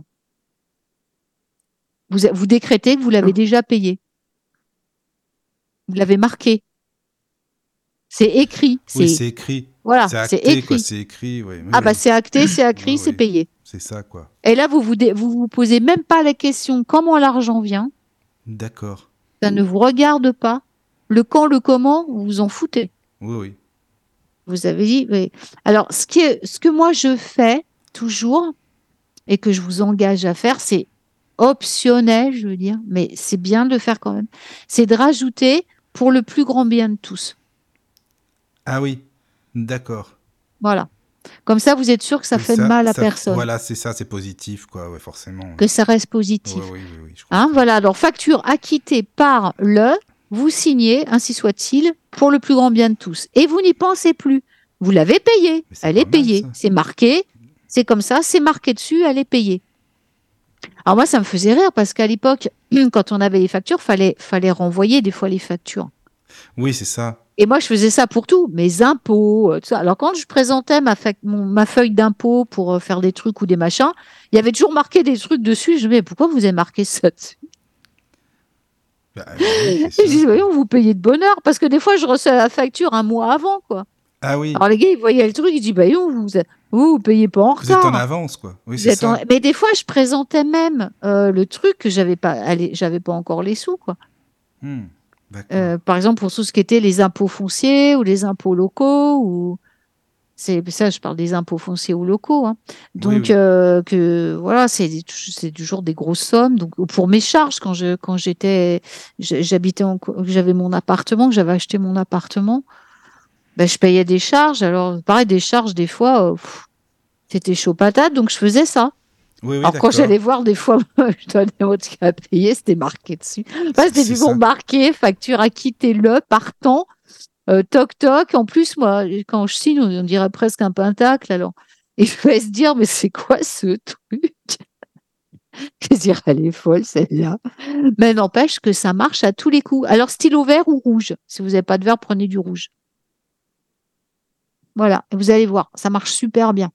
Vous décrétez que vous l'avez déjà payé. Vous l'avez marqué. C'est écrit. Oui, c'est écrit. Voilà, C'est c'est acté, quoi. écrit. C'est écrit, oui. Ah bah c'est acté, c'est écrit, Ouais, c'est ouais. payé. C'est ça, quoi. Et là, vous posez même pas la question comment l'argent vient. D'accord. Ça ne vous regarde pas. Le quand, le comment, vous vous en foutez. Oui, oui. Vous avez dit. Oui. Alors, ce que moi je fais toujours et que je vous engage à faire, c'est optionnel, je veux dire, mais c'est bien de le faire quand même. C'est de rajouter pour le plus grand bien de tous. Ah oui, d'accord. Voilà. Comme ça, vous êtes sûr que ça Oui, fait de mal à personne, voilà, c'est ça, c'est positif, quoi, ouais, forcément. que ça reste Ouais, positif. oui, oui, oui, je Hein, comprends. voilà, alors facture acquittée par vous signez, ainsi soit-il, pour le plus grand bien de tous. Et vous n'y pensez plus. Vous l'avez payée, Mais c'est elle pas est mal, payée. ça. C'est marqué, c'est comme ça, c'est marqué dessus, elle est payée. Alors moi, ça me faisait rire parce qu'à l'époque, quand on avait les factures, fallait renvoyer des fois les factures. Oui, c'est ça. Et moi, je faisais ça pour tout, mes impôts, tout ça. Alors, quand je présentais ma feuille d'impôt pour faire des trucs ou des machins, il y avait toujours marqué des trucs dessus. Je me disais, pourquoi vous avez marqué ça dessus? Bah, oui, Et c'est je disais, ça, quoi. voyons, vous payez de bonne heure. Parce que des fois, je reçois la facture un mois avant, quoi. Ah oui, Alors, les gars, ils voyaient le truc, ils disent, voyons, vous payez pas en vous êtes en retard. avance, quoi. Oui, Vous c'est êtes ça. Mais des fois, je présentais même le truc que j'avais pas encore les sous, quoi. D'accord. Par exemple, pour tout ce qui était les impôts fonciers ou les impôts locaux, ou c'est ça, je parle des impôts fonciers ou locaux, hein. Oui, Donc oui. que voilà, c'est toujours des grosses sommes. Donc pour mes charges, quand j'avais mon appartement, que j'avais acheté mon appartement, ben, je payais des charges. Alors pareil, des charges des fois, c'était chaud patate, donc je faisais ça. Oui, oui, Alors, quand d'accord. j'allais voir, des fois, je donnais autre qu'à payer, c'était marqué dessus. Enfin, c'était C'est du bon ça. marqué, facture acquittée le partant, toc toc. En plus, moi, quand je signe, on dirait presque un pentacle. Alors, et je vais se dire, mais c'est quoi ce truc? Je dirais, elle est folle, celle-là. Mais n'empêche que ça marche à tous les coups. Alors, stylo vert ou rouge. Si vous n'avez pas de vert, prenez du rouge. Voilà. Et vous allez voir, ça marche super bien.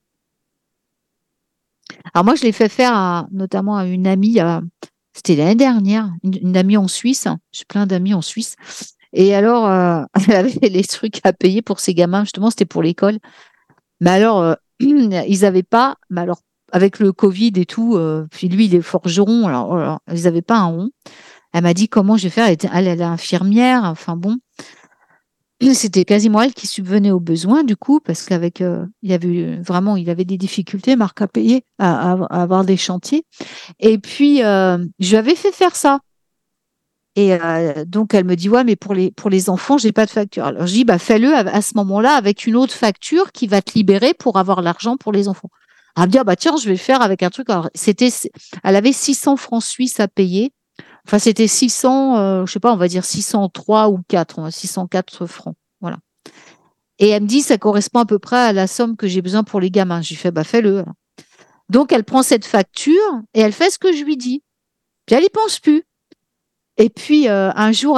Alors, moi, je l'ai fait faire notamment à une amie, c'était l'année dernière, une amie en Suisse. J'ai plein d'amis en Suisse. Et alors, elle avait les trucs à payer pour ses gamins. Justement, c'était pour l'école. Mais alors, ils n'avaient pas, mais alors, avec le Covid et tout, puis lui, il est forgeron, alors, ils n'avaient pas un rond. Elle m'a dit comment je vais faire. Elle est infirmière, enfin bon. C'était quasiment elle qui subvenait aux besoins, du coup, parce qu'avec, il y avait vraiment, il avait des difficultés, Marc, à payer, à avoir des chantiers. Et puis, je lui avais fait faire ça. Et donc, elle me dit, ouais, mais pour les enfants, j'ai pas de facture. Alors, je dis, bah, fais-le à ce moment-là avec une autre facture qui va te libérer pour avoir l'argent pour les enfants. Elle me dit, ah, bah, tiens, je vais le faire avec un truc. Alors, elle avait 600 francs suisses à payer. Enfin, c'était 600, je sais pas, on va dire 603 ou 4, 604 francs. Voilà. Et elle me dit, ça correspond à peu près à la somme que j'ai besoin pour les gamins. Je lui fais, bah, fais-le. Alors. Donc, elle prend cette facture et elle fait ce que je lui dis. Puis, elle y pense plus. Et puis, un jour,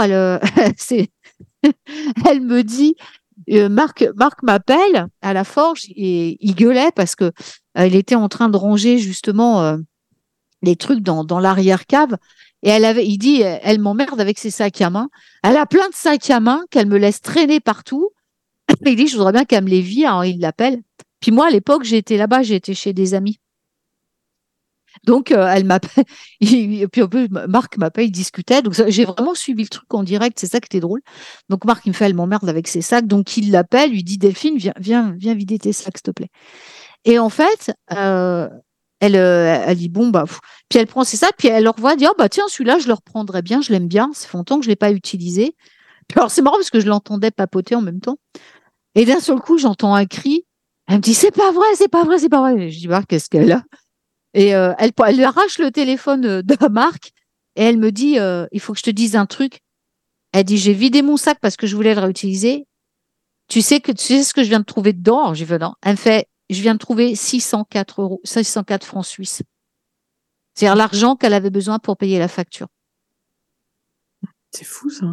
elle me dit, Marc m'appelle à la forge et il gueulait parce que il était en train de ranger justement les trucs dans l'arrière-cave. Et il dit, elle m'emmerde avec ses sacs à main. Elle a plein de sacs à main qu'elle me laisse traîner partout. Il dit, je voudrais bien qu'elle me les vire. Alors, il l'appelle. Puis moi, à l'époque, j'étais là-bas, j'étais chez des amis. Donc, elle m'appelle. Et puis, un peu, Marc m'appelle, il discutait. Donc, j'ai vraiment suivi le truc en direct. C'est ça qui était drôle. Donc, Marc, il me fait, elle m'emmerde avec ses sacs. Donc, il l'appelle, lui dit, Delphine, viens vider tes sacs, s'il te plaît. Et en fait, elle dit, bon, bah, puis elle prend ses sacs, puis elle leur voit, elle dit, oh, bah, tiens, celui-là, je le reprendrais bien, je l'aime bien. Ça fait longtemps que je ne l'ai pas utilisé. Puis, alors, c'est marrant parce que je l'entendais papoter en même temps. Et d'un seul coup, j'entends un cri. Elle me dit, c'est pas vrai, c'est pas vrai, c'est pas vrai. Je dis, bah, qu'est-ce qu'elle a? Et elle arrache le téléphone de Marc et elle me dit, il faut que je te dise un truc. Elle dit, j'ai vidé mon sac parce que je voulais le réutiliser. Tu sais ce que je viens de trouver dedans? Alors, j'ai fait non. Elle me fait, je viens de trouver 604 francs suisses. C'est-à-dire l'argent qu'elle avait besoin pour payer la facture. C'est fou, ça.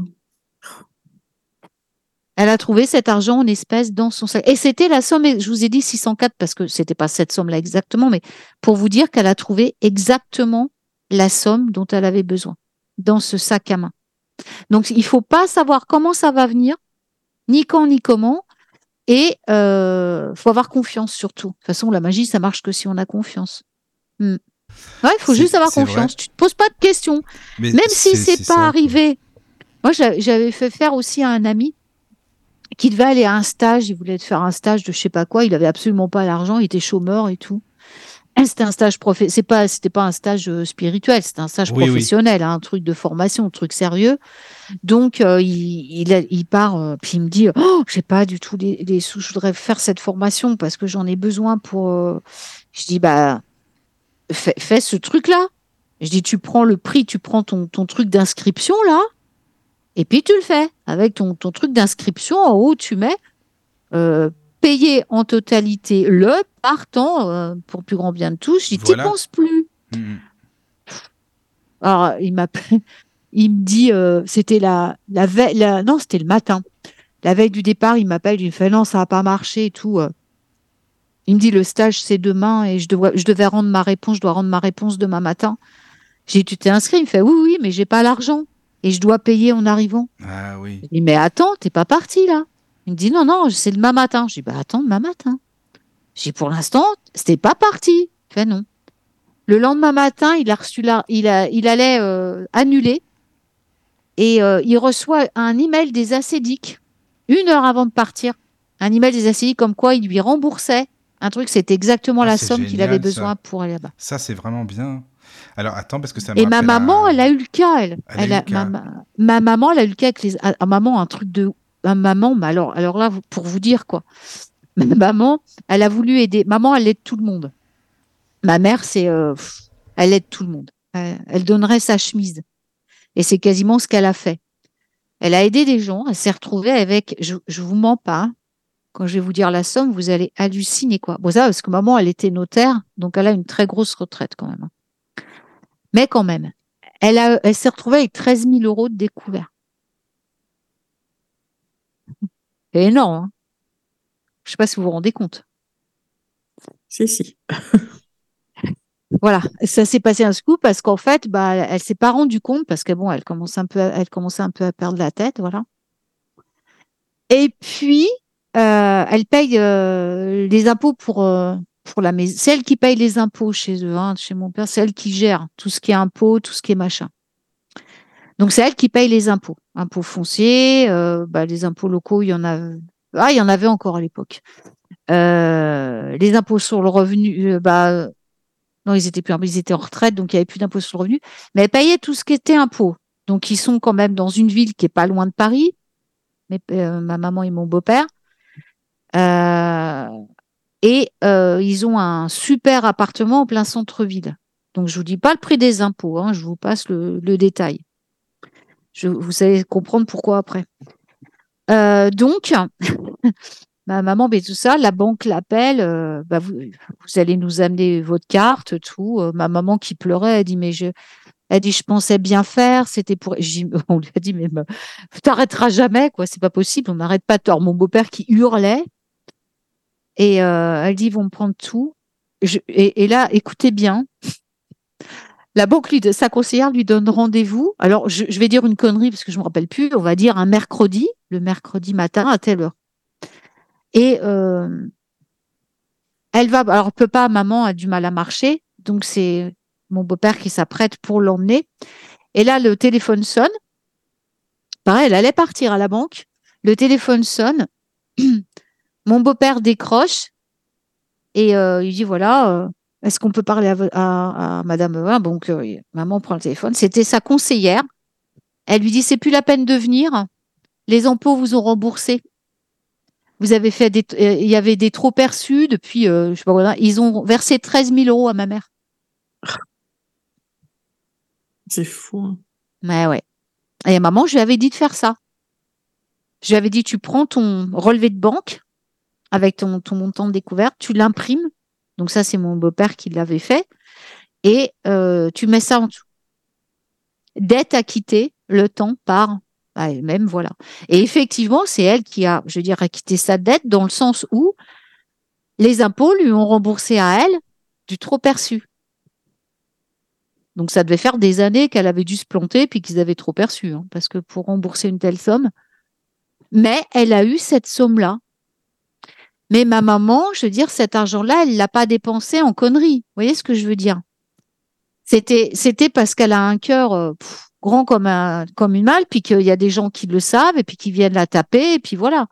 Elle a trouvé cet argent en espèces dans son sac. Et c'était la somme, je vous ai dit 604 parce que c'était pas cette somme-là exactement, mais pour vous dire qu'elle a trouvé exactement la somme dont elle avait besoin dans ce sac à main. Donc, il faut pas savoir comment ça va venir, ni quand, ni comment. Et faut avoir confiance surtout. De toute façon, la magie, ça marche que si on a confiance. Ouais, il faut juste avoir confiance. Tu te poses pas de questions. Mais même si c'est pas ça. arrivé. Moi, j'avais fait faire aussi à un ami qui devait aller à un stage, il voulait faire un stage de je sais pas quoi, il avait absolument pas l'argent, il était chômeur et tout. Et c'était un stage c'était pas un stage spirituel, c'était un stage professionnel, hein, un truc de formation, un truc sérieux. Donc il part, puis il me dit, oh, j'ai pas du tout les sous, je voudrais faire cette formation parce que j'en ai besoin pour. Je dis bah fais ce truc-là. Je dis tu prends le prix, tu prends ton truc d'inscription là. Et puis tu le fais avec ton truc d'inscription en haut, tu mets payer en totalité le partant pour plus grand bien de tous. Je dis t'y penses plus. Alors il me dit c'était la veille, non c'était le matin, la veille du départ. Il m'appelle, il me fait non ça va pas marcher et tout. Il me dit le stage c'est demain et je devais rendre ma réponse, je dois rendre ma réponse demain matin. J'ai dit tu t'es inscrit? Il me fait oui mais j'ai pas l'argent. Et je dois payer en arrivant. Ah oui. Je dis, mais attends, t'es pas parti là. Il me dit, non, c'est demain matin. Je dis, bah attends, demain matin. Je dis, pour l'instant, c'était pas parti. Il fait non. Le lendemain matin, il a reçu il allait annuler. Et il reçoit un email des acédiques, 1 heure avant de partir. Un email des acédiques comme quoi il lui remboursait un truc, c'était exactement la somme qu'il avait besoin pour aller là-bas. Ça, c'est vraiment bien. Alors, attends, parce que ça me Et ma maman, elle a eu le cas, ma maman, elle a eu le cas avec maman, un truc de... maman, mais alors là, pour vous dire quoi. Ma maman, elle a voulu aider. Maman, elle aide tout le monde. Ma mère, elle aide tout le monde. Elle donnerait sa chemise. Et c'est quasiment ce qu'elle a fait. Elle a aidé des gens. Elle s'est retrouvée avec... Je vous mens pas. Hein. Quand je vais vous dire la somme, vous allez halluciner, quoi. Bon, ça, parce que maman, elle était notaire. Donc, elle a une très grosse retraite quand même. Mais quand même, elle s'est retrouvée avec 13 000 euros de découvert. C'est énorme, hein. Je sais pas si vous vous rendez compte. Si. Voilà, ça s'est passé un scoop parce qu'en fait, elle s'est pas rendue compte parce que bon, elle commençait un peu à perdre la tête, voilà. Et puis, elle paye les impôts pour la maison. C'est elle qui paye les impôts chez eux, hein, chez mon père. C'est elle qui gère tout ce qui est impôts, tout ce qui est machin. Donc, c'est elle qui paye les impôts. Impôts fonciers, les impôts locaux, il y en avait encore à l'époque. Les impôts sur le revenu, non, ils étaient en retraite, donc il n'y avait plus d'impôts sur le revenu. Mais elle payait tout ce qui était impôts. Donc, ils sont quand même dans une ville qui est pas loin de Paris. Ma maman et mon beau-père. Ils ont un super appartement en plein centre-ville. Donc, je vous dis pas le prix des impôts, hein, je vous passe le détail. Vous allez comprendre pourquoi après. Donc, ma maman, tout ça, la banque l'appelle, vous allez nous amener votre carte, tout. Ma maman qui pleurait, elle dit, elle dit, je pensais bien faire, c'était pour. On lui a dit, mais t'arrêteras jamais, quoi, c'est pas possible, on n'arrête pas de tort. Mon beau-père qui hurlait, et elle dit, ils vont me prendre tout. Et là, écoutez bien, la banque, sa conseillère lui donne rendez-vous. Alors, je vais dire une connerie parce que je me rappelle plus, on va dire le mercredi matin à telle heure. Et elle va, alors elle peut pas, maman a du mal à marcher, donc c'est mon beau-père qui s'apprête pour l'emmener. Et là, le téléphone sonne. Pareil, elle allait partir à la banque. Le téléphone sonne. Mon beau-père décroche et il dit voilà, est-ce qu'on peut parler à Madame Evin? Donc, maman prend le téléphone. C'était sa conseillère. Elle lui dit c'est plus la peine de venir. Les impôts vous ont remboursé. Vous avez fait il y avait des trop perçus depuis, je sais pas quoi. Ils ont versé 13 000 euros à ma mère. C'est fou. Hein. Mais ouais. Et maman, je lui avais dit de faire ça. Je lui avais dit, tu prends ton relevé de banque avec ton montant de découverte, tu l'imprimes. Donc ça, c'est mon beau-père qui l'avait fait. Et tu mets ça en dessous. Dette acquittée, le temps par elle-même, voilà. Et effectivement, c'est elle qui a, je veux dire, acquitté sa dette dans le sens où les impôts lui ont remboursé à elle du trop perçu. Donc ça devait faire des années qu'elle avait dû se planter puis qu'ils avaient trop perçu, hein, parce que pour rembourser une telle somme. Mais elle a eu cette somme-là. Mais ma maman, je veux dire, cet argent-là, elle l'a pas dépensé en conneries. Vous voyez ce que je veux dire? C'était parce qu'elle a un cœur grand comme une malle, puis qu'il y a des gens qui le savent et puis qui viennent la taper et puis voilà.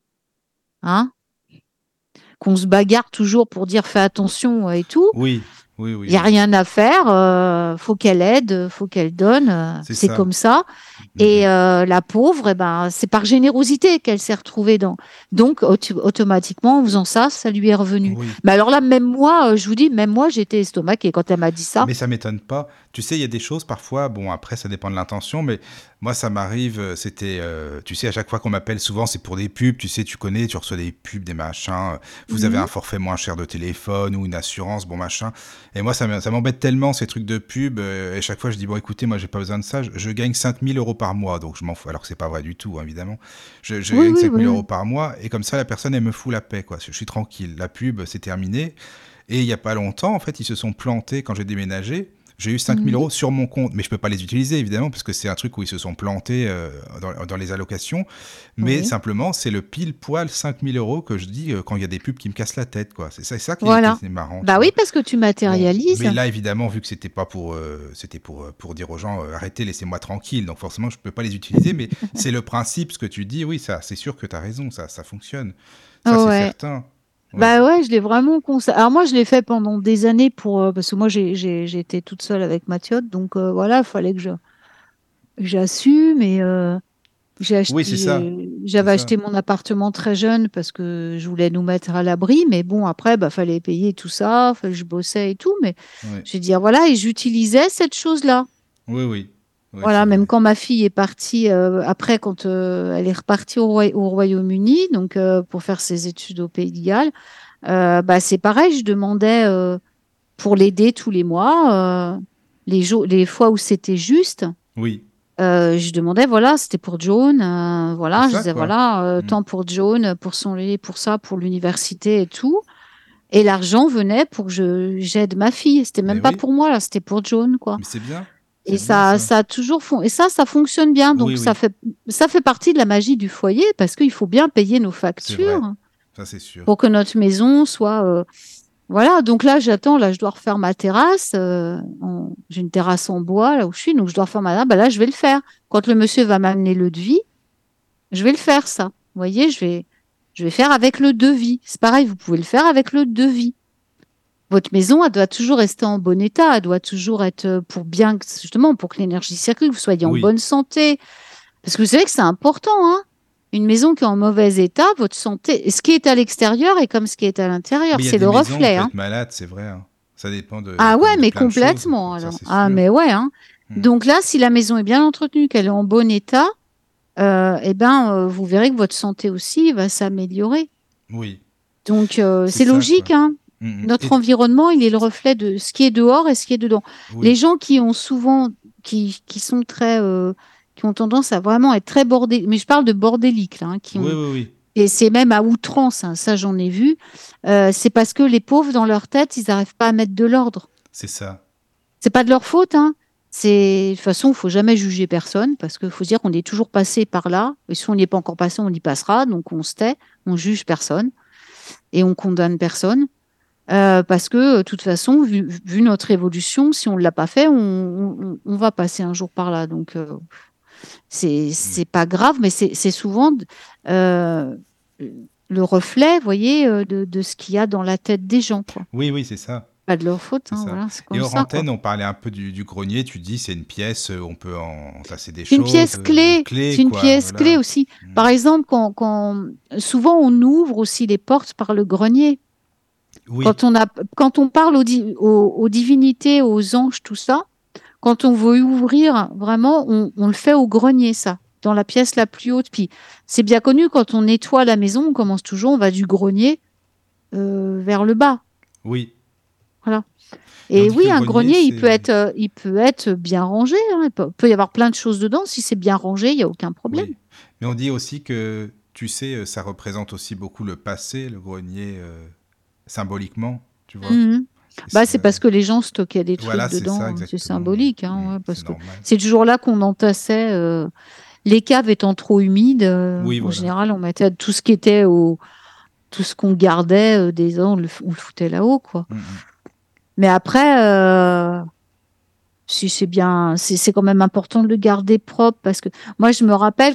Hein? Qu'on se bagarre toujours pour dire fais attention et tout. Oui. Il n'y a rien à faire, faut qu'elle aide, faut qu'elle donne, c'est comme ça. Et la pauvre, c'est par générosité qu'elle s'est retrouvée dans. Donc, automatiquement, en faisant ça, ça lui est revenu. Oui. Mais alors là, même moi, je vous dis, même moi, j'étais estomaquée quand elle m'a dit ça. Mais ça m'étonne pas. Tu sais, il y a des choses parfois, bon, après, ça dépend de l'intention, mais moi, ça m'arrive, c'était, tu sais, à chaque fois qu'on m'appelle, souvent, c'est pour des pubs, tu sais, tu connais, tu reçois des pubs, des machins, vous avez un forfait moins cher de téléphone ou une assurance, bon, machin. Et moi, ça m'embête tellement, ces trucs de pub, et chaque fois, je dis, bon, écoutez, moi, j'ai pas besoin de ça, je gagne 5 000 euros par mois, donc je m'en fous, alors que c'est pas vrai du tout, hein, évidemment. Je gagne 5 000 euros par mois, et comme ça, la personne, elle me fout la paix, quoi. Je suis tranquille. La pub, c'est terminé. Et il y a pas longtemps, en fait, ils se sont plantés quand j'ai déménagé. J'ai eu 5 000 euros sur mon compte, mais je peux pas les utiliser, évidemment, parce que c'est un truc où ils se sont plantés dans les allocations. Mais simplement, c'est le pile poil 5 000 euros que je dis quand il y a des pubs qui me cassent la tête, quoi. C'est ça qui est marrant. Bah oui, parce que tu matérialises. Bon, mais là, évidemment, vu que c'était pas c'était pour dire aux gens arrêtez, laissez-moi tranquille. Donc forcément, je peux pas les utiliser, mais c'est le principe, ce que tu dis. Oui, ça, c'est sûr que tu as raison, ça fonctionne. Ça, c'est certain. Ouais. Bah ouais, je l'ai vraiment conseillé. Alors moi, je l'ai fait pendant des années parce que moi, j'étais toute seule avec Mathieu, donc voilà, il fallait que j'assume et Oui, c'est ça. j'avais acheté mon appartement très jeune parce que je voulais nous mettre à l'abri, mais bon, après, fallait payer tout ça, je bossais et tout, mais je vais dire voilà, et j'utilisais cette chose-là. Oui. Voilà, même quand ma fille est partie, après, quand elle est repartie au Royaume-Uni, donc pour faire ses études au Pays de Galles, c'est pareil, je demandais pour l'aider tous les mois les fois où c'était juste, Oui, je demandais, voilà, c'était pour John, voilà, c'est je ça, disais, quoi. voilà, Mm. tant pour John, pour son lit, pour ça, pour l'université et tout. Et l'argent venait pour que j'aide ma fille. C'était Mais même pas oui, pour moi, là, c'était pour John, quoi. mais c'est bien. Et C'est bien, ça. ça a toujours et ça fonctionne bien. Oui, Donc, oui, ça fait partie de la magie du foyer parce qu'il faut bien payer nos c'est vrai. factures Ça, c'est sûr. pour que notre maison soit, voilà. Donc là, j'attends, là, je dois refaire ma terrasse. J'ai une terrasse en bois, là où je suis, donc je dois refaire bah là, je vais le faire. Quand le monsieur va m'amener le devis, je vais le faire, ça. Vous voyez, je vais faire avec le devis. C'est pareil, vous pouvez le faire avec le devis. Votre maison, elle doit toujours rester en bon état. Elle doit toujours être justement, pour que l'énergie circule, que vous soyez en Oui. bonne santé. Parce que vous savez que c'est important, hein. Une maison qui est en mauvais état, votre santé, ce qui est à l'extérieur est comme ce qui est à l'intérieur. Mais il y a C'est des le maisons où on reflet, peut hein. être malade, c'est vrai, hein. Ça dépend Ah ouais, de mais plein de choses. complètement, Ça, alors. c'est Ah, sûr. mais ouais, hein. Mm. Donc là, si la maison est bien entretenue, qu'elle est en bon état, eh ben, vous verrez que votre santé aussi va s'améliorer. Oui, Donc, c'est c'est ça, quoi. logique, hein. Mm, mm. Notre environnement, il est le reflet de ce qui est dehors et ce qui est dedans. Les Oui, gens qui ont souvent, qui sont très, qui ont tendance à vraiment être très bordéliques, mais je parle de bordéliques, là, hein, oui, oui, oui. et c'est même à outrance, hein, ça j'en ai vu, c'est parce que les pauvres, dans leur tête, ils n'arrivent pas à mettre de l'ordre. C'est ça. C'est pas de leur faute, hein. De toute façon, il faut jamais juger personne parce qu'il faut se dire qu'on est toujours passé par là. Et si on n'y est pas encore passé, on y passera. Donc on se tait, on juge personne et on condamne personne. Parce que, de toute façon, vu notre évolution, si on ne l'a pas fait, on va passer un jour par là. Donc, Oui, c'est pas grave, mais c'est souvent euh, le reflet, vous voyez, de ce qu'il y a dans la tête des gens, quoi. oui, oui, c'est ça. Pas de leur faute, C'est hein, ça. voilà, c'est Et comme hors ça, quoi. antenne, on parlait un peu du grenier. Tu dis, c'est une pièce, on peut en tasser des C'est une choses, pièce clé, clés, c'est une quoi. pièce clé Voilà. aussi. Mm. Par exemple, souvent on ouvre aussi les portes par le grenier. Oui, Quand on parle aux divinités, aux anges, tout ça, quand on veut ouvrir, vraiment, on le fait au grenier, ça, dans la pièce la plus haute. Puis c'est bien connu, quand on nettoie la maison, on commence toujours, on va du grenier vers le bas. oui. Voilà. Et on Et dit que oui, le un grenier, grenier, c'est... il peut être bien rangé, hein. Peut y avoir plein de choses dedans. Si c'est bien rangé, il n'y a aucun problème. Oui. Mais on dit aussi que, tu sais, ça représente aussi beaucoup le passé, le grenier, symboliquement, tu vois. Mhm. Et Bah, c'est, c'est parce que les gens stockaient des trucs voilà, c'est ça, dedans, hein. C'est exactement. symbolique, Mm, hein, ouais, c'est parce que normal. c'est toujours là qu'on entassait. Les caves étant trop humides, Oui, en voilà. général, on mettait tout ce qu'on gardait des ans, on le foutait là-haut, quoi. Mm, mm. Mais après, si c'est bien, c'est quand même important de le garder propre parce que moi, je me rappelle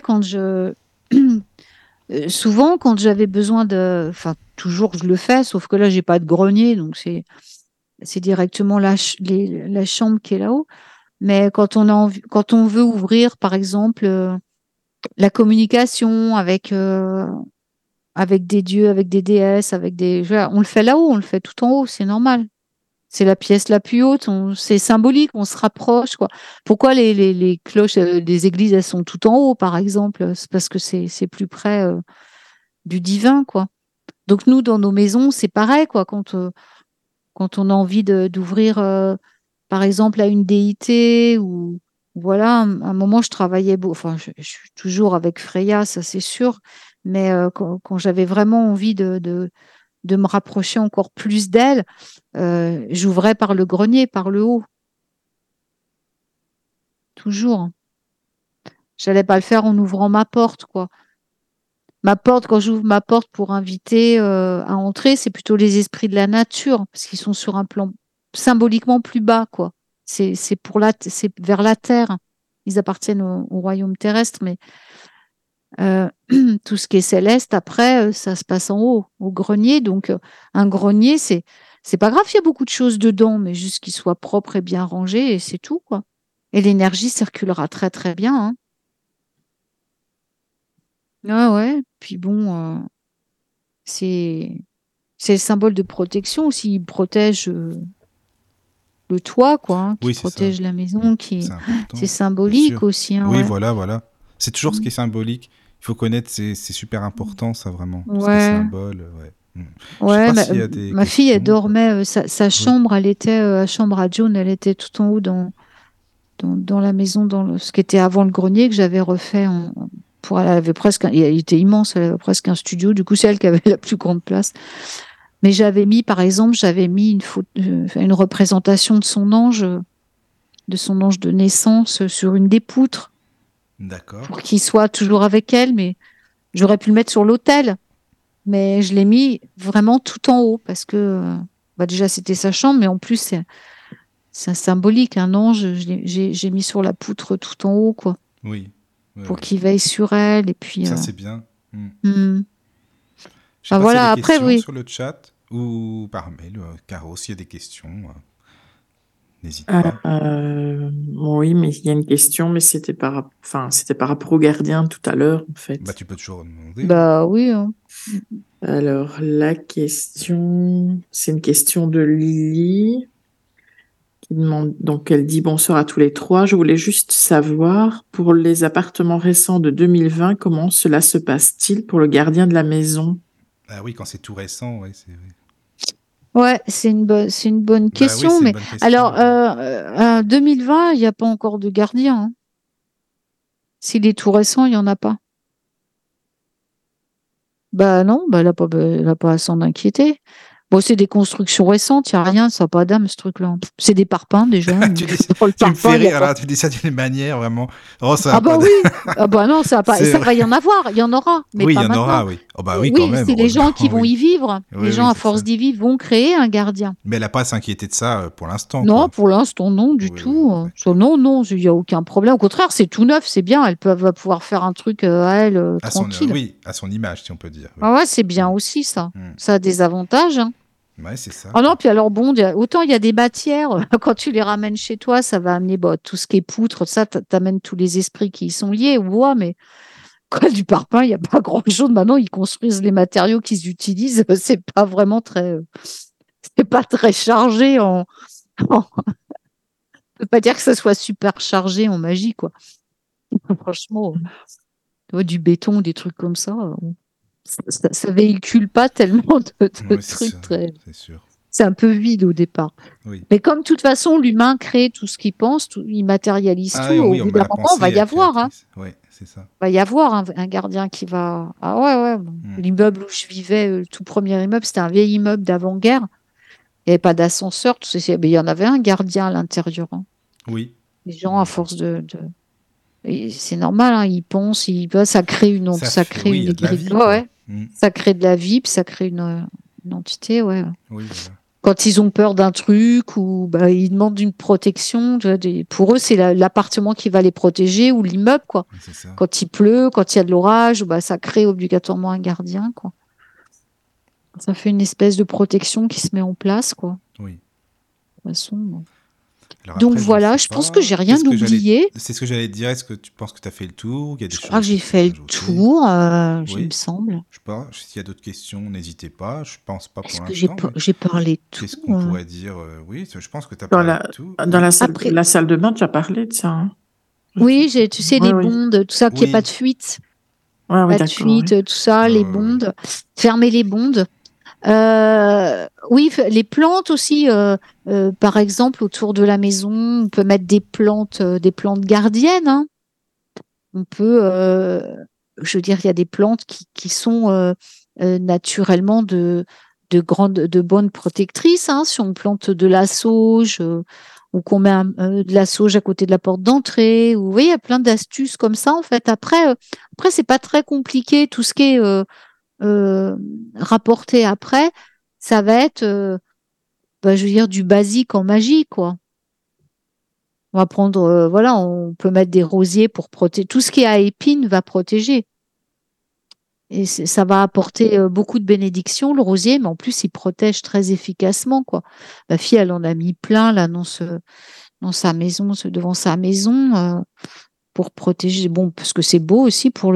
souvent quand j'avais besoin enfin, toujours je le fais, sauf que là, j'ai pas de grenier, donc c'est directement la chambre qui est là-haut. Mais quand on veut ouvrir, par exemple, la communication avec des dieux, avec des déesses, voilà, on le fait là-haut, on le fait tout en haut, c'est normal. C'est la pièce la plus haute, c'est symbolique, on se rapproche, quoi. Pourquoi les cloches des églises, elles sont tout en haut, par exemple? C'est parce que c'est plus près du divin, quoi. Donc nous, dans nos maisons, c'est pareil, quoi. Quand on a envie d'ouvrir, par exemple, à une déité ou voilà, un moment, je travaillais, enfin, je suis toujours avec Freya, ça c'est sûr, mais quand j'avais vraiment envie de me rapprocher encore plus d'elle, j'ouvrais par le grenier, par le haut, toujours. J'allais pas le faire en ouvrant ma porte, quoi. Ma porte, quand j'ouvre ma porte pour inviter à entrer, c'est plutôt les esprits de la nature, parce qu'ils sont sur un plan symboliquement plus bas, quoi. C'est vers la terre. Ils appartiennent au royaume terrestre, mais euh, tout ce qui est céleste, après, ça se passe en haut, au grenier. Donc, un grenier, c'est pas grave, il y a beaucoup de choses dedans, mais juste qu'il soit propre et bien rangé, et c'est tout, quoi. Et l'énergie circulera très, très bien, hein. Ouais, ouais. Puis bon, c'est c'est le symbole de protection aussi. Il protège le toit, quoi, hein, qui Oui, c'est ça. protège la maison, C'est c'est important, bien symbolique sûr. aussi, hein, Oui, ouais. voilà, voilà. C'est toujours ce qui Mm. est symbolique. Il faut connaître, c'est super important, ça, vraiment. Tout ce qui est Ouais, symbole, ouais. Mm. Je sais ouais. pas s'il y a des Ma fille, elle questions. dormait, sa Oui. chambre, la chambre à John, elle était tout en haut dans la maison, ce qui était avant le grenier, que j'avais refait. Elle avait presque, il était immense, elle avait presque un studio. Du coup, c'est elle qui avait la plus grande place. Mais par exemple, une représentation de son ange de naissance sur une des poutres. D'accord. Pour qu'il soit toujours avec elle. Mais j'aurais pu le mettre sur l'autel. Mais je l'ai mis vraiment tout en haut parce que déjà, c'était sa chambre, mais en plus, c'est symbolique. Un ange, j'ai mis sur la poutre tout en haut, quoi. Oui. Pour qu'il veille sur elle. Et puis, ça, c'est bien. Je sais Enfin, pas s'il y a voilà, des après, questions oui. sur le chat ou par mail. Caro, s'il y a des questions, n'hésite pas. Oui, mais il y a une question, mais c'était par rapport au gardien tout à l'heure, en fait. Bah, tu peux toujours demander. Bah oui. Alors, la question, c'est une question de Lily qui demande, donc elle dit bonsoir à tous les trois. Je voulais juste savoir, pour les appartements récents de 2020, comment cela se passe-t-il pour le gardien de la maison? Ah oui, quand c'est tout récent, ouais, c'est vrai. Ouais, c'est une bonne Bah oui, question. c'est une Mais bonne question. alors, 2020, il n'y a pas encore de gardien. Hein. S'il est tout récent, il n'y en a pas. Bah non, elle n'a pas à s'en inquiéter. Bon, c'est des constructions récentes, il n'y a rien, ça n'a pas d'âme, ce truc-là. C'est des parpaings, déjà. tu Dans me fais rire, pas... là, tu dis ça d'une manière vraiment. Oh, ça Ah va bah pas. oui, ah bah non, ça va y en avoir, il y en aura, mais Oui, il pas y en maintenant. aura, oui. Oh bah oui, quand Oui, même, c'est les gens heureusement, qui vont oui. y vivre. Oui, Les gens, oui, à c'est force ça. d'y vivre, vont créer un gardien. Mais elle n'a pas à s'inquiéter de ça pour l'instant, Non, quoi. pour l'instant, non, du Oui, tout. d'accord. Non, il n'y a aucun problème. Au contraire, c'est tout neuf, c'est bien. Va pouvoir faire un truc à elle, tranquille. Oui, à son image, si on peut dire. Oui. Ah ouais, c'est bien aussi, ça. Ça a des avantages. Hein. Ouais, c'est ça. Ah non, puis alors, bon, autant il y a des matières, quand tu les ramènes chez toi, ça va amener tout ce qui est poutre, ça, t'amènes tous les esprits qui y sont liés, ou bois, mais quoi, du parpaing, il n'y a pas grand-chose. Maintenant, ils construisent les matériaux qu'ils utilisent, c'est pas très chargé je peux pas dire que ça soit super chargé en magie, quoi. Franchement, tu vois, du béton, des trucs comme ça, ça véhicule pas tellement de Oui, c'est trucs sûr. C'est sûr. C'est un peu vide au départ. Oui. Mais comme de toute façon, l'humain crée tout ce qu'il pense, il matérialise tout, au Oui, bout bah, d'un la moment, il va pensée y est avoir. Hein. créatrice. Oui, c'est ça. Il va y avoir un gardien qui va. Ah ouais. L'immeuble où je vivais, le tout premier immeuble, c'était un vieil immeuble d'avant-guerre. Il n'y avait pas d'ascenseur, tout ça. Mais il y en avait un gardien à l'intérieur. Hein. Oui. Les gens, à force Et c'est normal, hein, ils pensent, ça crée une Ça une il y a de la vie, ouais, quoi. ouais. Ça crée de la vie, puis ça crée une entité, ouais. Oui, voilà. Quand ils ont peur d'un truc ou ils demandent une protection, tu vois, pour eux, c'est l'appartement qui va les protéger ou l'immeuble, quoi. C'est ça. Quand il pleut, quand il y a de l'orage, ça crée obligatoirement un gardien, quoi. Ça fait une espèce de protection qui se met en place, quoi. Oui. De toute façon. Alors Donc après, voilà, je pense que j'ai rien oublié. C'est ce que j'allais te dire. Est-ce que tu penses que tu as fait le tour? Il y a des Je choses crois que j'ai tu veux fait le rajouter? tour, il Oui. me semble. Je sais pas. S'il y a d'autres questions, n'hésitez pas. Je pense pas Est-ce pour que l'instant. j'ai parlé de tout? Qu'est-ce qu'on pourrait dire? Oui, je pense que tu as Dans parlé la, de tout. dans Oui. la salle de bain, tu as parlé de ça. Hein. Oui, tu sais, les Oui. bondes, tout ça, qu'il n'y ait pas Oui. de fuite. Oui, Pas de d'accord. fuite, Oui. tout ça, les bondes. Fermer les bondes. Oui, les plantes aussi. Par exemple, autour de la maison, on peut mettre des plantes gardiennes. Hein. On peut, je veux dire, il y a des plantes qui sont naturellement de bonnes protectrices. Hein. Si on plante de la sauge ou qu'on met de la sauge à côté de la porte d'entrée, ou vous voyez, il y a plein d'astuces comme ça. En fait, après, c'est pas très compliqué. Tout ce qui est rapporté après, ça va être, je veux dire, du basique en magie, quoi. On va prendre, on peut mettre des rosiers pour protéger. Tout ce qui est à épines va protéger. Et ça va apporter beaucoup de bénédictions, le rosier, mais en plus, il protège très efficacement, quoi. Ma fille, elle en a mis plein, là, dans sa maison, devant sa maison, pour protéger. Bon, parce que c'est beau aussi pour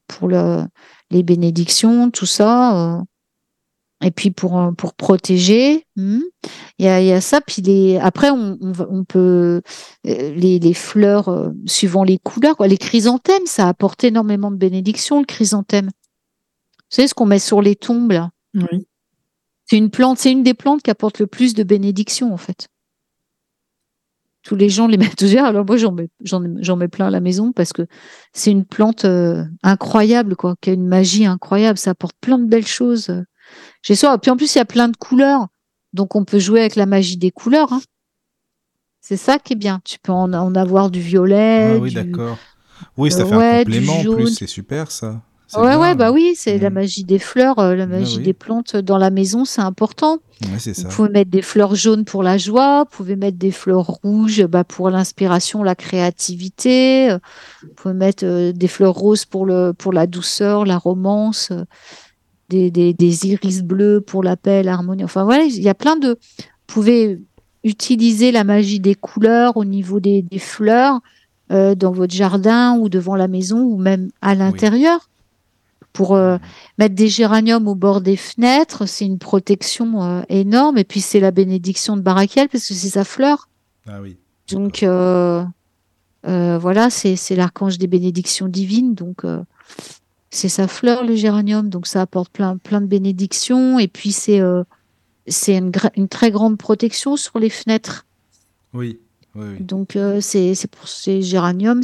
les bénédictions, tout ça. Et puis pour protéger, il y a ça. Puis après, on peut les fleurs suivant les couleurs, quoi. Les chrysanthèmes, ça apporte énormément de bénédictions, le chrysanthème. Vous savez ce qu'on met sur les tombes là? Oui. C'est une des plantes qui apporte le plus de bénédictions en fait. tous les gens les mettent au jardin. Alors moi, j'en mets plein à la maison parce que c'est une plante incroyable, quoi, qui a une magie incroyable. Ça apporte plein de belles choses chez soi. Et puis en plus, il y a plein de couleurs. Donc on peut jouer avec la magie des couleurs, hein. C'est ça qui est bien. Tu peux en avoir du Ah violet, oui, d'accord. Oui, ça fait un ouais, du complément en plus, jaune. c'est super ça. C'est Ouais, bien. bah oui, c'est la Mm. magie des fleurs, la Ah magie des oui, plantes dans la maison, c'est important. ouais, c'est Vous ça. pouvez mettre des fleurs jaunes pour la joie, vous pouvez mettre des fleurs rouges bah, pour l'inspiration, la créativité, vous pouvez mettre des fleurs roses pour la douceur, la romance, des iris bleus pour la paix, l'harmonie. Enfin voilà, il y a plein de... Vous pouvez utiliser la magie des couleurs au niveau des fleurs dans votre jardin ou devant la maison ou même à Oui. l'intérieur pour Mm. mettre des géraniums au bord des fenêtres, c'est une protection énorme. Et puis, c'est la bénédiction de Barakiel parce que c'est sa fleur. Ah oui, d'accord. Donc, voilà, c'est l'archange des bénédictions divines. Donc, c'est sa fleur, le géranium. Donc, ça apporte plein de bénédictions. Et puis, c'est une très grande protection sur les fenêtres. Oui, oui, oui. Donc, c'est pour ces géraniums,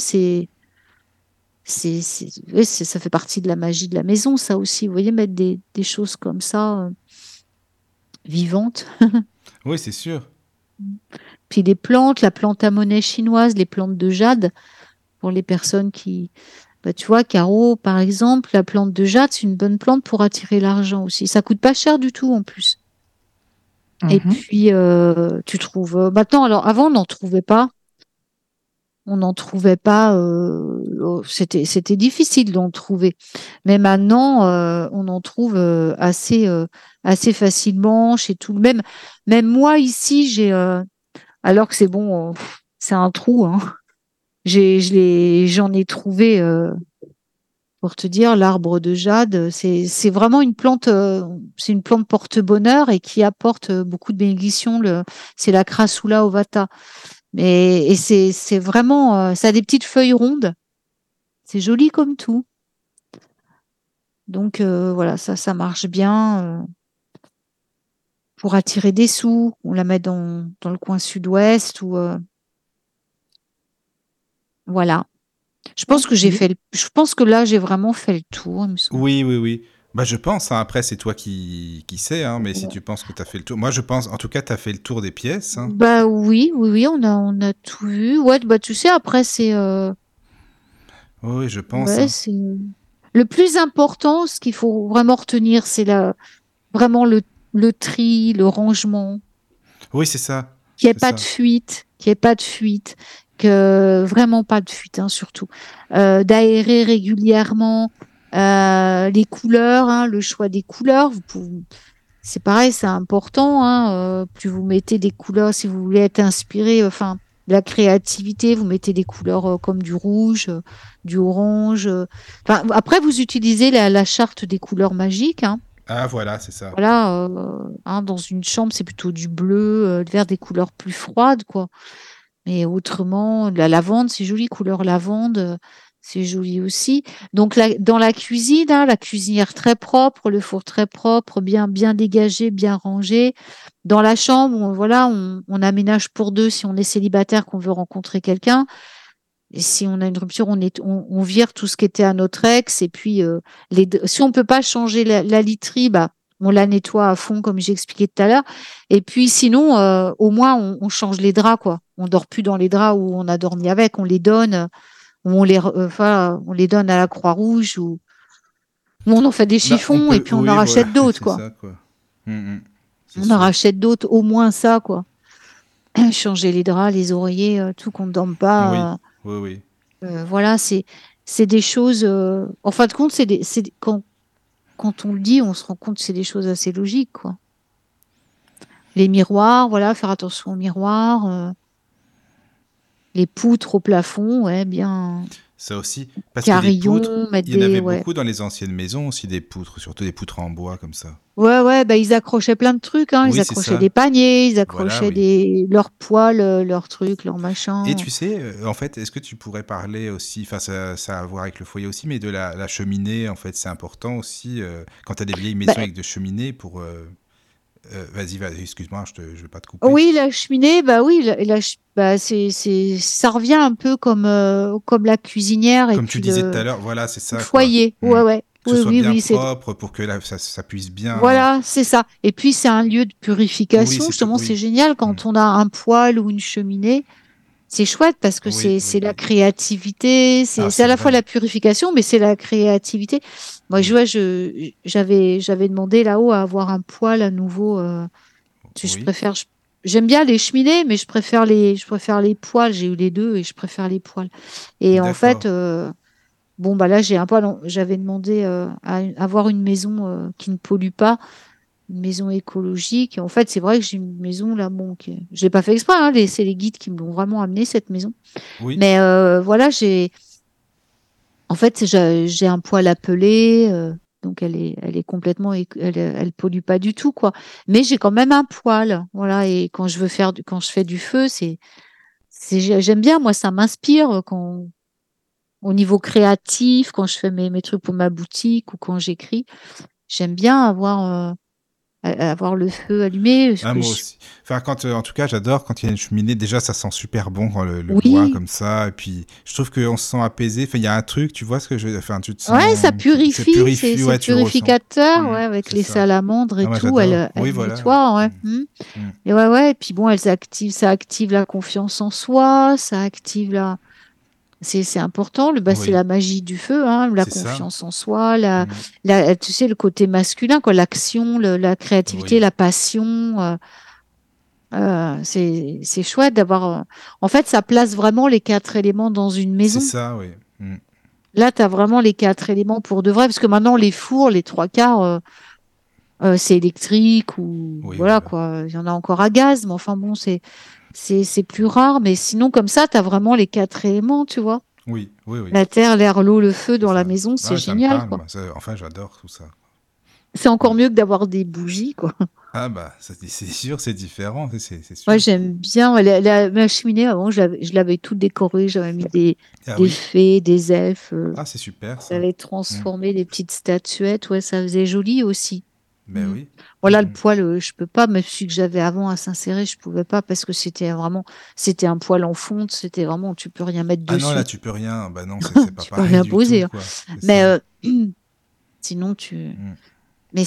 oui, ça fait partie de la magie de la maison, ça aussi. Vous voyez, mettre des choses comme ça, vivantes. Oui, c'est sûr. Puis les plantes, la plante à monnaie chinoise, les plantes de jade, pour les personnes qui... Bah, tu vois, Caro, par exemple, la plante de jade, c'est une bonne plante pour attirer l'argent aussi. Ça coûte pas cher du tout en plus. Et Mhm. puis, tu trouves... maintenant, alors avant, on n'en trouvait pas. On n'en trouvait pas. C'était difficile d'en trouver. Mais maintenant, on en trouve assez facilement chez tout. Même moi ici, alors que c'est bon, c'est un trou, hein. J'en ai trouvé, pour te dire, l'arbre de jade. C'est vraiment une plante, c'est une plante porte-bonheur et qui apporte beaucoup de bénédictions. C'est la Crassula ovata. Et c'est vraiment, ça a des petites feuilles rondes. C'est joli comme tout. Donc voilà, ça marche bien pour attirer des sous. On la met dans le coin sud-ouest ou voilà. Ok. Je pense que là j'ai vraiment fait le tour, il me semble. Oui, oui, oui. Bah, je pense, hein. Après, c'est toi qui sais, hein, mais si tu penses que tu as fait le tour. Moi, je pense, en tout cas, tu as fait le tour des pièces, hein. Bah oui, on a tout vu. Ouais, bah tu sais, après Oui, oui, je pense, ouais, hein. c'est le plus important, ce qu'il faut vraiment retenir, vraiment le tri, le rangement, Oui, c'est ça. qu'il n'y ait C'est pas de ça. fuite, qu'il n'y ait pas de fuite, que vraiment pas de fuite, hein, surtout. D'aérer régulièrement les couleurs, hein, le choix des couleurs. C'est pareil, c'est important, hein, plus vous mettez des couleurs, si vous voulez être inspiré, enfin, de la créativité, vous mettez des couleurs comme du rouge, du orange. Enfin, après, vous utilisez la charte des couleurs magiques, hein. Ah, voilà, c'est ça. Voilà, hein, dans une chambre, c'est plutôt du bleu, vers des couleurs plus froides, quoi. Mais autrement, la lavande, c'est joli, couleur lavande, c'est joli aussi. Donc dans la cuisine, hein, la cuisinière très propre, le four très propre, bien dégagé, bien rangé. Dans la chambre, voilà, on aménage pour deux si on est célibataire, qu'on veut rencontrer quelqu'un. Et si on a une rupture, on vire tout ce qui était à notre ex. Et puis, si on peut pas changer la literie, bah, on la nettoie à fond, comme j'ai expliqué tout à l'heure. Et puis, sinon, au moins, on change les draps, quoi. On dort plus dans les draps où on a dormi avec. On les donne, ou enfin, on les donne à la Croix-Rouge ou on en fait des Bah, on chiffons et peut, puis on en oui, voilà, rachète d'autres, c'est quoi. ça, quoi. Mm, mm. C'est On en sûr. rachète d'autres, au moins ça, quoi. Changer les draps, les oreillers, tout qu'on ne dorme Oui, pas. oui, oui. Voilà, c'est des choses. En fin de compte, quand on le dit, on se rend compte que c'est des choses assez logiques, quoi. Les miroirs, voilà, faire attention aux miroirs, les poutres au plafond, ouais, bien Ça aussi. Parce que des poutres, carillon, mettre il y en avait ouais. beaucoup dans les anciennes maisons aussi, des poutres, surtout des poutres en bois comme ça. Ouais, bah ils accrochaient plein de trucs, hein. Ils Oui, c'est accrochaient ça. des paniers, ils Voilà, accrochaient oui. leurs poils, leurs trucs, leurs Et machins. tu sais, en fait, est-ce que tu pourrais parler aussi, enfin ça a à voir avec le foyer aussi, mais de la cheminée, en fait, c'est important aussi, quand tu as des vieilles maisons Bah, avec de cheminées, Vas-y, excuse-moi, je vais pas te couper. Oui, la cheminée, bah oui, ça revient un peu comme la cuisinière et Comme tu puis disais tout à le l'heure, voilà, c'est ça, quoi. foyer. Mm. Ouais, ouais. Que ce Oui, soit oui, bien oui, propre pour que ça puisse bien. voilà, c'est ça. Et puis c'est un lieu de Oui, purification. Justement, c'est oui. génial Mm. quand on a un poêle ou une cheminée. C'est chouette parce que Oui, c'est oui, la oui. créativité, Ah, c'est c'est à la fois vrai. la purification, mais c'est la créativité. Moi, Mm. j'avais demandé là-haut à avoir un poêle à nouveau. Je Oui, préfère, j'aime bien les cheminées, mais je préfère les poêles. J'ai eu les deux et je préfère les poêles. Et en d'accord. fait, bon, bah là, j'ai un poêle. J'avais demandé avoir une maison qui ne pollue pas, une maison écologique. Et en fait, c'est vrai que j'ai une maison là, bon, je l'ai pas fait exprès, hein, c'est les guides qui me l'ont vraiment amené cette maison. Oui, Mais voilà, en fait, j'ai un poêle à peler, donc elle est complètement, elle pollue pas du tout, quoi. Mais j'ai quand même un poêle, voilà. Et quand quand je fais du feu, j'aime bien, moi, ça m'inspire au niveau créatif, quand je fais mes trucs pour ma boutique ou quand j'écris, j'aime bien avoir le feu allumé. ah, moi aussi. Enfin, en tout cas, j'adore quand il y a une cheminée. Déjà, ça sent super bon quand le bois Oui, comme ça. Et puis, je trouve qu'on se sent apaisé. Enfin, il y a un truc, tu vois ce que je veux dire. Enfin, tu te ouais, ça sens, ça purifie, purifie, c'est ouais, tu le ressens. purificateur, Mm, ouais, avec c'est les ça. salamandres et Ah, moi, tout, j'adore. elle Oui, voilà. nettoie, ouais. Mm. Et ouais, ouais, et puis bon, ça active la confiance en soi, ça active c'est important, c'est Oui, la magie du feu, hein, la c'est ça. confiance en soi, Mm. tu sais, le côté masculin, quoi, l'action, la créativité, Oui, la passion, c'est chouette d'avoir, en fait, ça place vraiment les quatre éléments dans une c'est maison. ça, oui. Mm. Là, tu as vraiment les quatre éléments pour de vrai, parce que maintenant, les fours, les trois quarts, c'est électrique ou Oui, voilà voilà. quoi. Il y en a encore à gaz, mais enfin bon, c'est plus rare. Mais sinon, comme ça, tu as vraiment les quatre éléments, tu vois. Oui, oui, oui. La terre, l'air, l'eau, le feu C'est dans la ça. maison, Ah, c'est ouais, ça me génial, parle, quoi. moi. Enfin, j'adore tout ça. C'est encore Mm. mieux que d'avoir des bougies, quoi. Ah, bah, c'est sûr, c'est différent, c'est Moi, sûr. j'aime bien ma cheminée. Avant, je l'avais toute décorée. J'avais mis Ah des oui? fées, des elfes. Ah, c'est super, ça. J'avais Mm. transformé des petites statuettes. Ouais, ça faisait joli aussi. Ben Mm. oui. Mm, Voilà, le mm. poêle, je peux pas, même celui que j'avais avant à s'insérer, je pouvais pas parce que c'était un poêle en fonte, c'était vraiment, tu peux rien mettre Ah non, là, dessus. tu peux rien. Bah non, c'est pas Tu peux pareil rien du tout, poser, hein. quoi. C'est Mais ça. sinon, Mm. mais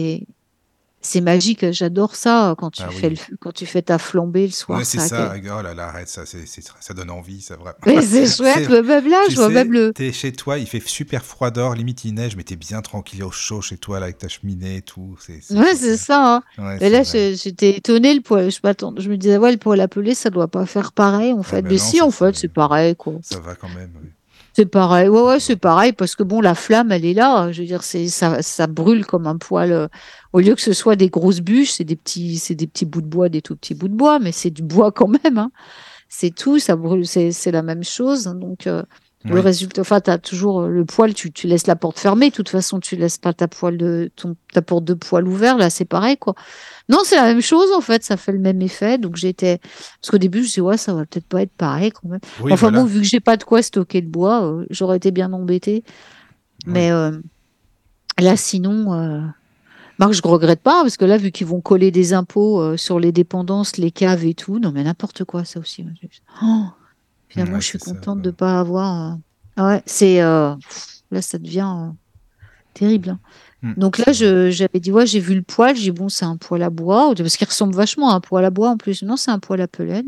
c'est magique. J'adore ça Ah oui. quand tu fais ta flambée le Ouais, soir, c'est ça. ça. Oh là là, arrête, ça donne envie, ça, vraiment. Mais c'est chouette, C'est, mais même là, tu je vois même sais, le. t'es chez toi, il fait super froid dehors, limite il neige, mais t'es bien tranquille au chaud chez toi, là, avec ta cheminée et tout. C'est Ouais, c'est super. ça, hein. Ouais, Mais c'est là, vrai. j'étais étonnée, le poêle. Je me disais, ouais, le poêle à peler, ça doit pas faire pareil, en Ah fait. ben Mais non, si, en fait, c'est pareil, quoi. ça va quand même, oui. C'est pareil, ouais, Ça ouais, va. c'est pareil, parce que bon, la flamme, elle est là. Je veux dire, ça brûle comme un poêle. Au lieu que ce soit des grosses bûches, c'est des petits bouts de bois, des tout petits bouts de bois, mais c'est du bois quand même, hein. C'est tout, ça brûle, c'est la même chose. Donc, le Oui. résultat, enfin, t'as toujours le poêle, tu laisses la porte fermée. De toute façon, tu laisses pas ta porte de poêle ouverte. Là, c'est pareil, quoi. Non, c'est la même chose, en fait, ça fait le même effet. Donc parce qu'au début, je me suis dit, ouais, ça va peut-être pas être pareil quand même. Oui, Enfin bon, voilà. vu que j'ai pas de quoi stocker le bois, j'aurais été bien embêtée. Oui. Mais là, sinon, Marc, je regrette pas, parce que là, vu qu'ils vont coller des impôts sur les dépendances, les caves et tout, non, mais n'importe quoi, ça aussi. Oh, finalement, Ouais, je suis c'est ça, contente quoi. de pas avoir. Ah ouais, là, ça devient terrible, hein. Donc là, C'est vrai. j'avais dit, ouais, j'ai vu le poêle, j'ai dit, bon, c'est un poêle à bois, parce qu'il ressemble vachement à un poêle à bois en plus. Non, c'est un poêle à pellet,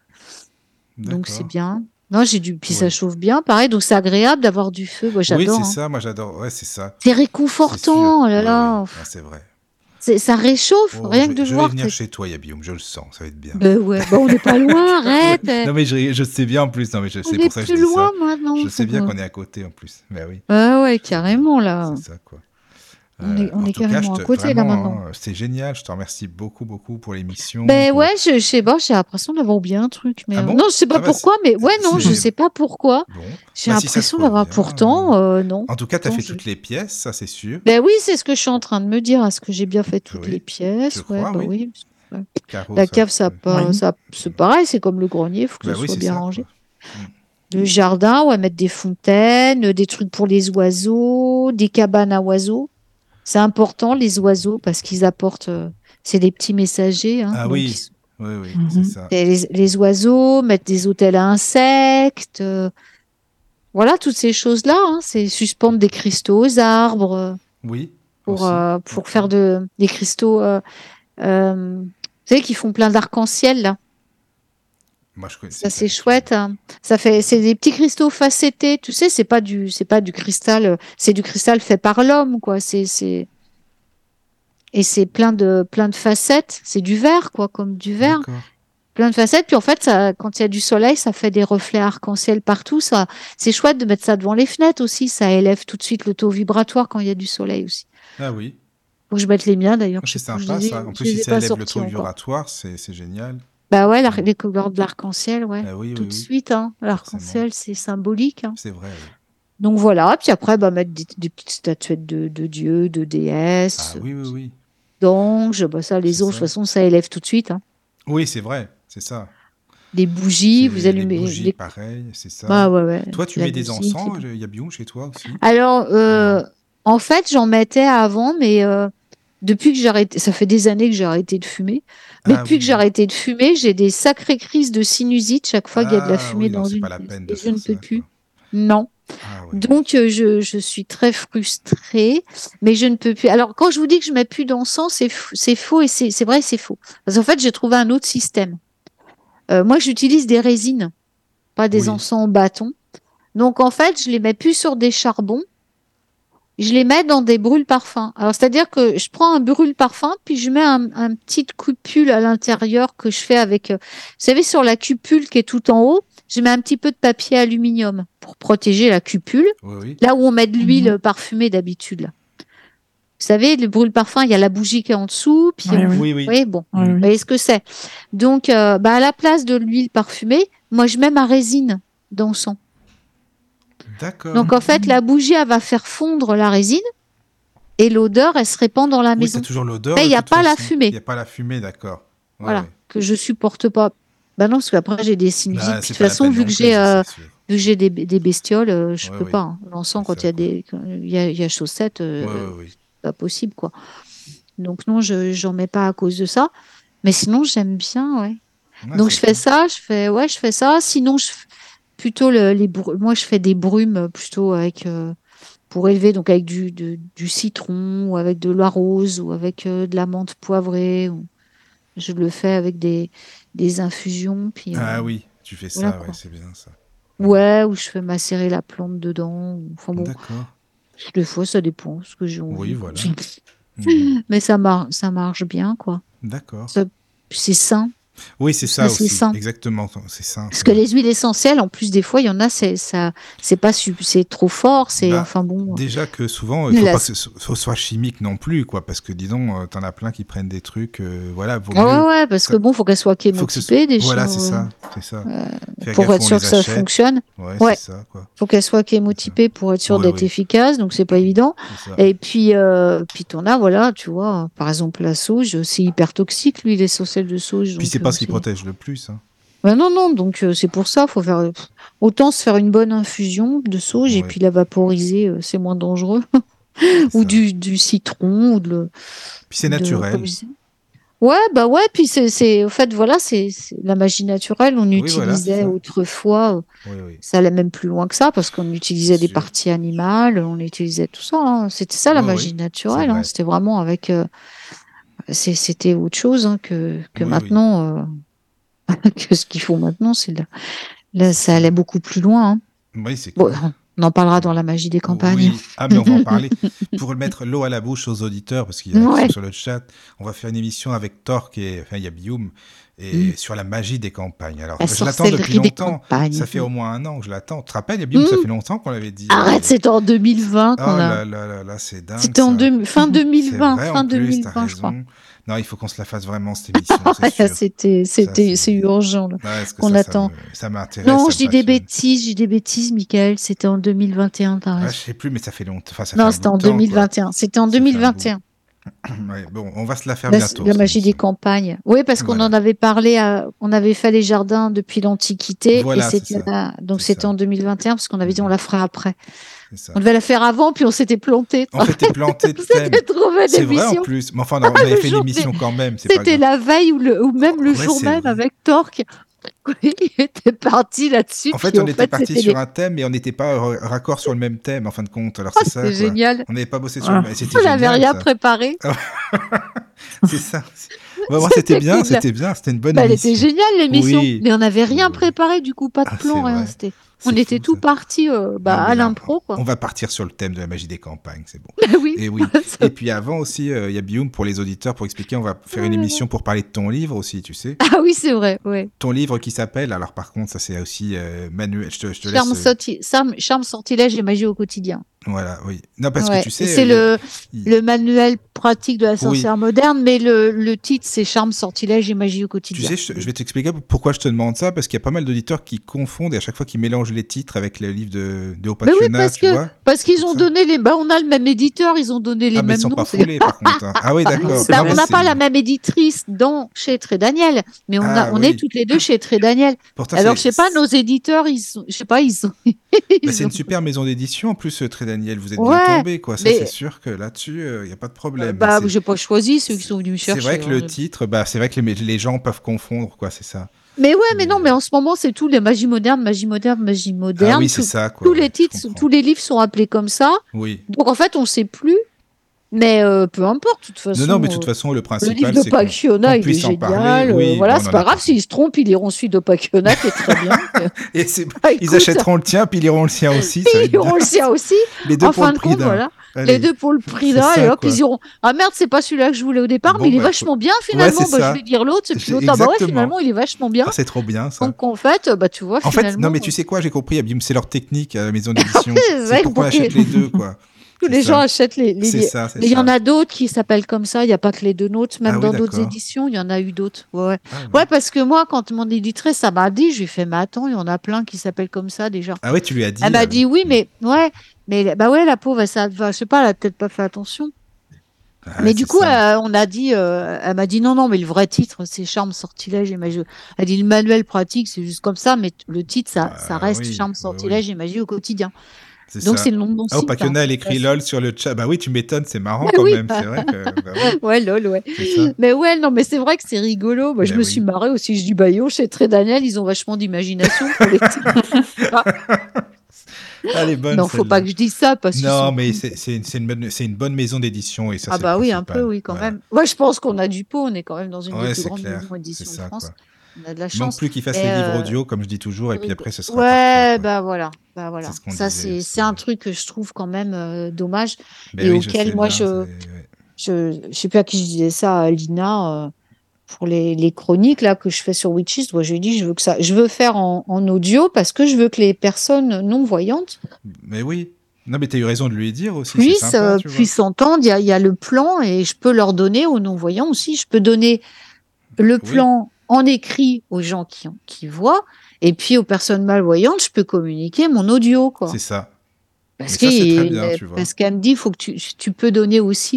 donc c'est D'accord. bien. Non, puis ça Oui. chauffe bien, pareil, donc c'est agréable d'avoir du feu. Moi, Oui, j'adore, c'est hein. ça, moi j'adore. Ouais, c'est ça. C'est C'est sûr. réconfortant, oh là Oui, oui. là. Ah, c'est vrai. Ça réchauffe, Oh, rien que de je vais voir. venir chez toi, Yabium, je le sens, ça va être bien. Ben ouais, ben on n'est pas loin, Ouais. arrête. Non, mais je sais bien en plus, non, mais On c'est est pour ça que je plus dis loin ça. maintenant. Je sais bien qu'on est à côté en plus. Mais oui, Ah ouais, c'est bien. carrément là. C'est ça, quoi. On En est tout cas, carrément à côté là vraiment, maintenant. hein, c'est génial. Je te remercie beaucoup, beaucoup pour l'émission. Ben ouais, je sais pas, j'ai l'impression d'avoir oublié un truc, mais Ah bon? non, je sais pas Ah bah, pourquoi, mais ouais, non, je c'est sais pas pourquoi. bon. J'ai Bah, si ça te l'impression d'avoir revient. pourtant, non, En tout cas, tu as pourtant fait toutes les pièces, ça c'est sûr. Ben oui, c'est ce que je suis en train de me dire. Est-ce que j'ai bien fait toutes les Oui, je pièces? Ouais, crois, bah oui. oui. Ouais. Caro, La ça. cave, ça, a Oui. pas, ça, c'est pareil, c'est comme le grenier, il faut que ce Bah oui, soit c'est bien ça, quoi. rangé. Mm. Le jardin, ouais, mettre des fontaines, des trucs pour les oiseaux, des cabanes à oiseaux. C'est important, les oiseaux, parce qu'ils apportent, c'est des petits messagers. Hein, Ah donc oui, oui, c'est Mhm. ça. et les oiseaux mettent des hôtels à insectes. Voilà, toutes ces choses-là. Hein, c'est suspendre des cristaux aux arbres Oui, aussi. pour faire des cristaux, vous savez, qui font plein d'arc-en-ciel, là. Moi, je connaissais Ça, pas c'est du tout. chouette. Hein. C'est des petits cristaux facettés. Tu sais, c'est pas du cristal, c'est du cristal fait par l'homme, quoi. Et c'est plein de facettes. C'est du verre, quoi, comme du verre. D'accord. Plein de facettes. Puis en fait, ça, quand il y a du soleil, ça fait des reflets arc-en-ciel partout. Ça, c'est chouette de mettre ça devant les fenêtres aussi. Ça élève tout de suite le taux vibratoire quand il y a du soleil aussi. Ah oui, Faut que je mette les miens d'ailleurs. Je c'est sais pas, sympa ça. En je plus, si les ai ça pas élève le sortis taux encore. vibratoire, c'est génial. Bah ouais, Mm. les couleurs de l'arc-en-ciel, ouais. Ah oui, Tout oui, de oui, suite, hein. forcément. L'arc-en-ciel, c'est symbolique, hein. C'est vrai, oui. Donc voilà. Puis après, bah, mettre des petites statuettes de dieux, de Ah déesses, oui, oui, oui, d'anges. Bah ça, c'est les anges, de toute ça. façon, ça élève tout de suite, hein. Oui, c'est vrai, c'est ça. Des bougies, vous C'est les allumez. bougies, pareil, c'est ça. Bah ouais, ouais. Toi, tu La mets des musique. encens, Yabiou, chez toi aussi? Alors, Non. en fait, j'en mettais avant, mais depuis que j'ai arrêté, ça fait des années que j'ai arrêté de fumer. Mais Ah depuis que oui, j'ai oui. arrêté de fumer, j'ai des sacrées crises de sinusite chaque fois qu'il y a de la Ah fumée oui, non, dans c'est une pas la pièce. peine de Et je faire ne peux ça, plus. quoi. Non. Ah oui, oui. Donc, je suis très frustrée, mais je ne peux plus. Alors, quand je vous dis que je mets plus d'encens, c'est faux et c'est vrai, c'est faux. Parce qu'en fait, j'ai trouvé un autre système. Moi, j'utilise des résines, pas des Oui, encens en bâton. Donc, en fait, je les mets plus sur des charbons. Je les mets dans des brûle-parfums. Alors, c'est-à-dire que je prends un brûle-parfum, puis je mets un petit cupule à l'intérieur que je fais avec, vous savez, sur la cupule qui est tout en haut, je mets un petit peu de papier aluminium pour protéger la cupule, oui, oui. là où on met de Mhm. l'huile parfumée d'habitude. Là. Vous savez, le brûle-parfum, il y a la bougie qui est en dessous, puis Oui, oui. Oui, oui. oui, bon, Oui, vous oui. voyez ce que c'est. Donc, bah, à la place de l'huile parfumée, moi, je mets ma résine d'encens. D'accord. Donc, en fait, la bougie, elle va faire fondre la résine. Et l'odeur, elle se répand dans la Oui, t'as maison. toujours l'odeur Mais de il n'y a toute pas la façon. Il fumée. n'y a pas la fumée, d'accord. Ouais, Voilà, ouais. que je supporte pas. Ben non, parce qu'après, j'ai des sinusites. Bah, Puis, de c'est toute pas la façon, peine non plus, ça, c'est sûr. vu que j'ai des bestioles, je Ouais, peux oui, pas. Hein. L'encens, c'est quand ça, quoi. il y a chaussettes, Ouais, ouais, oui. c'est pas possible, quoi. Donc non, j'en mets pas à cause de ça. Mais sinon, j'aime bien, ouais. Ouais, Donc c'est je fais bien. ça, je fais ça. Sinon, plutôt moi, je fais des brumes plutôt avec pour élever donc avec du citron ou avec de la rose ou avec de la menthe poivrée. Je le fais avec des infusions, puis Ah oui, tu fais voilà ça, ouais, quoi. c'est bien ça. Ouais. Ouais, ou je fais macérer la plante dedans. Enfin bon, D'accord. des fois ça dépend ce que j'ai Oui, envie, quoi. voilà. Mhm. Mais ça marche bien, quoi. D'accord. Ça- C'est sain, Oui, c'est parce que ça c'est aussi, sain. exactement. C'est ça. Parce que les huiles essentielles, en plus, des fois, il y en a, c'est pas, c'est trop fort, c'est, Bah, enfin bon. déjà que souvent, il faut La- pas que ce soit chimique non plus, quoi, parce que disons, t'en as plein qui prennent des trucs, voilà, vaut Ah mieux. ouais, ouais, parce Ça, que bon, faut qu'elle soit faut que ce soit... chémotypée Voilà, déjà, c'est ça. euh, Faire pour gaffe être où on sûr les que ça achète. fonctionne. Ouais, c'est Ouais, ça, quoi. faut qu'elle soit C'est ça. chémotypée pour être sûr Ouais, d'être oui, efficace, donc c'est pas évident. c'est ça. Et puis t'en as, voilà, tu vois, par exemple la sauge, c'est hyper toxique, l'huile essentielle de sauge, Puis donc c'est pas ce qui c'est. protège le plus, hein. Ben non, non, donc c'est pour ça, faut faire autant se faire une bonne infusion de sauge et Ouais, puis la vaporiser, c'est moins dangereux. c'est Ou ça. du citron, Puis c'est comme naturel. je disais. Ouais, bah ouais, puis au fait, voilà, c'est la magie naturelle. On Oui, voilà, c'est utilisait ça. autrefois, Oui, oui, ça allait même plus loin que ça, parce qu'on c'est utilisait des sûr. parties animales, on utilisait tout ça. Hein. C'était ça la Oui, oui, magie c'est naturelle. Hein. vrai. C'était vraiment avec, c'était autre chose hein, que Oui, oui, maintenant, que ce qu'ils font maintenant. Là, c'est ça ça. allait beaucoup plus loin. Hein. Oui, c'est Bon, clair. on en parlera dans la magie des campagnes. Oui, ah mais on va en parler. Pour mettre l'eau à la bouche aux auditeurs, parce qu'il y en a qui sont Ouais, sur le chat, on va faire une émission avec Torque et enfin Yabioum Mm. et sur la magie des campagnes. Alors La je l'attends depuis sorcellerie des longtemps. campagnes. Ça fait au moins un an que je l'attends. Tu te rappelles Yabioum, ça Mm. fait longtemps qu'on l'avait dit. Arrête, c'était en 2020 Oh qu'on a. là, c'est dingue C'était ça. fin C'est 2020, vrai en fin plus, t'as 2020, je crois. raison. Non, il faut qu'on se la fasse vraiment cette émission, c'est sûr. Ça C'est c'est. urgent, là, Ouais, parce que qu'on attend. ça m'intéresse, Non, ça je me dis des passionne. bêtises, Michael. C'était en 2021, t'as Ah, raison. je sais plus, mais ça fait longtemps. Enfin, ça fait Non, un bout c'était de en temps, quoi. 2021. C'était en Ça fait un bout. 2021. Ouais, bon, on va se la faire La, bientôt. la cette magie des émission. campagnes. Oui, parce qu'on Voilà. en avait parlé, on avait fait les jardins depuis l'Antiquité et Voilà, c'est c'était ça. là, donc C'est c'était ça. en 2021 parce qu'on avait dit on Mhm. la fera après. C'est ça. On devait la faire avant, puis on s'était planté. On s'était planté de thème. C'était trop bonne C'est vrai en émission. plus. Mais enfin, on avait Le fait jour l'émission quand même, c'est pas C'était grave. la veille ou même le Ouais, jour c'est même vrai. avec Torque. Il était parti là-dessus. En Puis fait, on en était fait, parti c'était sur les... un thème, mais on n'était pas raccord sur le même thème, en fin de compte. Alors, Oh, c'est ça, c'était quoi. génial. On n'avait pas bossé sur le Ah. même. C'était On n'avait génial, rien ça. préparé. C'est ça. Ouais, moi, c'était bien, c'était bien. C'était une bonne Bah, elle était émission. géniale l'émission. Oui. Mais on n'avait rien Oui. préparé, du coup, pas de Ah, plan, c'est rien. vrai. C'était... On C'est était fou, tout ça. parti Non, à mais là, l'impro, quoi. on va partir sur le thème de la magie des campagnes, c'est bon. Oui. Et oui. Et puis avant aussi, il y a Bioum pour les auditeurs, pour expliquer, on va faire une émission pour parler de ton livre aussi, tu sais. Ah oui, c'est vrai, ouais. Ton livre qui s'appelle, alors par contre, ça c'est aussi Manuel, je te laisse. Charme, sortilège et magie au quotidien. Voilà, oui. Non, parce que Ouais. tu sais. C'est le manuel pratique de la Oui. sorcière moderne, mais le titre, c'est Charme, sortilège et magie au Tu quotidien. sais, je vais t'expliquer pourquoi je te demande ça, parce qu'il y a pas mal d'auditeurs qui confondent et à chaque fois qui mélangent les titres avec le livre de Mais oui, Opakiona, tu vois. parce qu'ils pour ont ça. donné les. Bah, on a le même éditeur, ils ont donné les Ah, mais ils mêmes sont noms. pas foulés par contre. Hein. Ah oui, d'accord. C'est Bah, Non, vrai. on mais n'a pas c'est- la même éditrice chez Très Daniel, mais Ah, on oui. est toutes les deux chez Très Daniel. Pourtant, Alors, je sais pas, nos éditeurs, je sais pas, ils sont. bah, c'est une super maison d'édition en plus, Très Daniel. Vous êtes Ouais, bien tombé, quoi. Ça, mais- c'est sûr que là-dessus, il n'y a pas de problème. Bah, Mais j'ai pas choisi ceux qui sont venus me c'est chercher. vrai que hein. le titre, bah, c'est vrai que les gens peuvent confondre, quoi. C'est ça. Mais ouais, mais Mais- non, mais en ce moment, c'est tout les magie moderne, magie moderne, magie moderne. Ah oui, c'est Tout- ça, quoi. tous ouais, les je titres, comprends. tous les livres sont appelés comme ça. Oui. Donc en fait, on sait plus. Mais peu importe, de toute façon. Non, mais de toute façon, le Le principal, livre de c'est qu'on Pakiona, il est puisse en parler. génial. Oui, Voilà, bah, on c'est en pas a grave parlé. s'ils se trompent, ils liront celui de Pakiona qui est très bien. Et c'est- Ah, ils écoute, achèteront le tien, puis ils liront le sien aussi. Ça va ils être bien. liront le sien aussi. Les deux En pour fin le de prix compte, d'un. voilà. Allez. Les deux pour le prix C'est d'un, ça, et hop, quoi. ils diront ah merde, c'est pas celui-là que je voulais au départ, Bon, mais il est bah, vachement bien finalement. c'est Bah, ça. je vais dire l'autre, et puis C'est l'autre, ah bah ouais, exactement. finalement, il est vachement bien. Ah, c'est trop bien, ça. Donc en fait, bah tu vois, En fait, finalement. non, mais tu sais quoi, j'ai compris, Abim, c'est leur technique à la maison d'édition. c'est vrai, C'est pour qu'on pour achète que- les deux, quoi. tous C'est les ça. gens achètent les C'est livres. ça, c'est Mais il y en ça. a d'autres qui s'appellent comme ça. Il n'y a pas que les deux nôtres. Même Ah oui, dans d'autres d'accord. éditions, il y en a eu d'autres. Ouais. Ah, bon. Ouais, parce que moi, quand mon éditrice, ça m'a dit, je lui ai fait, mais attends, il y en a plein qui s'appellent comme ça déjà. Ah ouais, tu lui as dit. Elle m'a ah dit oui, mais ouais, mais bah ouais, la pauvre, ça, je sais pas, elle a peut-être pas fait attention. Ah, Mais c'est du coup, ça. on a dit, elle m'a dit non, mais le vrai titre, c'est Charme, sortilège et magie. Elle dit le manuel pratique, c'est juste comme ça, mais le titre, ça reste oui, Charme, oui, sortilège et magie au quotidien. C'est Donc ça. c'est le nom de mon Ah, site. Opakiona, hein. elle écrit LOL sur le chat. Bah oui, tu m'étonnes, c'est marrant Bah quand oui. même. C'est vrai que. Bah oui, Ouais, lol, ouais. c'est ça. Mais ouais, non, mais c'est vrai que c'est rigolo. Moi, je Ben me oui. suis marrée aussi. Je dis, bah, yo, chez Très Daniel, ils ont vachement d'imagination pour les titres. Elle est bonne. Non, faut celle-là. pas que je dise ça parce que. Non, mais c'est une bonne maison d'édition et ça, Ah, c'est bah le oui, un principal. peu, oui, quand Voilà. même. Moi, je pense qu'on a du pot. On est quand même dans une Ouais, des plus c'est grandes clair. maisons C'est d'édition ça, de France. quoi. On a de la Il manque chance. plus qu'ils fassent Et, les livres audio, comme je dis toujours, et puis après, ce sera Ouais, parfait, quoi. bah voilà. Bah voilà. C'est ce qu'on Ça, disait c'est aussi. un truc que je trouve quand même dommage Ben et oui, je auquel sais moi, bien, ouais. je sais plus à qui je disais ça, à Lina, pour les chroniques là que je fais sur Witches. Moi, je lui ai dit, je veux faire en audio parce que je veux que les personnes non-voyantes Mais oui. Non, mais t'as eu raison de lui dire aussi, c'est puissent, sympa, tu vois. puissent entendre. Il y a le plan et je peux leur donner aux non-voyants aussi. Je peux donner le Oui. plan en écrit aux gens qui voient et puis aux personnes malvoyantes, je peux communiquer mon audio, quoi. C'est ça. Parce Mais ça, c'est très bien, tu vois. parce qu'elle me dit, faut que tu peux donner aussi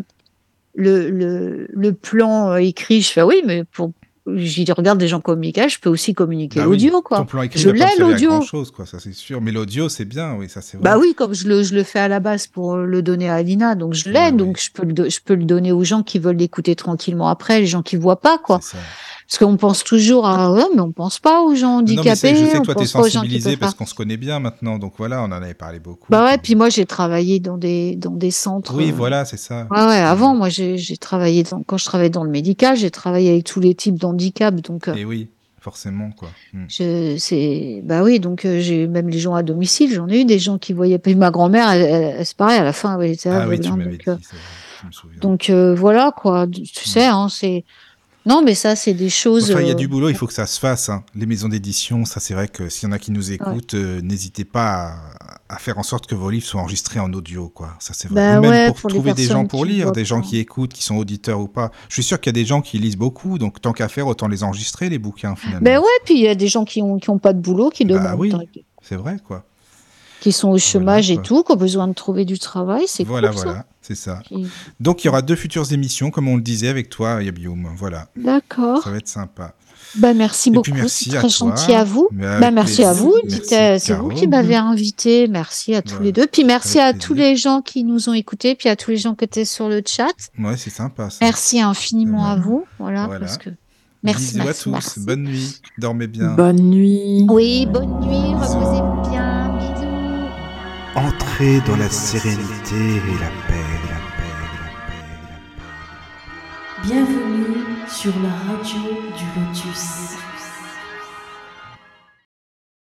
le plan écrit. Je fais oui, mais j'ai dit, regarde des gens communiquent, je peux aussi communiquer Bah oui. l'audio, quoi. Ton plan écrit Je va pas l'ai, te servir à l'audio. grand-chose, quoi, ça c'est sûr. Mais l'audio, c'est bien, oui, ça c'est vrai. Bah oui, comme je le fais à la base pour le donner à Alina, donc je l'ai, Ouais, donc oui. je peux le donner aux gens qui veulent l'écouter tranquillement après, les gens qui voient pas, quoi. C'est ça. Parce qu'on pense toujours à, ouais, mais on pense pas aux gens Non, mais handicapés, je sais que on toi, t'es pense pas aux gens qui sensibilisé peuvent parce pas. qu'on se connaît bien maintenant, donc voilà, on en avait parlé beaucoup. Bah ouais, puis moi j'ai travaillé dans des centres. Oui, voilà, c'est ça. Ouais, ouais, avant, moi, j'ai travaillé quand je travaillais dans le médical, j'ai travaillé avec tous les types d'handicap. Donc, Et oui, forcément, quoi. bah oui, donc, j'ai eu même les gens à domicile, j'en ai eu des gens qui voyaient pas. Ma grand-mère, c'est pareil, à la fin, elle était Ah oui, aveugle, tu hein, m'avais dit, donc, c'est vrai, je me souviens. donc, voilà, quoi. Tu sais, hein, non, mais ça, c'est des choses. Enfin, il y a du boulot, il faut que ça se fasse. Hein. Les maisons d'édition, ça c'est vrai que s'il y en a qui nous écoutent, n'hésitez pas à faire en sorte que vos livres soient enregistrés en audio, quoi. Ça c'est vrai. Bah Ou même ouais, pour pour les trouver des gens personnes pour qui lire, voient des gens pas. qui écoutent, qui sont auditeurs ou pas. Je suis sûr qu'il y a des gens qui lisent beaucoup, donc tant qu'à faire, autant les enregistrer, les bouquins, finalement. Ben ouais, puis il y a des gens qui ont pas de boulot, qui Bah demandent. oui, c'est vrai, quoi. qui sont au chômage Voilà, et tout, qui ont besoin de trouver du travail. C'est voilà, cool, ça. voilà, c'est ça. Puis- Donc, il y aura 2 futures émissions, comme on le disait avec toi, Yabioum. Voilà, ça D'accord. va être sympa. Merci Et beaucoup. puis, merci C'est à très toi. gentil à vous. Mais avec Merci à plaisir. vous. Merci, C'est vous Caro. qui m'avez invité. Merci à tous Voilà, les deux. Puis merci avec à tous plaisir. les gens qui nous ont écoutés, puis à tous les gens qui étaient sur le chat. Ouais, c'est sympa, ça. Merci infiniment à Voilà. vous. Voilà, Voilà. parce que merci, Bisous à merci, tous. merci. Bonne nuit. Dormez bien. Bonne nuit. Oui, bonne nuit. Reposez-vous bien. Bisous. Entrez dans la sérénité et la paix, la paix, la paix, la paix. Bienvenue sur la radio du Lotus.